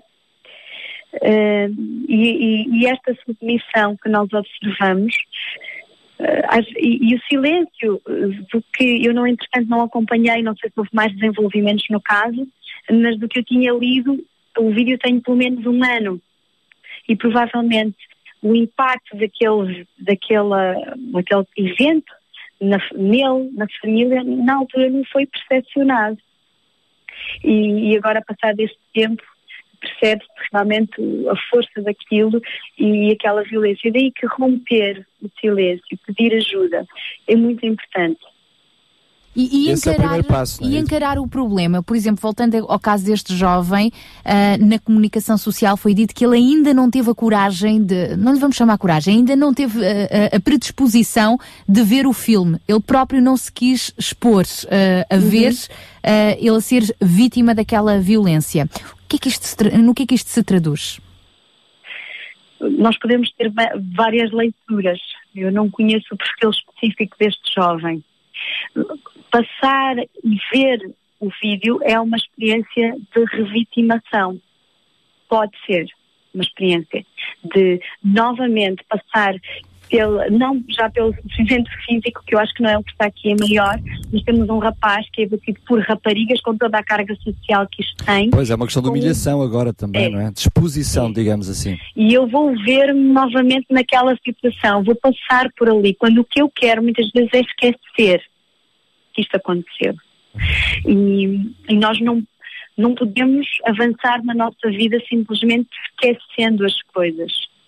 E esta submissão que nós observamos, e o silêncio, do que eu entretanto não acompanhei, não sei se houve mais desenvolvimentos no caso, mas do que eu tinha lido, o vídeo tem pelo menos 1 ano. E provavelmente o impacto daquele evento na família, na altura não foi percepcionado. E agora, passado este tempo, percebe-se realmente a força daquilo e aquela violência. E daí que romper o silêncio, pedir ajuda, é muito importante. Esse é o primeiro passo, e encarar o problema. Por exemplo, voltando ao caso deste jovem, na comunicação social foi dito que ele ainda não teve a coragem não lhe vamos chamar coragem, ainda não teve a predisposição de ver o filme. Ele próprio não se quis expor a ver, ele a ser vítima daquela violência. No que é que isto se traduz? Nós podemos ter várias leituras. Eu não conheço o perfil específico deste jovem. Passar e ver o vídeo é uma experiência de revitimação. Pode ser uma experiência de novamente passar não já pelo sofrimento físico, que eu acho que não é o que está aqui é maior, mas temos um rapaz que é batido por raparigas com toda a carga social que isto tem. Pois, é uma questão de humilhação agora também, não é? De exposição, digamos assim. E eu vou ver-me novamente naquela situação, vou passar por ali, quando o que eu quero muitas vezes é esquecer que isto aconteceu. E nós não podemos avançar na nossa vida simplesmente esquecendo as coisas.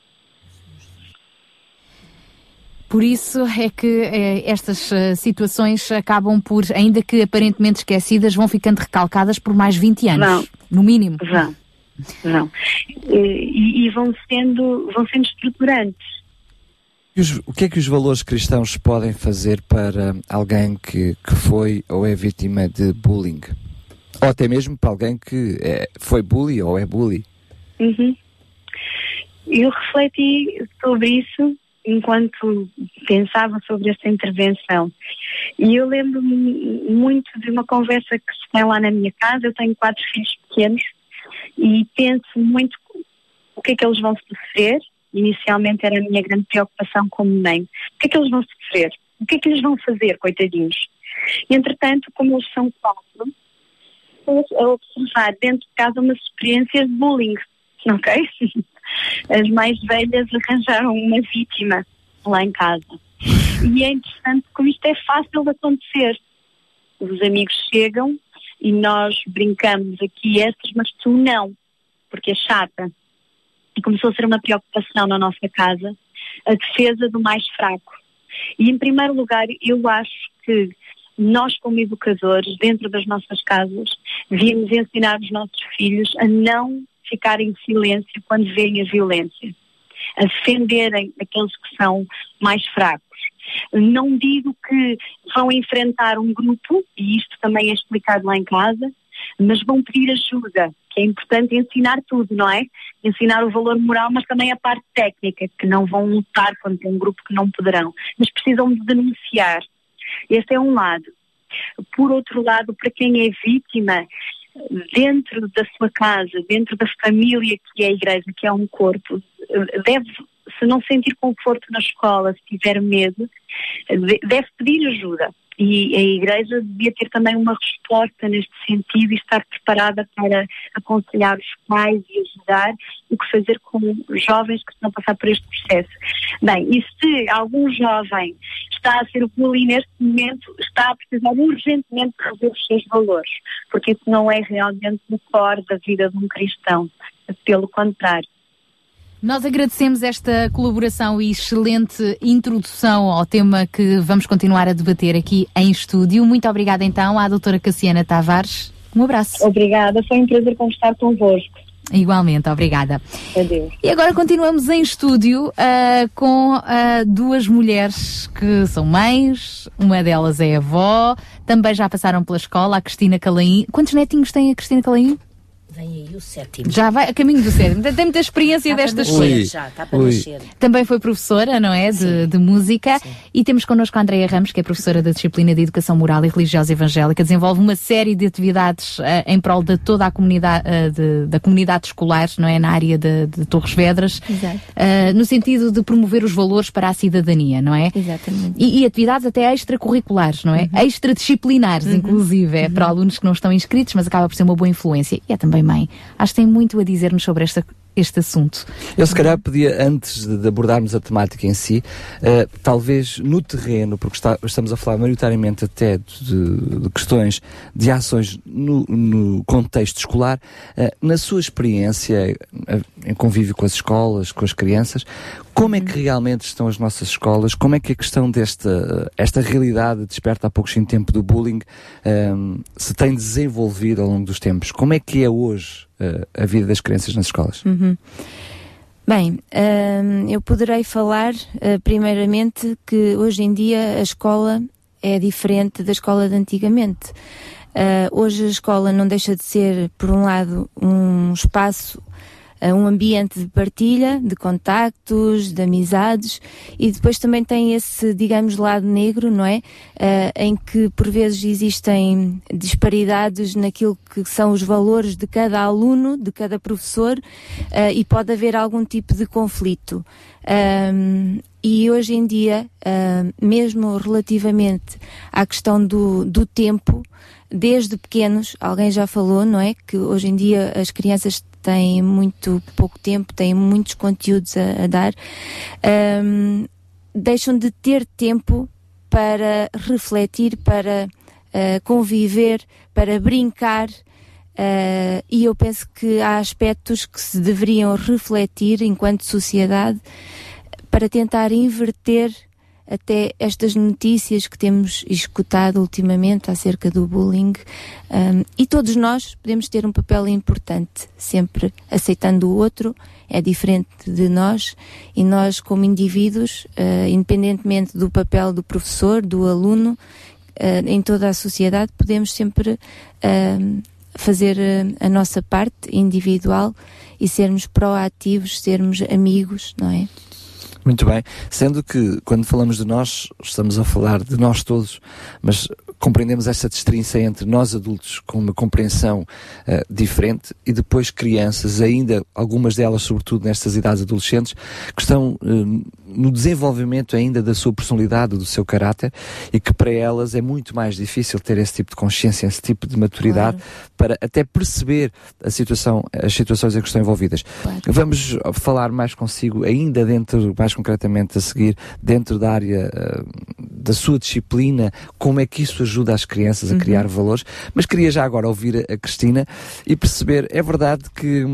Por isso é que estas situações acabam por, ainda que aparentemente esquecidas, vão ficando recalcadas por mais 20 anos, no mínimo. Vão. E vão sendo estruturantes. O que é que os valores cristãos podem fazer para alguém que foi ou é vítima de bullying? Ou até mesmo para alguém que foi bully ou é bully? Eu refleti sobre isso enquanto pensava sobre esta intervenção. E eu lembro-me muito de uma conversa que se tem lá na minha casa. Eu tenho 4 filhos pequenos e penso muito o que é que eles vão sofrer. Inicialmente era a minha grande preocupação como mãe. O que é que eles vão sofrer? O que é que eles vão fazer, coitadinhos? E, entretanto, como eles são 4, a observar dentro de casa umas experiências de bullying, ok? As mais velhas arranjaram uma vítima lá em casa. E é interessante como isto é fácil de acontecer. Os amigos chegam e nós brincamos aqui estas, mas tu não, porque é chata. E começou a ser uma preocupação na nossa casa a defesa do mais fraco. E, em primeiro lugar, eu acho que nós, como educadores, dentro das nossas casas, devíamos ensinar os nossos filhos a não ficar em silêncio quando veem a violência, a defenderem aqueles que são mais fracos. Não digo que vão enfrentar um grupo, e isto também é explicado lá em casa, mas vão pedir ajuda, que é importante ensinar tudo, não é? Ensinar o valor moral, mas também a parte técnica, que não vão lutar contra um grupo que não poderão, mas precisam de denunciar. Este é um lado. Por outro lado, para quem é vítima, dentro da sua casa, dentro da família que é a igreja, que é um corpo, deve, se não sentir conforto na escola, se tiver medo, deve pedir ajuda. E a igreja devia ter também uma resposta neste sentido e estar preparada para aconselhar os pais e ajudar o que fazer com os jovens que estão a passar por este processo. Bem, e se algum jovem está a ser bullying neste momento, está a precisar urgentemente de rever os seus valores, porque isso não é realmente o core da vida de um cristão, pelo contrário. Nós agradecemos esta colaboração e excelente introdução ao tema que vamos continuar a debater aqui em estúdio. Muito obrigada então à doutora Cassiana Tavares. Um abraço. Obrigada, foi um prazer conversar convosco. Igualmente, obrigada. Adeus. E agora continuamos em estúdio com duas mulheres que são mães, uma delas é avó, também já passaram pela escola, a Cristina Calaim. Quantos netinhos tem a Cristina Calaim? Vem aí o 7º. Já vai a caminho do 7º. Tem muita experiência destas coisas. Já, está para nascer. Também foi professora, não é? De música. Sim. E temos connosco a Andreia Ramos, que é professora da disciplina de Educação Moral e Religiosa Evangélica. Desenvolve uma série de atividades em prol de toda a comunidade, da comunidade escolar, não é? Na área de Torres Vedras. Exato. No sentido de promover os valores para a cidadania, não é? Exatamente. E atividades até extracurriculares, não é? Uhum. Extradisciplinares, inclusive. Para alunos que não estão inscritos, mas acaba por ser uma boa influência. E é também mãe. Acho que tem muito a dizer-nos sobre esta este assunto. Eu se calhar podia, antes de abordarmos a temática em si, talvez no terreno, porque estamos a falar maioritariamente até de questões de ações no contexto escolar, na sua experiência em convívio com as escolas, com as crianças, como é que realmente estão as nossas escolas? Como é que a questão esta realidade desperta há pouco tempo do bullying se tem desenvolvido ao longo dos tempos? Como é que é hoje a vida das crianças nas escolas? Bem, eu poderei falar primeiramente que hoje em dia a escola é diferente da escola de antigamente. Hoje a escola não deixa de ser, por um lado, um espaço, um ambiente de partilha, de contactos, de amizades, e depois também tem esse, digamos, lado negro, não é? Em que por vezes existem disparidades naquilo que são os valores de cada aluno, de cada professor, e pode haver algum tipo de conflito. E hoje em dia, mesmo relativamente à questão do tempo, desde pequenos, alguém já falou, não é? Que hoje em dia as crianças têm muito pouco tempo, têm muitos conteúdos a dar, deixam de ter tempo para refletir, para conviver, para brincar, e eu penso que há aspectos que se deveriam refletir enquanto sociedade para tentar inverter até estas notícias que temos escutado ultimamente acerca do bullying, e todos nós podemos ter um papel importante, sempre aceitando o outro, é diferente de nós, e nós como indivíduos, independentemente do papel do professor, do aluno, em toda a sociedade, podemos sempre fazer a nossa parte individual e sermos proativos, sermos amigos, não é? Muito bem, sendo que quando falamos de nós, estamos a falar de nós todos, mas compreendemos essa distinção entre nós adultos com uma compreensão diferente e depois crianças, ainda algumas delas, sobretudo nestas idades adolescentes, que estão no desenvolvimento ainda da sua personalidade, do seu caráter, e que para elas é muito mais difícil ter esse tipo de consciência, esse tipo de maturidade, para até perceber as situações em que estão envolvidas. Vamos falar mais consigo ainda dentro, mais concretamente a seguir, dentro da área da sua disciplina, como é que isso ajuda as crianças a criar valores, mas queria já agora ouvir a Cristina e perceber, é verdade que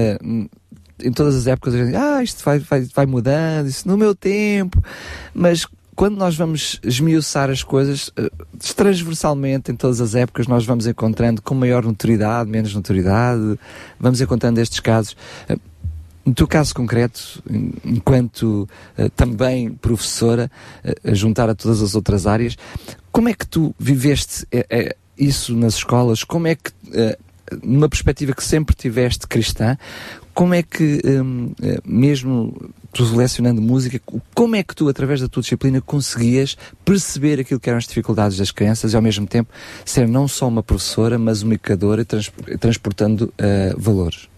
em todas as épocas a gente diz, isto vai mudando, isso no meu tempo, mas quando nós vamos esmiuçar as coisas, transversalmente, em todas as épocas, nós vamos encontrando com maior notoriedade, menos notoriedade, vamos encontrando estes casos. No teu caso concreto, enquanto também professora, a juntar a todas as outras áreas, como é que tu viveste isso nas escolas? Como é que, numa perspectiva que sempre tiveste cristã, como é que, mesmo tu selecionando música, como é que tu, através da tua disciplina, conseguias perceber aquilo que eram as dificuldades das crianças e, ao mesmo tempo, ser não só uma professora, mas uma educadora e transportando valores?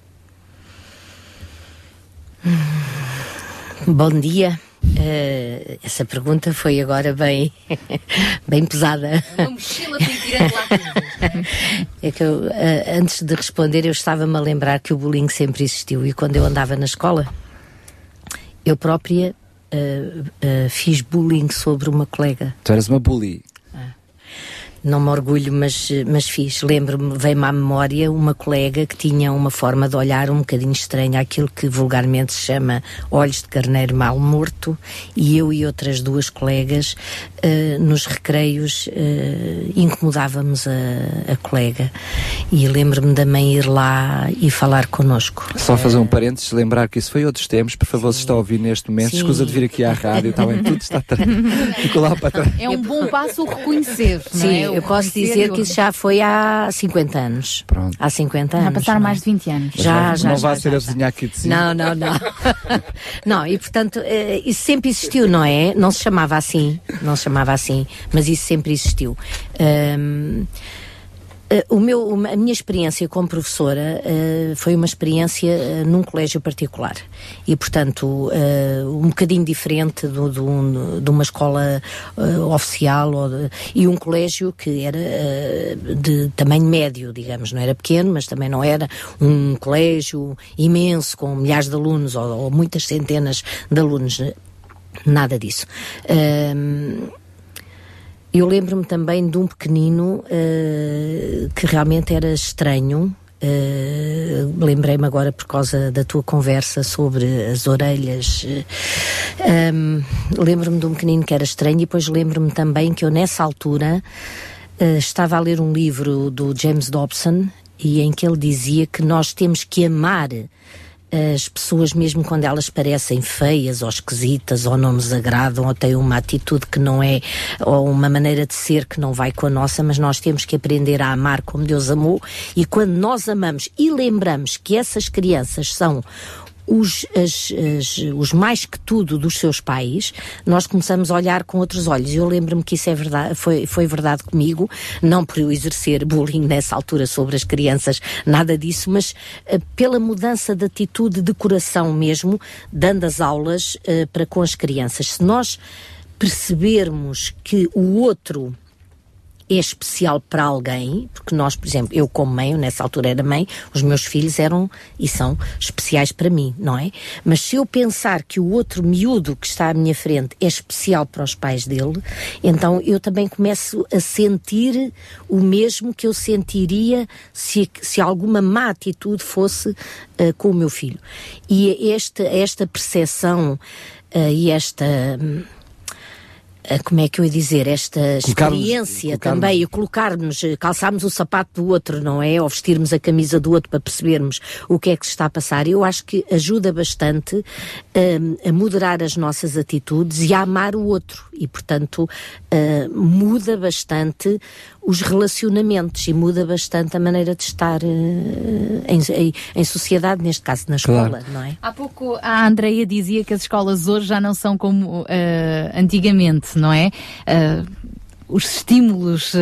Bom dia. Essa pergunta foi agora bem pesada. Uma mochila tem tirando lá. É que eu, antes de responder, eu estava-me a lembrar que o bullying sempre existiu, e quando eu andava na escola, eu própria fiz bullying sobre uma colega. Tu eras uma bully? Não me orgulho, mas fiz. Lembro-me, veio-me à memória uma colega que tinha uma forma de olhar um bocadinho estranha, aquilo que vulgarmente se chama olhos de carneiro mal morto, e eu e outras duas colegas, nos recreios, incomodávamos a colega. E lembro-me da mãe ir lá e falar connosco. Só fazer um parênteses, lembrar que isso foi outros tempos, por favor, se está a ouvir neste momento, escusa de vir aqui à rádio, está bem, tudo está ficou lá para trás. É um bom passo o reconhecer, não é? Eu posso dizer que isso já foi há 50 anos. Pronto. Há 50 anos. Já passaram mais de 20 anos. Já. Não vai ser a vizinha aqui de cima. Não. Não, e portanto, isso sempre existiu, não é? Não se chamava assim, mas isso sempre existiu. A minha experiência como professora foi uma experiência num colégio particular e, portanto, um bocadinho diferente de uma escola oficial e um colégio que era de tamanho médio, digamos, não era pequeno, mas também não era um colégio imenso com milhares de alunos ou muitas centenas de alunos, nada disso. Eu lembro-me também de um pequenino que realmente era estranho. Lembrei-me agora por causa da tua conversa sobre as orelhas. Lembro-me de um pequenino que era estranho e depois lembro-me também que eu nessa altura estava a ler um livro do James Dobson e em que ele dizia que nós temos que amar as pessoas mesmo quando elas parecem feias ou esquisitas ou não nos agradam ou têm uma atitude que não é, ou uma maneira de ser que não vai com a nossa, mas nós temos que aprender a amar como Deus amou, e quando nós amamos e lembramos que essas crianças são os mais que tudo dos seus pais, nós começamos a olhar com outros olhos. Eu lembro-me que isso é verdade, foi verdade comigo, não por eu exercer bullying nessa altura sobre as crianças, nada disso, mas pela mudança de atitude, de coração mesmo, dando as aulas para com as crianças. Se nós percebermos que o outro é especial para alguém, porque nós, por exemplo, eu como mãe, eu nessa altura era mãe, os meus filhos eram e são especiais para mim, não é? Mas se eu pensar que o outro miúdo que está à minha frente é especial para os pais dele, então eu também começo a sentir o mesmo que eu sentiria se alguma má atitude fosse com o meu filho. E esta percepção e esta... como é que eu ia dizer, esta experiência também, e calçarmos o sapato do outro, não é? Ou vestirmos a camisa do outro para percebermos o que é que se está a passar. Eu acho que ajuda bastante a moderar as nossas atitudes e a amar o outro. E, portanto, muda bastante os relacionamentos e muda bastante a maneira de estar em sociedade, neste caso na escola, claro. Não é? Há pouco a Andreia dizia que as escolas hoje já não são como antigamente, não é? Os estímulos,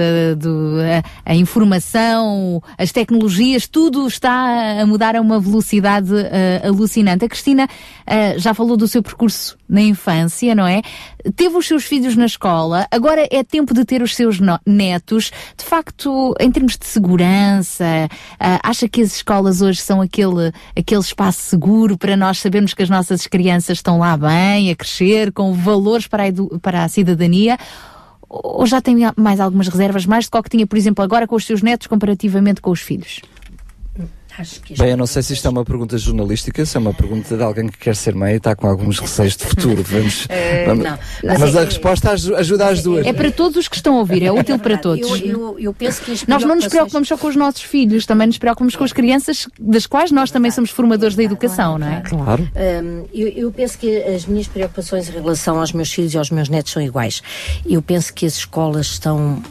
a informação, as tecnologias, tudo está a mudar a uma velocidade alucinante. A Cristina já falou do seu percurso na infância, não é? Teve os seus filhos na escola, agora é tempo de ter os seus netos. De facto, em termos de segurança, acha que as escolas hoje são aquele espaço seguro para nós sabermos que as nossas crianças estão lá bem, a crescer, com valores para a cidadania? Ou já tem mais algumas reservas, mais do que tinha, por exemplo, agora com os seus netos, comparativamente com os filhos? Bem, eu não sei se isto é uma pergunta jornalística, se é uma pergunta de alguém que quer ser mãe e está com alguns receios de futuro. Mas a resposta ajuda às duas. É para todos os que estão a ouvir, é útil para todos. Eu penso que nós não nos preocupamos só com os nossos filhos, também nos preocupamos com as crianças, das quais nós também somos formadores da educação, não é? Claro. Eu penso que as minhas preocupações em relação aos meus filhos e aos meus netos são iguais. Eu penso que as escolas estão...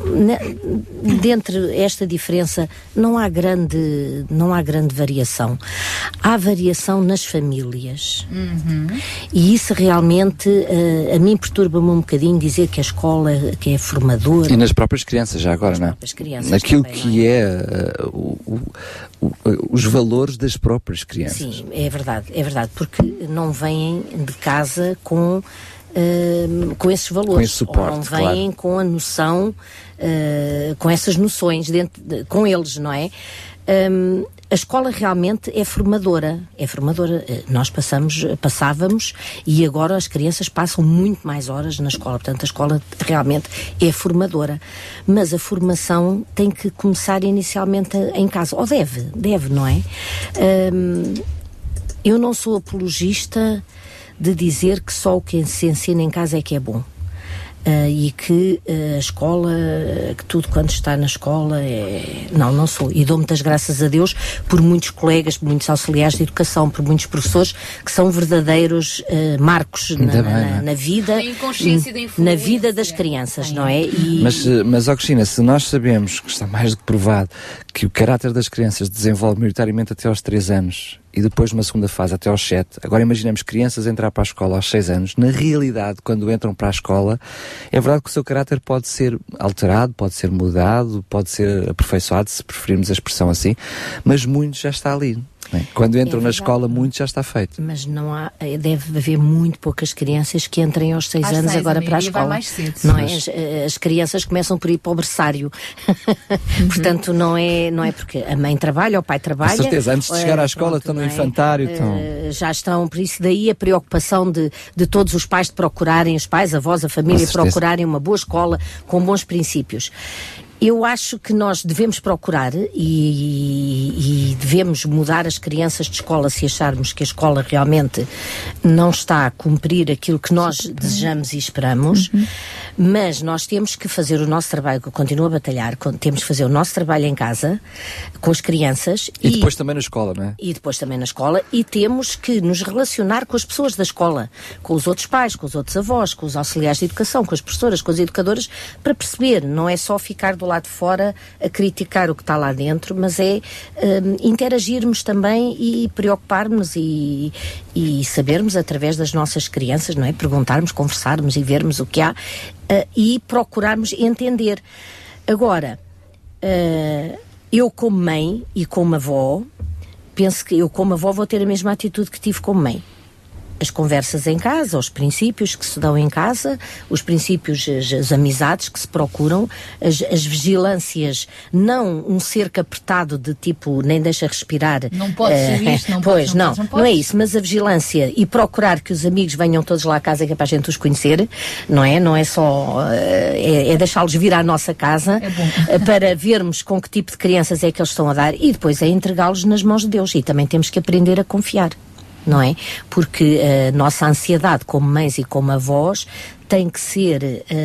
Dentro desta diferença não há grande variação. Há variação nas famílias. E isso realmente a mim perturba-me um bocadinho dizer que a escola que é formadora. E nas próprias crianças, já agora, não é? Naquilo também, que é os valores das próprias crianças. Sim, é verdade, porque não vêm de casa com esses valores, com esse suporte, ou não vêm com a noção, com essas noções com eles, não é? A escola realmente é formadora. Nós passávamos e agora as crianças passam muito mais horas na escola. Portanto, a escola realmente é formadora. Mas a formação tem que começar inicialmente em casa. Ou deve, não é? Eu não sou apologista de dizer que só o que se ensina em casa é que é bom. E que a escola, que tudo quando está na escola não sou, e dou muitas graças a Deus por muitos colegas, por muitos auxiliares de educação, por muitos professores que são verdadeiros marcos na vida, na vida das crianças, não é? Mas Cristina, se nós sabemos que está mais do que provado que o caráter das crianças desenvolve maioritariamente até aos 3 anos e depois numa segunda fase até aos 7. Agora imaginamos crianças entrar para a escola aos 6 anos. Na realidade, quando entram para a escola, é verdade que o seu caráter pode ser alterado, pode ser mudado, pode ser aperfeiçoado, se preferirmos a expressão assim, mas muito já está ali. Quando entram na escola, muito já está feito. Mas não há, deve haver muito poucas crianças que entrem aos 6 anos agora para a escola. Mais cedo. Não é? As crianças começam por ir para o berçário. Portanto, não é porque a mãe trabalha, o pai trabalha. Com certeza, antes de chegar à escola estão no infantário. Já estão, por isso daí a preocupação de todos os pais de procurarem, os pais, avós, a família, procurarem uma boa escola com bons princípios. Eu acho que nós devemos procurar e devemos mudar as crianças de escola se acharmos que a escola realmente não está a cumprir aquilo que nós desejamos e esperamos, mas nós temos que fazer o nosso trabalho, que eu continuo a batalhar, temos que fazer o nosso trabalho em casa, com as crianças. E depois também na escola, não é? E depois também na escola, e temos que nos relacionar com as pessoas da escola, com os outros pais, com os outros avós, com os auxiliares de educação, com as professoras, com as educadoras, para perceber, não é só ficar do lado de fora a criticar o que está lá dentro, mas é interagirmos também e preocuparmos e sabermos através das nossas crianças, não é? Perguntarmos, conversarmos e vermos o que há e procurarmos entender. Agora, eu como mãe e como avó, penso que eu como avó vou ter a mesma atitude que tive como mãe. As conversas em casa, os princípios que se dão em casa, os princípios, as amizades que se procuram, as vigilâncias, não um cerco apertado de tipo, nem deixa respirar. Não pode ser isto, não pois, pode. Não é isso, mas a vigilância e procurar que os amigos venham todos lá à casa que é para a gente os conhecer, não é? Não é só, é deixá-los vir à nossa casa para vermos com que tipo de crianças é que eles estão a dar e depois é entregá-los nas mãos de Deus e também temos que aprender a confiar. Não é? Porque a nossa ansiedade como mães e como avós tem que ser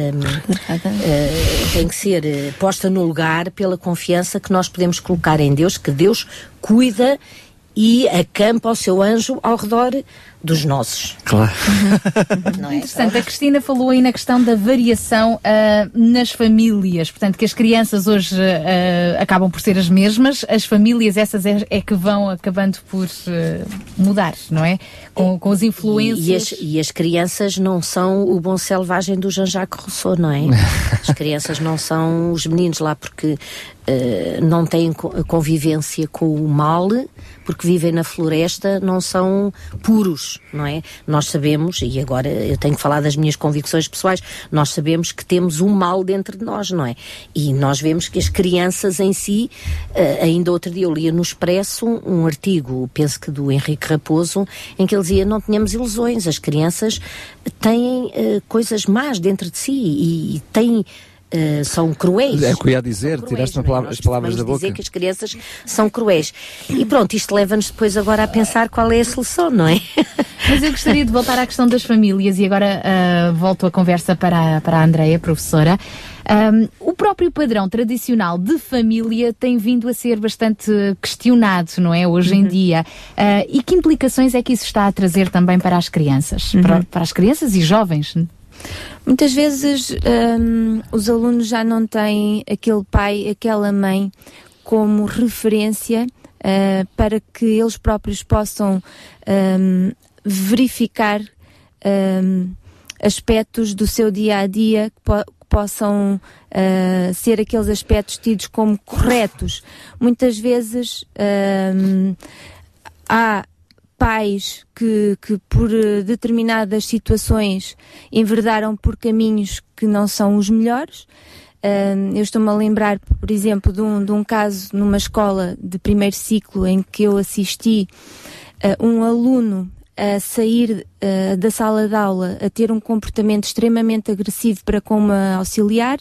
posta no lugar pela confiança que nós podemos colocar em Deus, que Deus cuida e acampa o seu anjo ao redor dos nossos. Claro. Não é? Interessante, a Cristina falou aí na questão da variação nas famílias, portanto que as crianças hoje acabam por ser as mesmas, as famílias essas é que vão acabando por mudar, não é? Com as influências. E as crianças não são o bom selvagem do Jean-Jacques Rousseau, não é? As crianças não são os meninos lá porque não têm convivência com o mal, porque vivem na floresta, não são puros, não é? Nós sabemos, e agora eu tenho que falar das minhas convicções pessoais, nós sabemos que temos um mal dentro de nós, não é? E nós vemos que as crianças em si, ainda outro dia eu lia no Expresso um artigo, penso que do Henrique Raposo, em que ele dizia, não tenhamos ilusões, as crianças têm coisas más dentro de si e têm... são cruéis. É o que eu ia dizer, tiraste as palavras da boca. Dizer que as crianças são cruéis. E pronto, isto leva-nos depois agora a pensar qual é a solução, não é? Mas eu gostaria de voltar à questão das famílias e agora volto a conversa para a Andreia, professora. O próprio padrão tradicional de família tem vindo a ser bastante questionado, não é? Hoje em dia. E que implicações é que isso está a trazer também para as crianças? Para as crianças e jovens? Muitas vezes os alunos já não têm aquele pai, aquela mãe como referência para que eles próprios possam verificar aspectos do seu dia-a-dia que possam ser aqueles aspectos tidos como corretos. Muitas vezes há pais que por determinadas situações enverdaram por caminhos que não são os melhores. Eu estou-me a lembrar, por exemplo, de um caso numa escola de primeiro ciclo em que eu assisti um aluno a sair da sala de aula a ter um comportamento extremamente agressivo para com uma auxiliar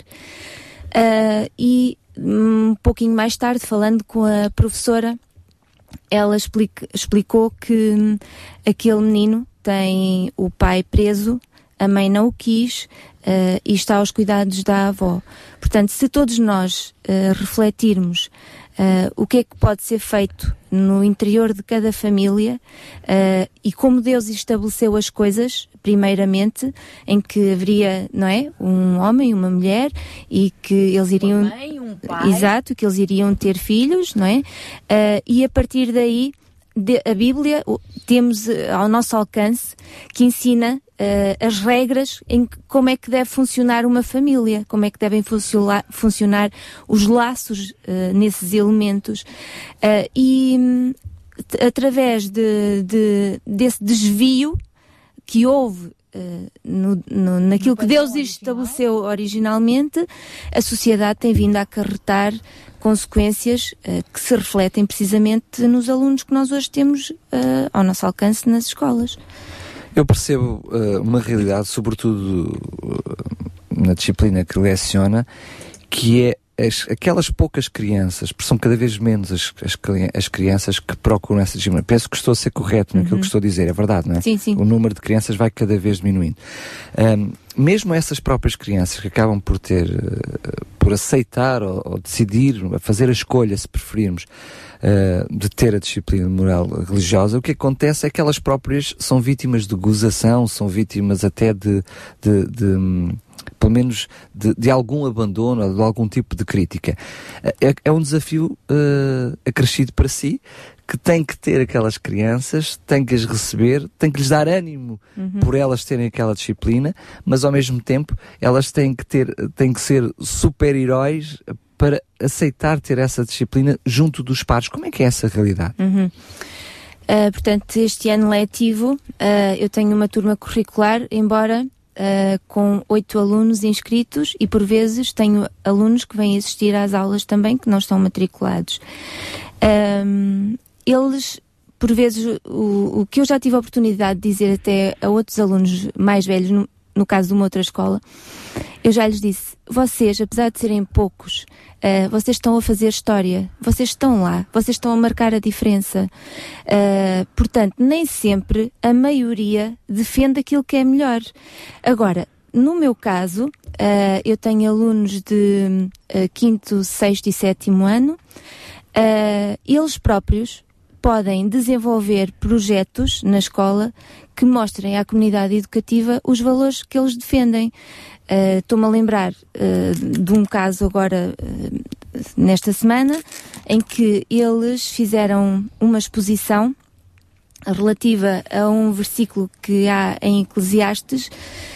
e um pouquinho mais tarde, falando com a professora, ela explicou que aquele menino tem o pai preso, a mãe não o quis e está aos cuidados da avó. Portanto, se todos nós refletirmos o que é que pode ser feito no interior de cada família e como Deus estabeleceu as coisas, primeiramente, em que haveria, não é, um homem e uma mulher e que eles iriam... Uma mãe, um pai. Exato, que eles iriam ter filhos, não é? E a partir daí a Bíblia temos ao nosso alcance, que ensina as regras em como é que deve funcionar uma família, como é que devem funcionar os laços nesses elementos. E através desse desvio que houve naquilo que Deus estabeleceu originalmente, a sociedade tem vindo a acarretar consequências que se refletem precisamente nos alunos que nós hoje temos ao nosso alcance nas escolas. Eu percebo uma realidade, sobretudo na disciplina que leciona, que é aquelas poucas crianças, porque são cada vez menos as crianças que procuram essa disciplina. Penso que estou a ser correto naquilo que estou a dizer, é verdade, não é? Sim, sim. O número de crianças vai cada vez diminuindo. Mesmo essas próprias crianças que acabam por aceitar ou decidir, fazer a escolha, se preferirmos, de ter a disciplina moral religiosa, o que acontece é que elas próprias são vítimas de gozação, são vítimas até pelo menos de algum abandono ou de algum tipo de crítica. É um desafio acrescido para si, que tem que ter aquelas crianças, tem que as receber, tem que lhes dar ânimo por elas terem aquela disciplina, mas ao mesmo tempo elas têm que ser super-heróis para aceitar ter essa disciplina junto dos pares. Como é que é essa realidade? Portanto, este ano letivo eu tenho uma turma curricular, embora com 8 alunos inscritos, e por vezes tenho alunos que vêm assistir às aulas também, que não estão matriculados. Eles, por vezes, o que eu já tive a oportunidade de dizer até a outros alunos mais velhos, no caso de uma outra escola, eu já lhes disse: vocês, apesar de serem poucos, vocês estão a fazer história, vocês estão lá, vocês estão a marcar a diferença. Portanto, nem sempre a maioria defende aquilo que é melhor. Agora, no meu caso, eu tenho alunos de 5º, 6º e 7º ano, eles próprios podem desenvolver projetos na escola que mostrem à comunidade educativa os valores que eles defendem. Estou-me a lembrar de um caso agora, nesta semana, em que eles fizeram uma exposição relativa a um versículo que há em Eclesiastes,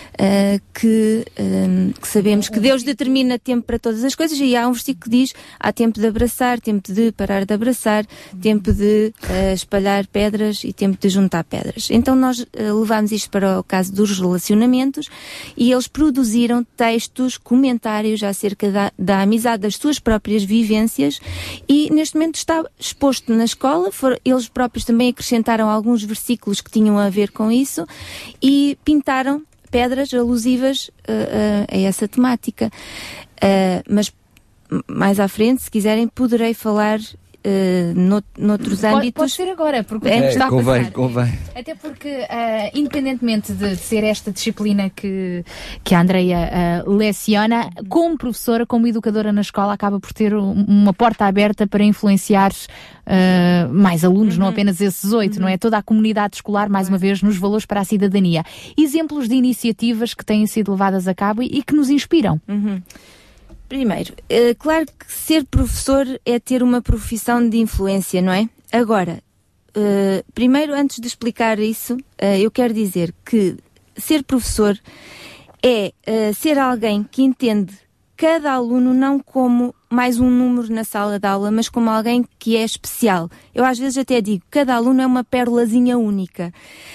que sabemos que Deus determina tempo para todas as coisas, e há um versículo que diz: há tempo de abraçar, tempo de parar de abraçar, tempo de espalhar pedras e tempo de juntar pedras. Então nós levámos isto para o caso dos relacionamentos, e eles produziram textos, comentários acerca da amizade, das suas próprias vivências, e neste momento está exposto na escola. Eles próprios também acrescentaram alguns versículos que tinham a ver com isso e pintaram pedras alusivas a essa temática. Mas mais à frente, se quiserem, poderei falar noutros âmbitos. Pode ser agora, porque está a passar. Convém. Até porque, independentemente de ser esta disciplina que a Andreia leciona, como professora, como educadora na escola, acaba por ter uma porta aberta para influenciar mais alunos, não apenas esses 8, não é? Toda a comunidade escolar, mais uma vez, nos valores para a cidadania. Exemplos de iniciativas que têm sido levadas a cabo e que nos inspiram. Primeiro, claro que ser professor é ter uma profissão de influência, não é? Agora, primeiro, antes de explicar isso, eu quero dizer que ser professor é ser alguém que entende cada aluno não como mais um número na sala de aula, mas como alguém que é especial. Eu às vezes até digo, cada aluno é uma pérolazinha única.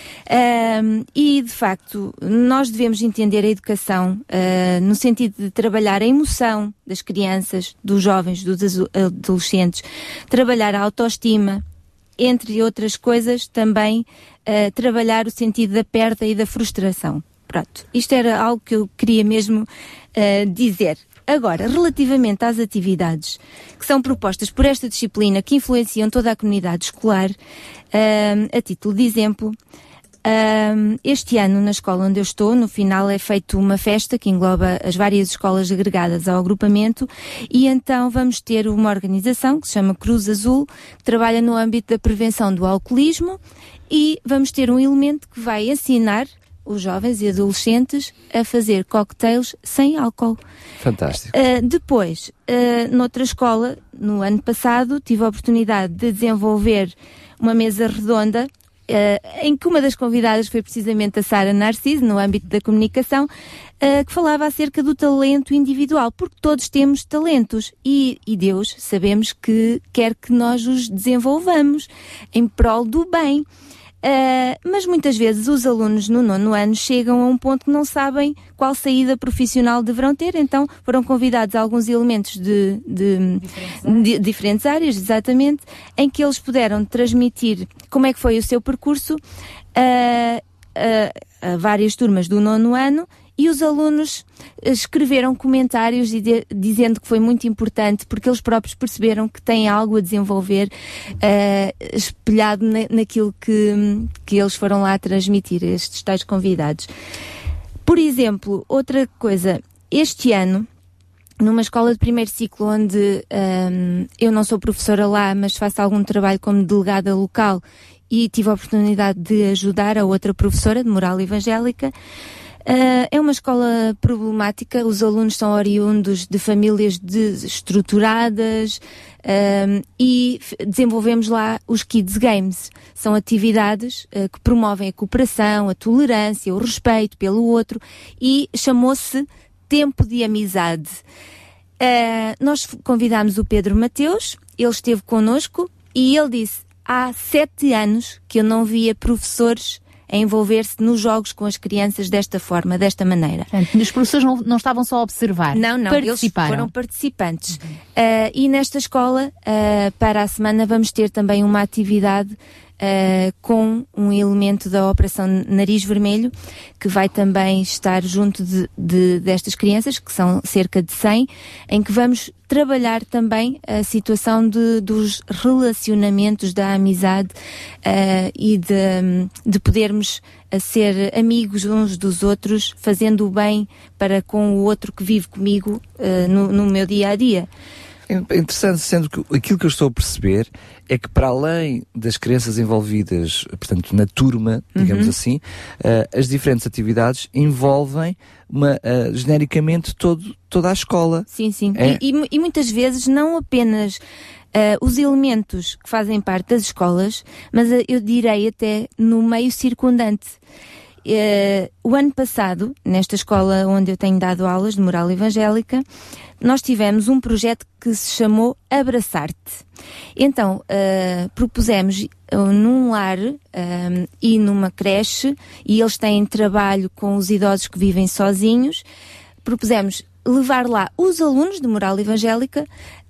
E, de facto, nós devemos entender a educação no sentido de trabalhar a emoção das crianças, dos jovens, dos adolescentes, trabalhar a autoestima, entre outras coisas, também trabalhar o sentido da perda e da frustração. Pronto, isto era algo que eu queria mesmo dizer. Agora, relativamente às atividades que são propostas por esta disciplina, que influenciam toda a comunidade escolar, a título de exemplo, este ano, na escola onde eu estou, no final é feita uma festa que engloba as várias escolas agregadas ao agrupamento, e então vamos ter uma organização que se chama Cruz Azul, que trabalha no âmbito da prevenção do alcoolismo, e vamos ter um elemento que vai ensinar os jovens e adolescentes a fazer cocktails sem álcool. Fantástico. Depois, noutra escola, no ano passado, tive a oportunidade de desenvolver uma mesa redonda em que uma das convidadas foi precisamente a Sara Narciso, no âmbito da comunicação, que falava acerca do talento individual, porque todos temos talentos e Deus sabemos que quer que nós os desenvolvamos em prol do bem. Mas muitas vezes os alunos no 9º ano chegam a um ponto que não sabem qual saída profissional deverão ter, então foram convidados a alguns elementos de diferentes áreas, exatamente, em que eles puderam transmitir como é que foi o seu percurso a várias turmas do 9º ano. E os alunos escreveram comentários dizendo que foi muito importante porque eles próprios perceberam que têm algo a desenvolver espelhado naquilo que eles foram lá transmitir, estes tais convidados. Por exemplo, outra coisa, este ano, numa escola de primeiro ciclo onde eu não sou professora lá, mas faço algum trabalho como delegada local e tive a oportunidade de ajudar a outra professora de moral evangélica. É uma escola problemática, os alunos são oriundos de famílias desestruturadas e desenvolvemos lá os Kids Games. São atividades que promovem a cooperação, a tolerância, o respeito pelo outro e chamou-se Tempo de Amizade. Nós convidámos o Pedro Mateus, ele esteve connosco e ele disse: há 7 anos que eu não via professores a envolver-se nos jogos com as crianças desta forma, desta maneira. Portanto, os professores não estavam só a observar, não, participaram. Eles foram participantes. E nesta escola, para a semana, vamos ter também uma atividade com um elemento da Operação Nariz Vermelho, que vai também estar junto destas crianças, que são cerca de 100, em que vamos trabalhar também a situação dos relacionamentos, da amizade e de podermos ser amigos uns dos outros, fazendo o bem para com o outro que vive comigo no meu dia-a-dia. É interessante, sendo que aquilo que eu estou a perceber é que, para além das crianças envolvidas, portanto, na turma, digamos assim, as diferentes atividades envolvem genericamente toda a escola. Sim, sim. E muitas vezes não apenas os elementos que fazem parte das escolas, mas eu direi até no meio circundante. O ano passado, nesta escola onde eu tenho dado aulas de moral evangélica, nós tivemos um projeto que se chamou Abraçar-te. Então, propusemos num lar e numa creche, e eles têm trabalho com os idosos que vivem sozinhos, propusemos levar lá os alunos de moral evangélica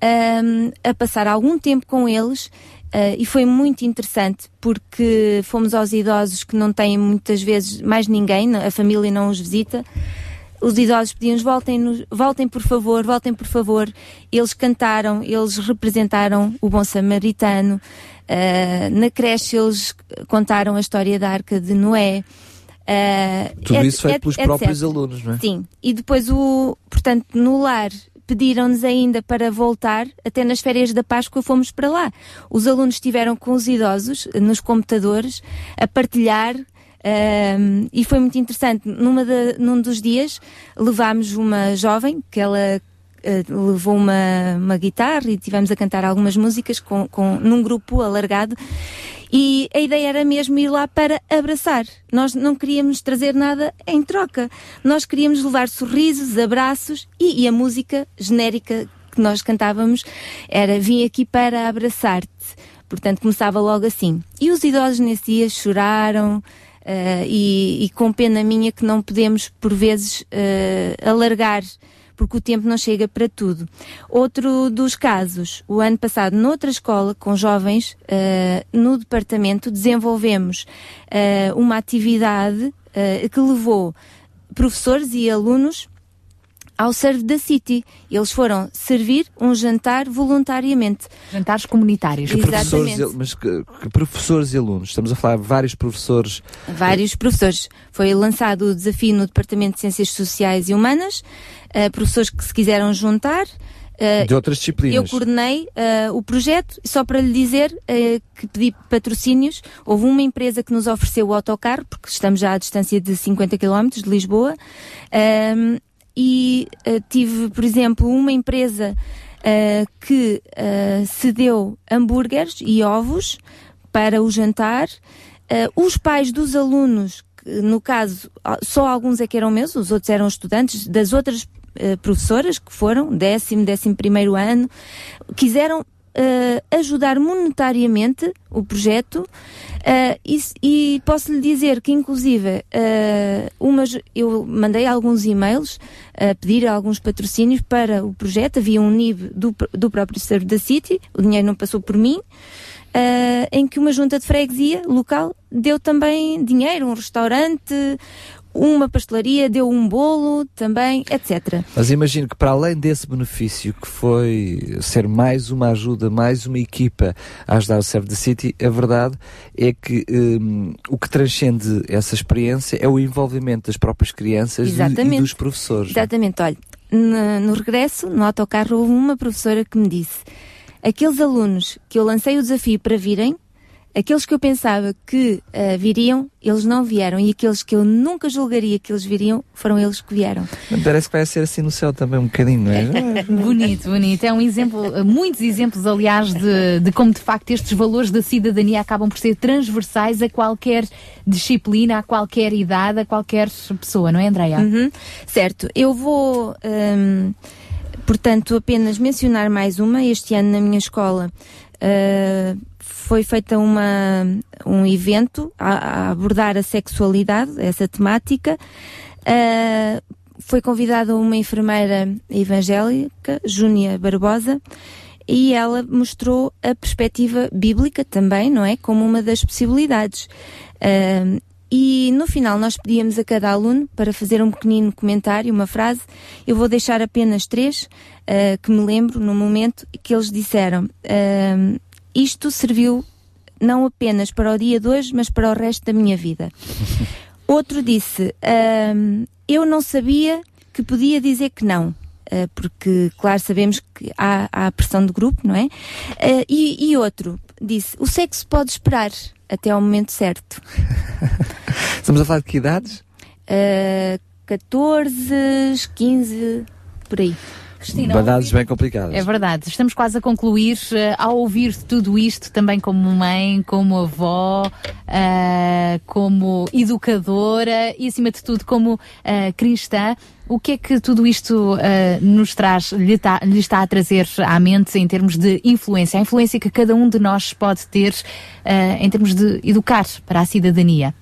a passar algum tempo com eles. E foi muito interessante porque fomos aos idosos que não têm muitas vezes mais ninguém, a família não os visita. Os idosos pediam-nos: voltem por favor. Eles cantaram, eles representaram o bom samaritano. Na creche eles contaram a história da Arca de Noé. Tudo isso feito pelos próprios alunos, não é? Sim, e depois portanto, no lar pediram-nos ainda para voltar, até nas férias da Páscoa fomos para lá. Os alunos estiveram com os idosos nos computadores a partilhar, e foi muito interessante. Num dos dias levámos uma jovem que ela levou uma guitarra e tivemos a cantar algumas músicas num grupo alargado. E a ideia era mesmo ir lá para abraçar. Nós não queríamos trazer nada em troca. Nós queríamos levar sorrisos, abraços e a música genérica que nós cantávamos era: vim aqui para abraçar-te. Portanto, começava logo assim. E os idosos nesse dia choraram e com pena minha que não podemos, por vezes, alargar, porque o tempo não chega para tudo. Outro dos casos, o ano passado, noutra escola, com jovens, no departamento, desenvolvemos uma atividade que levou professores e alunos ao Serve the City. Eles foram servir um jantar voluntariamente. Jantares comunitários. Exatamente. Mas que professores e alunos? Estamos a falar de vários professores. Vários professores. Foi lançado o desafio no Departamento de Ciências Sociais e Humanas. Professores que se quiseram juntar. De outras disciplinas. Eu coordenei o projeto, só para lhe dizer que pedi patrocínios. Houve uma empresa que nos ofereceu o autocarro, porque estamos já à distância de 50 km de Lisboa. E tive, por exemplo, uma empresa que cedeu hambúrgueres e ovos para o jantar. Os pais dos alunos, que, no caso, só alguns é que eram meus, os outros eram estudantes das outras professoras que foram, 11º ano, quiseram ajudar monetariamente o projeto, e posso lhe dizer que inclusive eu mandei alguns e-mails a pedir alguns patrocínios para o projeto. Havia um NIB do próprio Serve the City, o dinheiro não passou por mim, em que uma junta de freguesia local deu também dinheiro, um restaurante, uma pastelaria, deu um bolo também, etc. Mas imagino que para além desse benefício que foi ser mais uma ajuda, mais uma equipa a ajudar o Serve the City, a verdade é que o que transcende essa experiência é o envolvimento das próprias crianças e dos professores. Exatamente, olha, no regresso, no autocarro, houve uma professora que me disse: aqueles alunos que eu lancei o desafio para virem, aqueles que eu pensava que viriam, eles não vieram, e aqueles que eu nunca julgaria que eles viriam, foram eles que vieram. Parece que vai ser assim no céu também um bocadinho, não é? Bonito. É um exemplo, muitos exemplos, aliás, de como de facto estes valores da cidadania acabam por ser transversais a qualquer disciplina, a qualquer idade, a qualquer pessoa, não é, Andreia? Certo. Eu vou, portanto, apenas mencionar mais uma. Este ano na minha escola foi feita um evento a abordar a sexualidade, essa temática. Foi convidada uma enfermeira evangélica, Júnia Barbosa, e ela mostrou a perspectiva bíblica também, não é? Como uma das possibilidades. E no final nós pedíamos a cada aluno para fazer um pequenino comentário, uma frase. Eu vou deixar apenas 3 que me lembro no momento, que eles disseram: isto serviu não apenas para o dia de hoje, mas para o resto da minha vida. Outro disse: eu não sabia que podia dizer que não. Porque, claro, sabemos que há a pressão de grupo, não é? E outro disse: o sexo pode esperar até ao momento certo. Estamos a falar de que idades? 14, 15, por aí. Cristina, idades bem complicadas. É verdade. Estamos quase a concluir. Ao ouvir tudo isto, também como mãe, como avó, como educadora e, acima de tudo, como cristã, o que é que tudo isto nos traz, lhe está a trazer à mente em termos de influência? A influência que cada um de nós pode ter em termos de educar para a cidadania?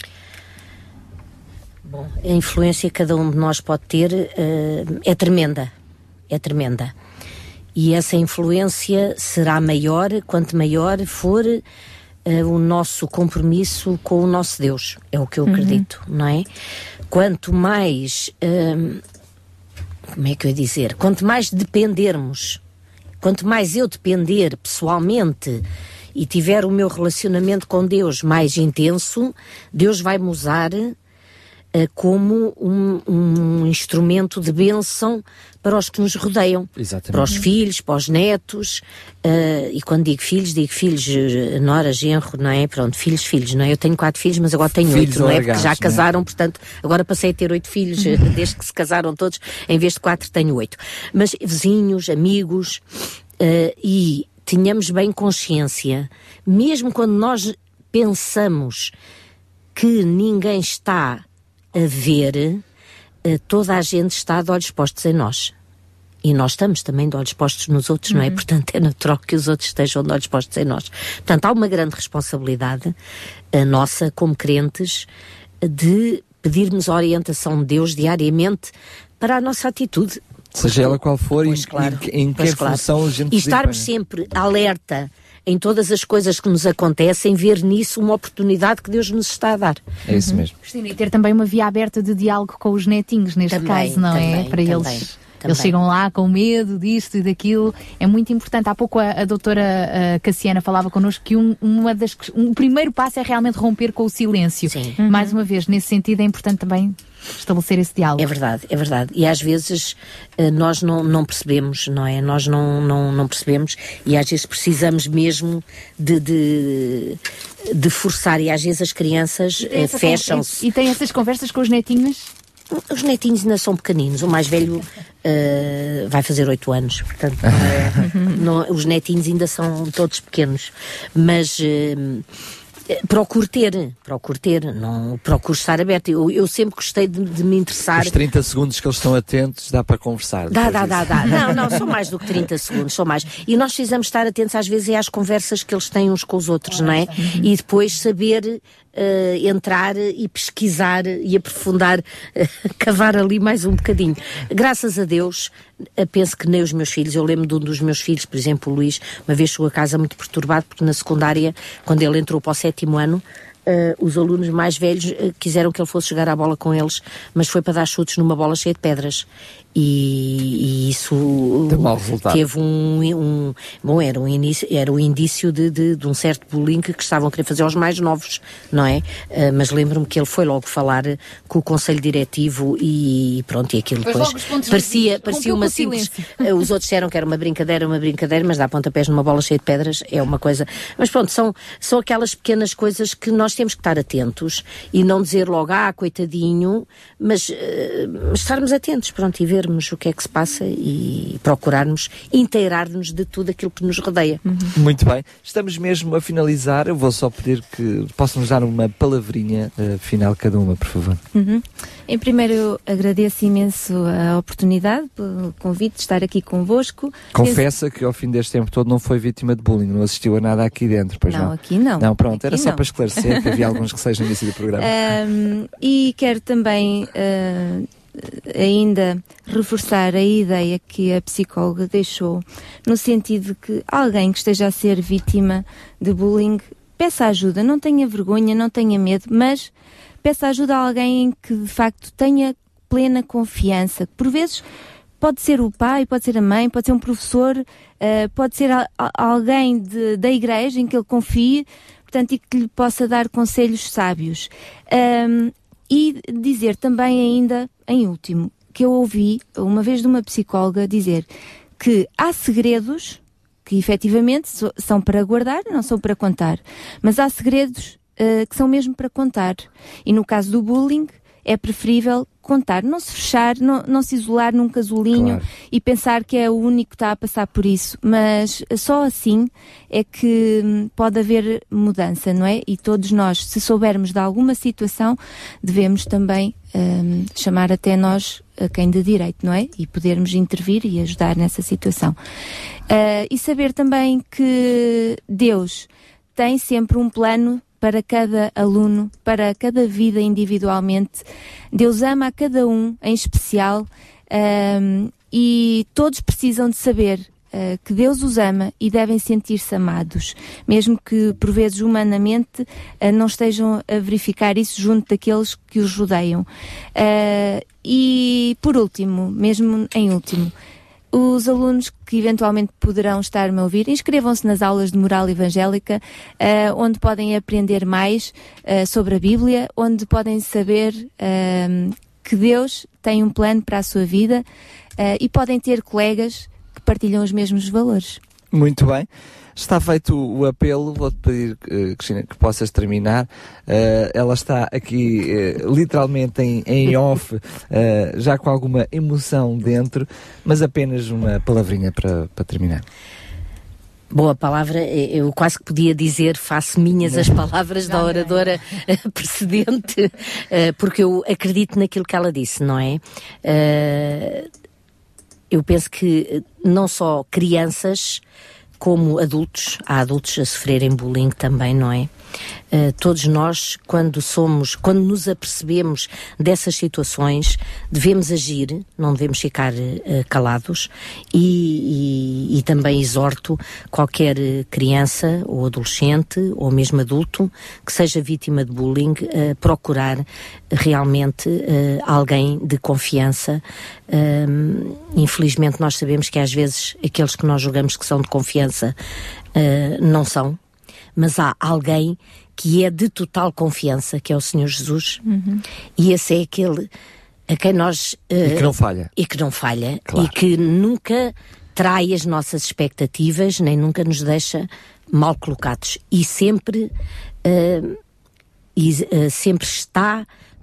Bom, a influência que cada um de nós pode ter é tremenda. É tremenda. E essa influência será maior quanto maior for o nosso compromisso com o nosso Deus. É o que eu acredito, não é? Quanto mais, como é que eu ia dizer? Quanto mais dependermos, quanto mais eu depender pessoalmente e tiver o meu relacionamento com Deus mais intenso, Deus vai-me usar como um instrumento de bênção para os que nos rodeiam. Exatamente. Para os filhos, para os netos, e quando digo filhos, nora, genro, não é? Pronto, filhos, não é? Eu tenho 4 filhos, mas agora tenho 8, não é? Porque já casaram, né? Portanto, agora passei a ter 8 filhos, desde que se casaram todos, em vez de 4 tenho 8. Mas vizinhos, amigos, e tenhamos bem consciência, mesmo quando nós pensamos que ninguém está a ver, toda a gente está de olhos postos em nós. E nós estamos também de olhos postos nos outros, não é? Portanto, é natural que os outros estejam de olhos postos em nós. Portanto, há uma grande responsabilidade nossa, como crentes, de pedirmos a orientação de Deus diariamente para a nossa atitude. Seja ela qual for, em que função a gente... E estarmos sempre alerta em todas as coisas que nos acontecem, ver nisso uma oportunidade que Deus nos está a dar. É isso mesmo. Cristina, e ter também uma via aberta de diálogo com os netinhos, neste caso, não é? Para eles... Eles chegam lá com medo disto e daquilo. É muito importante. Há pouco a doutora Cassiana falava connosco que o primeiro passo é realmente romper com o silêncio. Sim. Mais uma vez, nesse sentido é importante também estabelecer esse diálogo. É verdade. E às vezes nós não percebemos, não é? Nós não percebemos e às vezes precisamos mesmo de forçar, e às vezes as crianças fecham-se. E tem essas conversas com os netinhos? Os netinhos ainda são pequeninos. O mais velho vai fazer 8 anos. Portanto, os netinhos ainda são todos pequenos. Mas procuro ter, não procuro estar aberto. Eu sempre gostei de me interessar. Os 30 segundos que eles estão atentos, dá para conversar. Dá. Não, são mais do que 30 segundos, são mais. E nós precisamos estar atentos às vezes às conversas que eles têm uns com os outros, não é? E depois saber entrar e pesquisar e aprofundar, cavar ali mais um bocadinho. Graças a Deus, penso que nem os meus filhos, eu lembro de um dos meus filhos, por exemplo, o Luís, uma vez chegou a casa muito perturbado porque na secundária, quando ele entrou para o 7º ano, os alunos mais velhos quiseram que ele fosse jogar a bola com eles, mas foi para dar chutes numa bola cheia de pedras. E isso teve era um indício de um certo bullying que estavam a querer fazer aos mais novos, não é? Mas lembro-me que ele foi logo falar com o conselho diretivo e pronto, e aquilo depois parecia uma simples. Os outros disseram que era uma brincadeira, mas dar pontapés numa bola cheia de pedras é uma coisa. Mas pronto, são aquelas pequenas coisas que nós temos que estar atentos e não dizer logo, coitadinho, mas estarmos atentos, pronto, e vermos o que é que se passa e procurarmos inteirar-nos de tudo aquilo que nos rodeia. Muito bem, estamos mesmo a finalizar. Eu vou só pedir que possam-nos dar uma palavrinha final cada uma, por favor. Em primeiro, eu agradeço imenso a oportunidade, pelo convite de estar aqui convosco. Confessa que ao fim deste tempo todo não foi vítima de bullying, não assistiu a nada aqui dentro, pois não? Não, aqui não. Não, pronto, aqui era só não. para esclarecer que havia alguns receios no início do programa. E quero também ainda reforçar a ideia que a psicóloga deixou, no sentido de que alguém que esteja a ser vítima de bullying peça ajuda, não tenha vergonha, não tenha medo, mas peça ajuda a alguém em que de facto tenha plena confiança. Por vezes pode ser o pai, pode ser a mãe, pode ser um professor, pode ser alguém da igreja em que ele confie, portanto, e que lhe possa dar conselhos sábios. E dizer também ainda, em último, que eu ouvi uma vez de uma psicóloga dizer que há segredos que efetivamente são para guardar, não são para contar, mas há segredos que são mesmo para contar. E no caso do bullying, é preferível contar, não se fechar, não se isolar num casulinho, claro, e pensar que é o único que está a passar por isso, mas só assim é que pode haver mudança, não é? E todos nós, se soubermos de alguma situação, devemos também chamar até nós a quem de direito, não é? E podermos intervir e ajudar nessa situação. E saber também que Deus tem sempre um plano para cada aluno, para cada vida individualmente. Deus ama a cada um em especial, e todos precisam de saber que Deus os ama e devem sentir-se amados, mesmo que por vezes humanamente não estejam a verificar isso junto daqueles que os rodeiam. E por último, mesmo em último, os alunos que eventualmente poderão estar-me a ouvir, inscrevam-se nas aulas de moral evangélica, onde podem aprender mais sobre a Bíblia, onde podem saber que Deus tem um plano para a sua vida, e podem ter colegas que partilham os mesmos valores. Muito bem. Está feito o apelo. Vou-te pedir, Cristina, que possas terminar. Ela está aqui literalmente em off, já com alguma emoção dentro, mas apenas uma palavrinha para terminar. Boa palavra, eu quase que podia dizer, faço minhas as palavras da oradora precedente, porque eu acredito naquilo que ela disse, não é? Eu penso que não só crianças como adultos, há adultos a sofrerem bullying também, não é? Todos nós, quando nos apercebemos dessas situações, devemos agir, não devemos ficar calados, e também exorto qualquer criança ou adolescente ou mesmo adulto que seja vítima de bullying a procurar realmente alguém de confiança. Infelizmente nós sabemos que às vezes aqueles que nós julgamos que são de confiança não são, mas há alguém que é de total confiança, que é o Senhor Jesus, e esse é aquele a quem nós... e que não falha. E que não falha, claro, e que nunca trai as nossas expectativas, nem nunca nos deixa mal colocados, e sempre, sempre está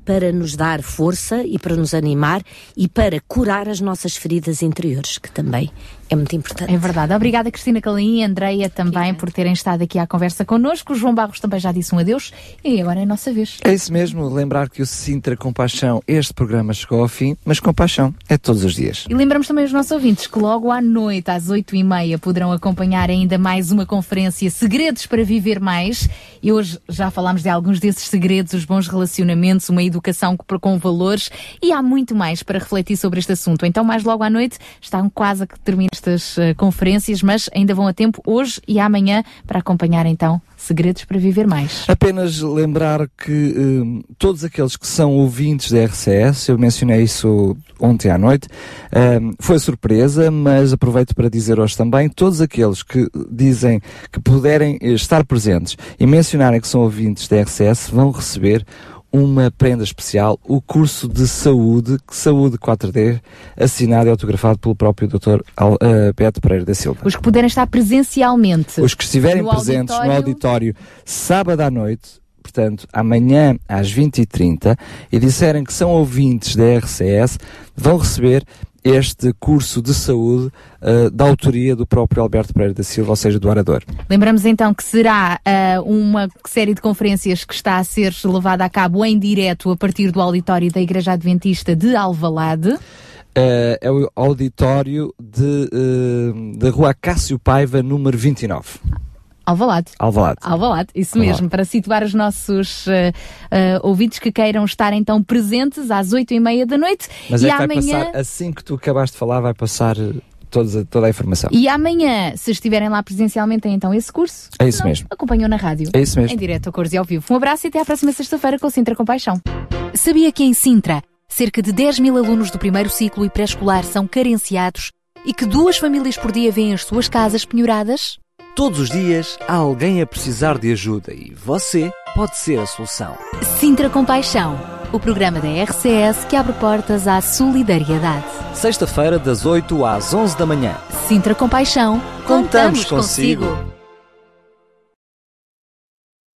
para nos dar força e para nos animar e para curar as nossas feridas interiores, que também é muito importante. É verdade. Obrigada, Cristina Calim e Andreia também por terem estado aqui à conversa connosco. O João Barros também já disse um adeus e agora é a nossa vez. É isso mesmo, lembrar que o Sintra Compaixão, este programa chegou ao fim, mas Compaixão é todos os dias. E lembramos também os nossos ouvintes que logo à noite, às 8h30, poderão acompanhar ainda mais uma conferência Segredos para Viver Mais. E hoje já falámos de alguns desses segredos, os bons relacionamentos, uma educação com valores, e há muito mais para refletir sobre este assunto. Então, mais logo à noite, estão quase a terminar estas conferências, mas ainda vão a tempo hoje e amanhã para acompanhar então Segredos para Viver Mais. Apenas lembrar que todos aqueles que são ouvintes da RCS, eu mencionei isso ontem à noite, foi surpresa, mas aproveito para dizer hoje também, todos aqueles que dizem que puderem estar presentes e mencionarem que são ouvintes da RCS vão receber uma prenda especial, o curso de Saúde 4D, assinado e autografado pelo próprio Dr. Beto Pereira da Silva. Os que puderem estar presencialmente. Os que estiverem presentes no auditório sábado à noite, portanto, amanhã às 20h30, e disserem que são ouvintes da RCS, vão receber este curso de saúde da autoria do próprio Alberto Pereira da Silva, ou seja, do orador. Lembramos então que será uma série de conferências que está a ser levada a cabo em direto a partir do auditório da Igreja Adventista de Alvalade. É o auditório da Rua Cássio Paiva, número 29. Alvalade, isso mesmo, Alvalade. para situar os nossos ouvintes que queiram estar então presentes às 8h30 da noite. Mas e é que amanhã... vai passar, assim que tu acabaste de falar, vai passar toda a informação. E amanhã, se estiverem lá presencialmente, tem então esse curso. É isso mesmo. Acompanham na rádio. É isso mesmo. Em direto, a cores e ao vivo. Um abraço e até à próxima sexta-feira com o Sintra Compaixão. Sabia que em Sintra, cerca de 10.000 alunos do primeiro ciclo e pré-escolar são carenciados e que 2 famílias por dia vêm as suas casas penhoradas? Todos os dias há alguém a precisar de ajuda e você pode ser a solução. Sintra Compaixão, o programa da RCS que abre portas à solidariedade. Sexta-feira, das 8 às 11 da manhã. Sintra Compaixão, contamos consigo.